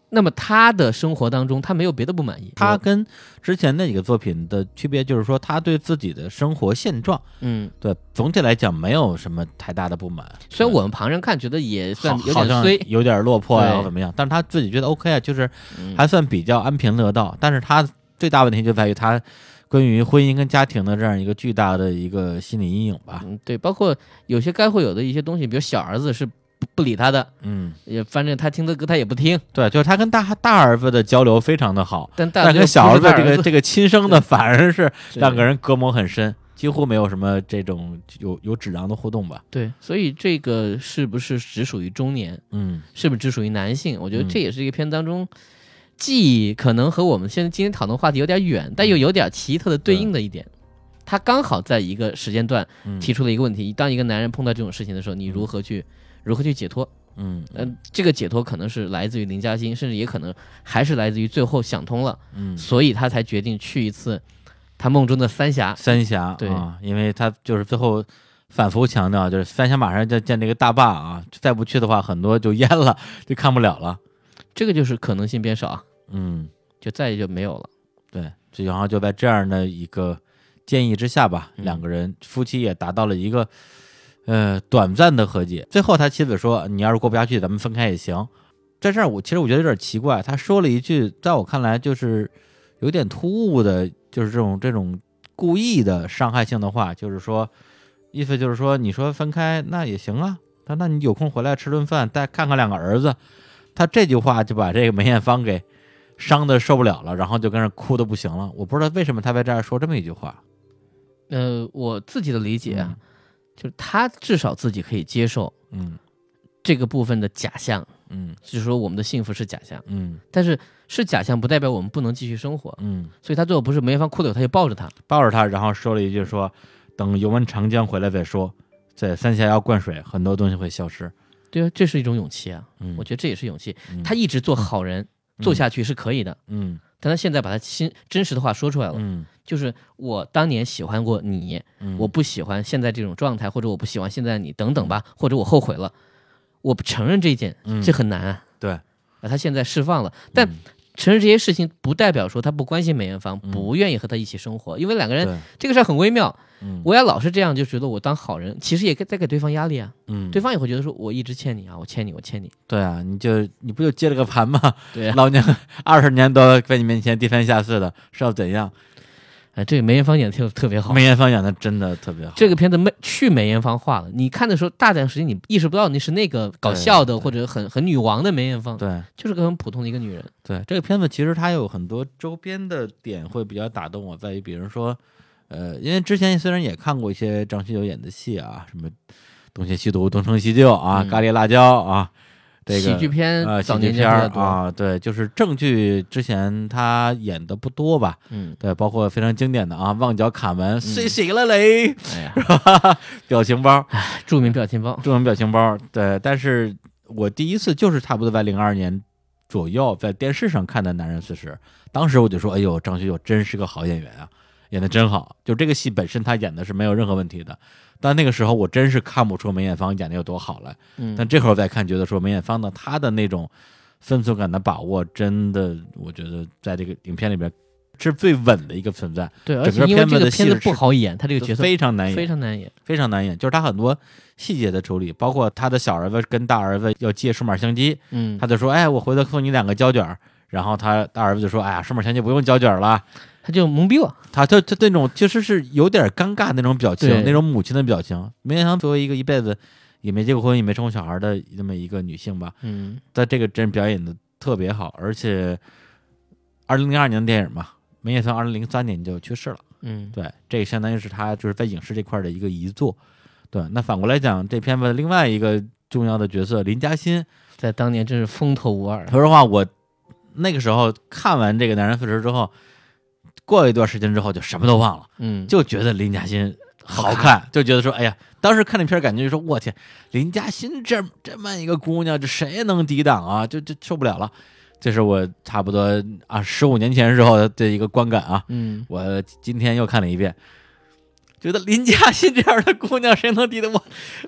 那么他的生活当中他没有别的不满意， 他跟之前那几个作品的区别就是说他对自己的生活现状， 嗯， 对，总体来讲没有什么太大的不满。 虽然我们旁人看觉得也算有好像点衰， 有点落魄呀、 对或怎么样，但是他自己觉得 OK 啊，就是嗯还算比较安贫乐道。但是他最大问题就在于他关于婚姻跟家庭的这样一个巨大的一个心理阴影吧。 嗯，对，包括有些该会有的一些东西，比如小儿子是不不理他的， 嗯， 也反正他听的歌他也不听， 对，就是他跟大大儿子的交流非常的好， 但大但跟小儿子这个这个个亲生的反而是对两个人隔膜很深，几乎没有什么这种有有质量的互动吧。 对，所以这个是不是只属于中年， 嗯是不是只属于男性？我觉得嗯这也是一个片当中，既可能和我们现在今天讨论话题有点远，但又有点奇特的对应的一点。他刚好在一个时间段嗯提出了一个问题：当一个男人碰到这种事情的时候，你如何去如何去解脱？ 嗯嗯、这个解脱可能是来自于林嘉欣，甚至也可能还是来自于最后想通了， 嗯， 所以他才决定去一次他梦中的三峡。 三峡对啊，因为他就是最后反复强调，就是三峡马上就要建这个大坝啊，再不去的话，很多就淹了，就看不了了。 这个就是可能性变少， 嗯， 就再也就没有了。 对，就然后就在这样的一个建议之下吧， 嗯两个人夫妻也达到了一个呃短暂的和解。最后他妻子说：“你要是过不下去，咱们分开也行。”在这儿我其实我觉得有点奇怪，他说了一句，在我看来就是有点突兀的，就是这种这种故意的伤害性的话，就是说，意思就是说，你说分开那也行啊，那那你有空回来吃顿饭，带看看两个儿子。他这句话就把这个梅艳芳给伤的受不了了，然后就跟那哭的不行了。我不知道为什么他在这儿说这么一句话。 呃，我自己的理解啊， 嗯就是他至少自己可以接受嗯这个部分的假象， 嗯就是说我们的幸福是假象， 嗯但是是假象不代表我们不能继续生活。 嗯， 所以他最后不是梅艳芳哭了，他就抱着他。 抱着他，然后说了一句说：“等游完长江回来再说，在三峡要灌水，很多东西会消失。 对啊，这是一种勇气啊， 嗯” 我觉得这也是勇气。 嗯他一直做好人，做下去是可以的， 嗯但他现在把他心真实的话说出来了， 嗯就是我当年喜欢过你， 嗯， 我不喜欢现在这种状态，或者我不喜欢现在你等等吧，或者我后悔了，我不承认这一件， 嗯这很难啊。 对， 啊，他现在释放了，但嗯承认这些事情不代表说他不关心梅艳芳， 嗯不愿意和他一起生活，因为两个人对， 这个事儿很微妙。 嗯我要老是这样就觉得我当好人，其实也给在给对方压力啊， 嗯， 对方也会觉得说我一直欠你啊，我欠你，我欠你。 对啊，你就你不就接了个盘吗？ 对啊， 老娘二十年都在你面前低三下四的，是要怎样？ 哎，这个梅艳芳演的特特别好。 梅艳芳演的真的特别好。 这个片子没去梅艳芳化了，你看的时候大段时间你意识不到你是那个搞笑的对对或者很很女王的梅艳芳， 对就是个很普通的一个女人。 对，这个片子其实它有很多周边的点会比较打动我，在于比如说，呃，因为之前虽然也看过一些张学友演的戏啊，什么东邪西毒、东成西就啊、 嗯咖喱辣椒啊，这个喜剧片啊、 早喜剧片儿年间比较多啊，对，就是正剧之前他演的不多吧， 嗯， 对，包括非常经典的啊，《旺角卡门》睡醒了嘞， 哎呀， 表情包， 著名表情包。 中文表情包，对，但是我第一次就是差不多在零二年左右在电视上看的《男人四十》，当时我就说，哎呦，张学友真是个好演员啊，演的真好。就这个戏本身他演的是没有任何问题的，但那个时候我真是看不出梅艳芳演的有多好来。 嗯， 但这会儿再看，觉得说梅艳芳的她的那种分寸感的把握，真的我觉得在这个影片里边是最稳的一个存在， 对，而整个且因为片子的这个片子戏是不好演，他这个角色非常难演， 非常难演。 非常难演，就是他很多细节的处理，包括他的小儿子跟大儿子要借数码相机， 嗯， 他就说：“哎，我回头送你两个胶卷儿。”然后他大儿子就说：“哎呀，数码相机不用胶卷了。 他就懵逼了。” 他就他那种其实是有点尴尬那种表情， 对那种母亲的表情。梅艳芳作为一个一辈子也没结过婚、也没生过小孩的这么一个女性吧， 嗯， 在这个真表演的特别好，而且二零零二年的电影嘛，梅艳芳二零零三年就去世了。 嗯， 对，这个相当于是他就是在影视这块的一个遗作。对，那反过来讲，这片子的另外一个重要的角色林嘉欣， 在当年真是风头无二。 说实话，我那个时候看完这个《男人四十》之后，过了一段时间之后就什么都忘了， 嗯， 就觉得林嘉欣好好看，就觉得说，哎呀，当时看那片儿感觉就说，我天，林嘉欣这这么一个姑娘，这谁能抵挡啊？就就受不了了。这是我差不多啊十五年前时候的一个观感啊。 嗯， 我今天又看了一遍，觉得林嘉欣这样的姑娘谁能抵得我？我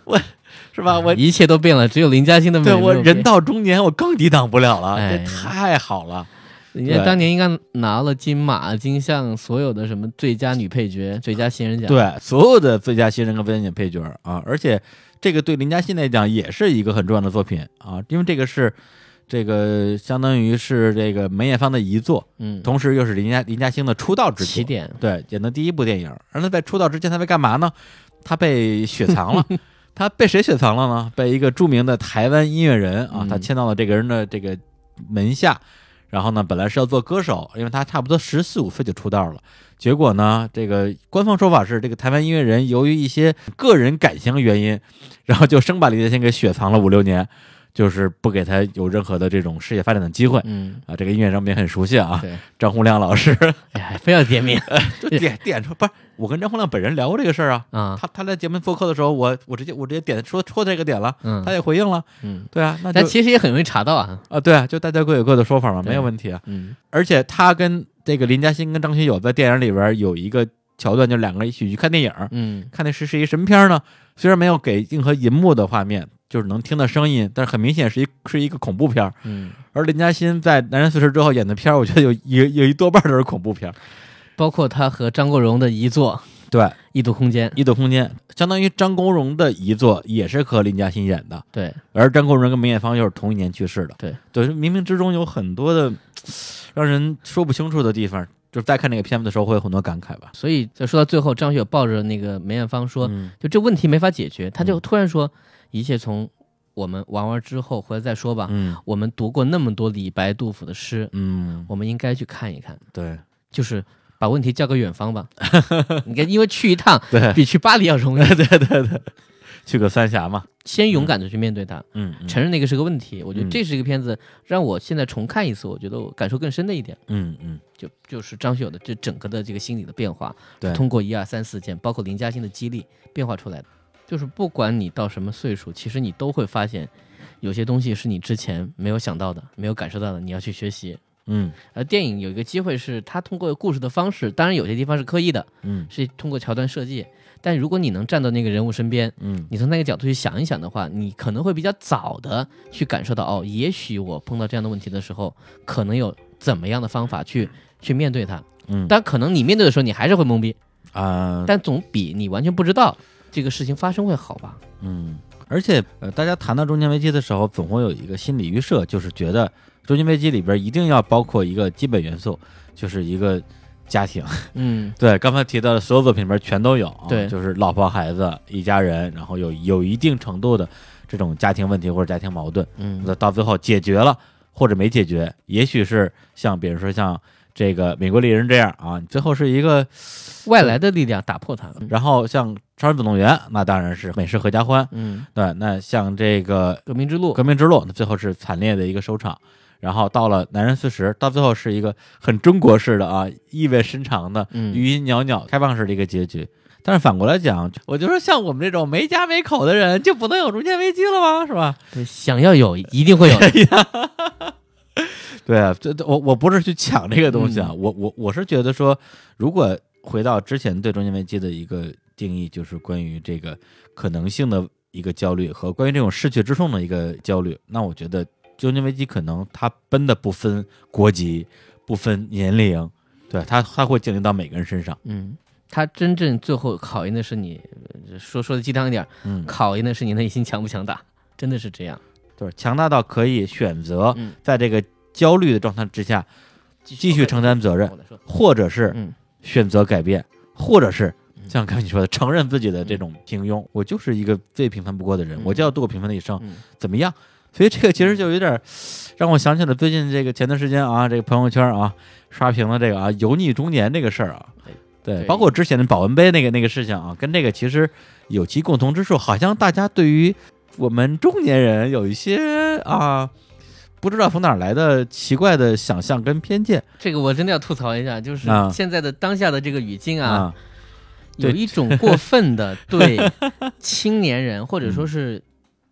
是吧？我一切都变了，只有林嘉欣的美对我没有变人到中年，我更抵挡不了了， 哎这太好了。 人家当年应该拿了金马、金像所有的什么最佳女配角、最佳新人奖， 对，所有的最佳新人跟最佳女配角啊，而且这个对林嘉欣来讲也是一个很重要的作品啊，因为这个是这个相当于是这个梅艳芳的遗作， 嗯， 同时又是林嘉林嘉欣的出道之作起点， 对，演的第一部电影。而他在出道之前，他在干嘛呢？他被雪藏了。他被谁雪藏了呢？被一个著名的台湾音乐人啊，他签到了这个人的这个门下。然后呢，本来是要做歌手，因为他差不多十四五岁就出道了。结果呢，这个官方说法是，这个台湾音乐人由于一些个人感情原因，然后就生把林嘉欣给雪藏了五六年，就是不给他有任何的这种事业发展的机会。 嗯啊，这个音乐人我们也很熟悉啊， 对， 张洪亮老师， 哎，非要点名， 就点点出，不是我跟张洪亮本人聊过这个事儿啊。 啊， 他他在节目做客的时候，我我直接我直接点说说这个点了， 嗯， 他也回应了， 嗯， 对啊，那就但其实也很容易查到啊， 啊，对啊，就大家各有各的说法嘛， 对没有问题啊。 嗯而且他跟这个林嘉欣跟张学友在电影里边有一个桥段，就两个人一起去看电影， 嗯看那是是一什么片呢？虽然没有给任何银幕的画面，就是能听到声音，但是很明显是一是一个恐怖片。 嗯， 而林嘉欣在《男人四十》之后演的片，我觉得有有有一多半都是恐怖片。 包括他和张国荣的遗作对，《 异度空间， 异度空间》相当于张国荣的遗作，也是和林嘉欣演的。 对， 而张国荣跟梅艳芳又是同一年去世的。 对， 对，冥冥之中有很多的让人说不清楚的地方。就是在看那个片子的时候，会有很多感慨吧。 所以就说到最后，张学友抱着那个梅艳芳说， 嗯就这问题没法解决，他就突然说，一切从我们玩完之后回来再说吧。 嗯我们读过那么多李白、杜甫的诗， 嗯， 我们应该去看一看， 对就是把问题交给远方吧。你看，因为去一趟对比去巴黎要容易， 对对对对，去个三峡嘛。 先勇敢的去面对它， 嗯，嗯承认那个是个问题。我觉得嗯这是一个片子，让我现在重看一次，我觉得我感受更深的一点， 嗯嗯， 就就是张学友的这整个的这个心理的变化， 对， 通过一二三四件，包括林嘉欣的激励变化出来的。就是不管你到什么岁数，其实你都会发现，有些东西是你之前没有想到的、没有感受到的，你要去学习。 嗯而电影有一个机会是，它通过故事的方式，当然有些地方是刻意的， 嗯是通过桥段设计。但如果你能站到那个人物身边， 嗯你从那个角度去想一想的话，你可能会比较早的去感受到，哦，也许我碰到这样的问题的时候，可能有怎么样的方法去去面对它。 嗯， 但可能你面对的时候，你还是会懵逼， 啊， 但总比你完全不知道这个事情发生会好吧？ 嗯，而且呃，大家谈到中年危机的时候，总会有一个心理预设，就是觉得中年危机里边一定要包括一个基本元素，就是一个家庭。 嗯， 对，刚才提到的所有作品里边全都有， 对就是老婆孩子一家人，然后有有一定程度的这种家庭问题或者家庭矛盾， 嗯那到最后解决了或者没解决，也许是像比如说像这个美国丽人这样啊，最后是一个外来的力量打破它。 然后像超人总动员，那当然是美式合家欢， 嗯， 对，那像这个革命之路革，命之路，那最后是惨烈的一个收场。然后到了男人四十，到最后是一个很中国式的啊，意味深长的、 嗯余音袅袅、开放式的一个结局。但是反过来讲，我就说像我们这种没家没口的人，就不能有中年危机了吗？是吧？ 对，想要有一定会有的。 对啊，这我我不是去抢这个东西啊， 嗯我我我是觉得说，如果回到之前对中年危机的一个定义，就是关于这个可能性的一个焦虑和关于这种失去之痛的一个焦虑，那我觉得中年危机可能它真的不分国籍，不分年龄，对它它会降临到每个人身上。 嗯，它真正最后考验的是你，呃说说的鸡汤一点， 嗯， 考验的是你内心强不强大，真的是这样。 对，强大到可以选择嗯， 在这个焦虑的状态之下继续承担责任， 我来说， 或者是嗯选择改变，或者是嗯像刚才你说的，承认自己的这种平庸，我就是一个最平凡不过的人， 嗯我就要度过平凡的一生， 嗯怎么样？所以这个其实就有点让我想起了最近这个前段时间啊，这个朋友圈啊刷屏的这个啊油腻中年这个事儿啊，对， 对包括之前的保温杯那个那个事情啊，跟这个其实有其共同之处，好像大家对于我们中年人有一些啊。不知道从哪儿来的奇怪的想象跟偏见这个我真的要吐槽一下，就是啊现在的当下的这个语境啊， 啊， 有一种过分的对青年人或者说是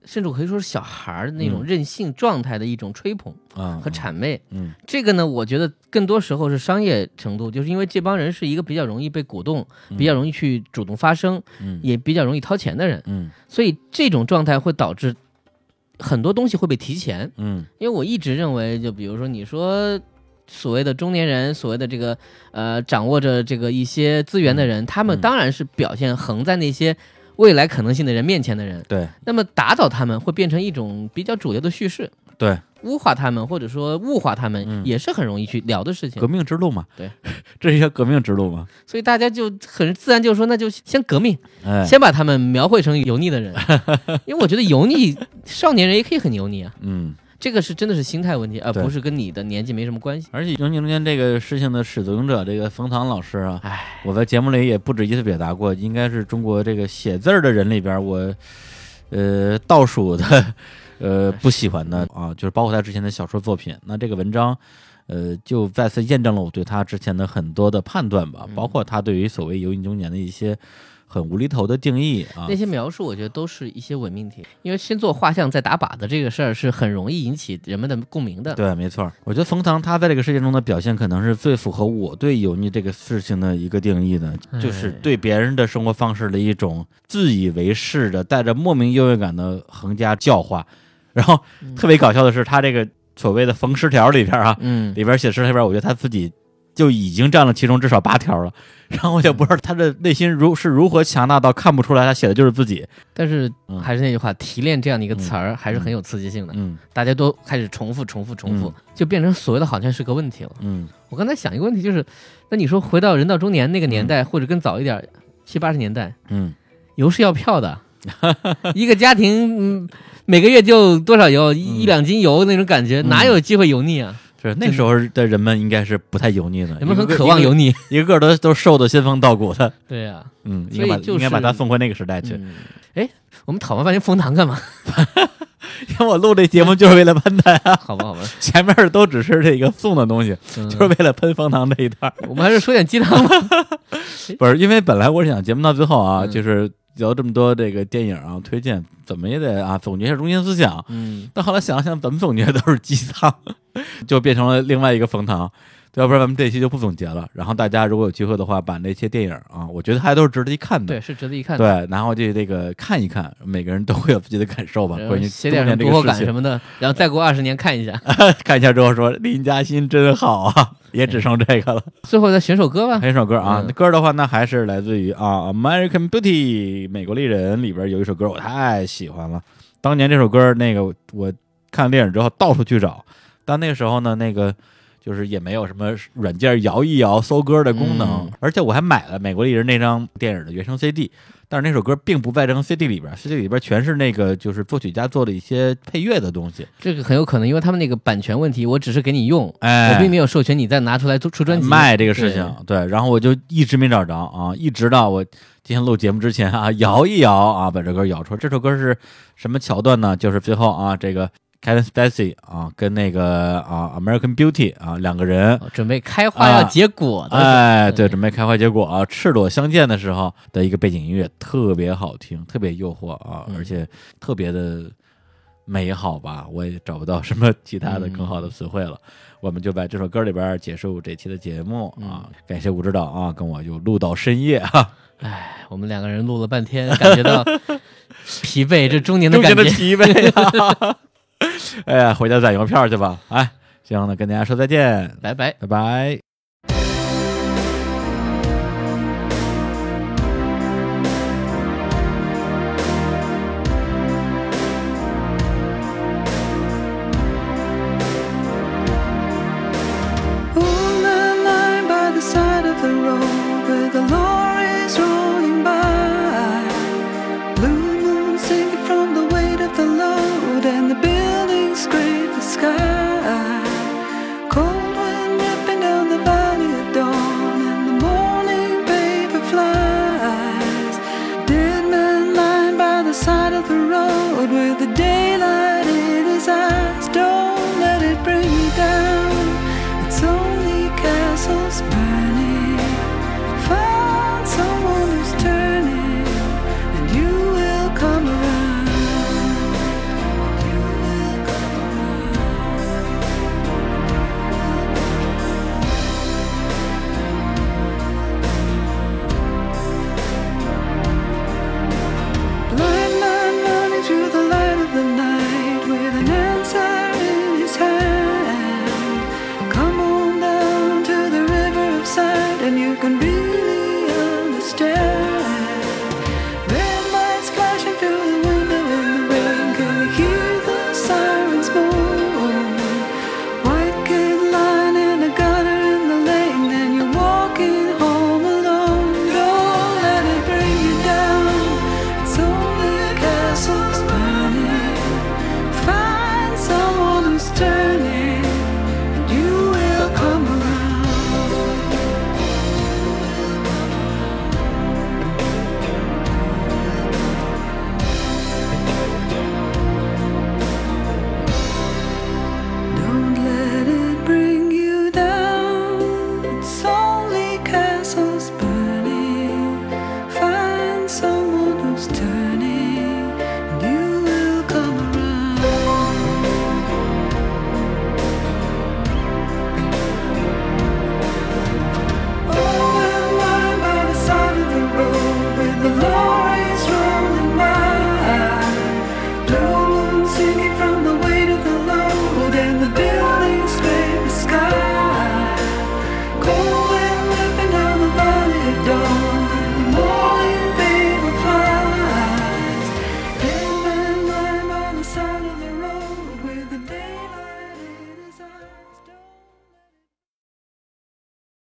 甚至可以说是小孩的那种任性状态的一种吹捧和谄媚。 嗯， 这个呢，我觉得更多时候是商业程度，就是因为这帮人是一个比较容易被鼓动、比较容易去主动发声， 嗯， 也比较容易掏钱的人。 嗯， 所以这种状态会导致很多东西会被提前。 嗯， 因为我一直认为，就比如说你说所谓的中年人，所谓的这个呃掌握着这个一些资源的人，他们当然是表现横在那些未来可能性的人面前的人。 对， 那么打倒他们会变成一种比较主流的叙事。 对， 污化他们或者说物化他们、嗯、也是很容易去聊的事情。 革命之路嘛， 对， 这是一个革命之路嘛。 所以大家就很自然就说，那就先革命， 哎、 先把他们描绘成油腻的人，因为我觉得油腻少年人也可以很油腻啊。 嗯。 这个是真的是心态问题，而不是跟你的年纪没什么关系。 而且油腻中间这个事情的始作俑者，这个冯唐老师啊，唉，我在节目里也不止一次表达过，应该是中国这个写字儿的人里边，我呃倒数的呃不喜欢的啊，就是包括他之前的小说作品。那这个文章，呃，就再次验证了我对他之前的很多的判断吧，包括他对于所谓油腻中年的一些很无厘头的定义啊， 那些描述我觉得都是一些伪命题，因为先做画像再打靶的这个事儿是很容易引起人们的共鸣的。 对，没错。我觉得冯唐他在这个事件中的表现可能是最符合我对油腻这个事情的一个定义的，就是对别人的生活方式的一种自以为是的带着莫名优越感的横加教化。然后特别搞笑的是，他这个所谓的冯十条里边啊，嗯，里边写十条里边，我觉得他自己就已经占了其中至少八条了，然后我也不知道他的内心如是如何强大到看不出来他写的就是自己。 但是还是那句话，提炼这样的一个词儿还是很有刺激性的。嗯，大家都开始重复重复重复，就变成所谓的好像是个问题了。嗯，我刚才想一个问题，就是那你说回到人到中年那个年代，或者更早一点七八十年代，嗯，油是要票的，一个家庭嗯每个月就多少油，一两斤油那种感觉，哪有机会油腻啊？ 是那时候的人们应该是不太油腻的， 人们很渴望油腻， 一个个都都瘦得仙风道骨的。 对呀、啊， 嗯，应该把、就是、应该把他送回那个时代去。 哎、嗯，我们讨论半天冯唐干嘛？ 因为我录这节目就是为了喷他啊。 好吧，好吧， 前面都只是这个送的东西，嗯、就是为了喷冯唐这一段。 我们还是说点鸡汤吧。 不是，因为本来我是想节目到最后啊，嗯、就是聊这么多这个电影啊，推荐怎么也得啊总结一下中心思想。嗯，但后来想想，怎么总结都是鸡汤，就变成了另外一个冯唐。要不然咱们这期就不总结了。然后大家如果有机会的话，把那些电影啊，我觉得还都是值得一看的。 对，是值得一看的。 对，然后就这个看一看，每个人都会有自己的感受吧。关于写点什么读后感什么的，然后再过二十年看一下， 看一下之后说林嘉欣真好啊，也只剩这个了。 最后再选首歌吧， 选首歌啊，嗯、歌的话那还是来自于啊《American Beauty》美国丽人里边有一首歌我太喜欢了。当年这首歌那个我看电影之后到处去找，但那个时候呢那个。就是也没有什么软件摇一摇搜歌的功能、嗯，而且我还买了美国丽人那张电影的原声 C D， 但是那首歌并不在这张 C D 里边 ，C D 里边全是那个就是作曲家做的一些配乐的东西。 这个很有可能，因为他们那个版权问题，我只是给你用，哎，我并没有授权你再拿出来出专辑卖这个事情。对，对然后我就一直没找着啊，一直到我今天录节目之前啊，摇一摇啊，把这歌摇出来。这首歌是什么桥段呢？就是最后啊，这个。Kevin Spacey 啊，跟那个啊 American Beauty 啊两个人、 哦、准备开花要结果的、 啊，哎，对，准备开花结果啊，赤裸相见的时候的一个背景音乐，特别好听，特别诱惑啊，嗯、而且特别的美好吧，我也找不到什么其他的更好的词汇了。嗯、我们就在这首歌里边结束这期的节目啊，嗯、感谢吴指导啊，跟我又录到深夜啊。 哎，我们两个人录了半天，感觉到疲惫，这中年的感觉， 中年的疲惫啊。哎呀，回家攒邮票去吧！哎，行，那跟大家说再见， 拜拜， 拜拜。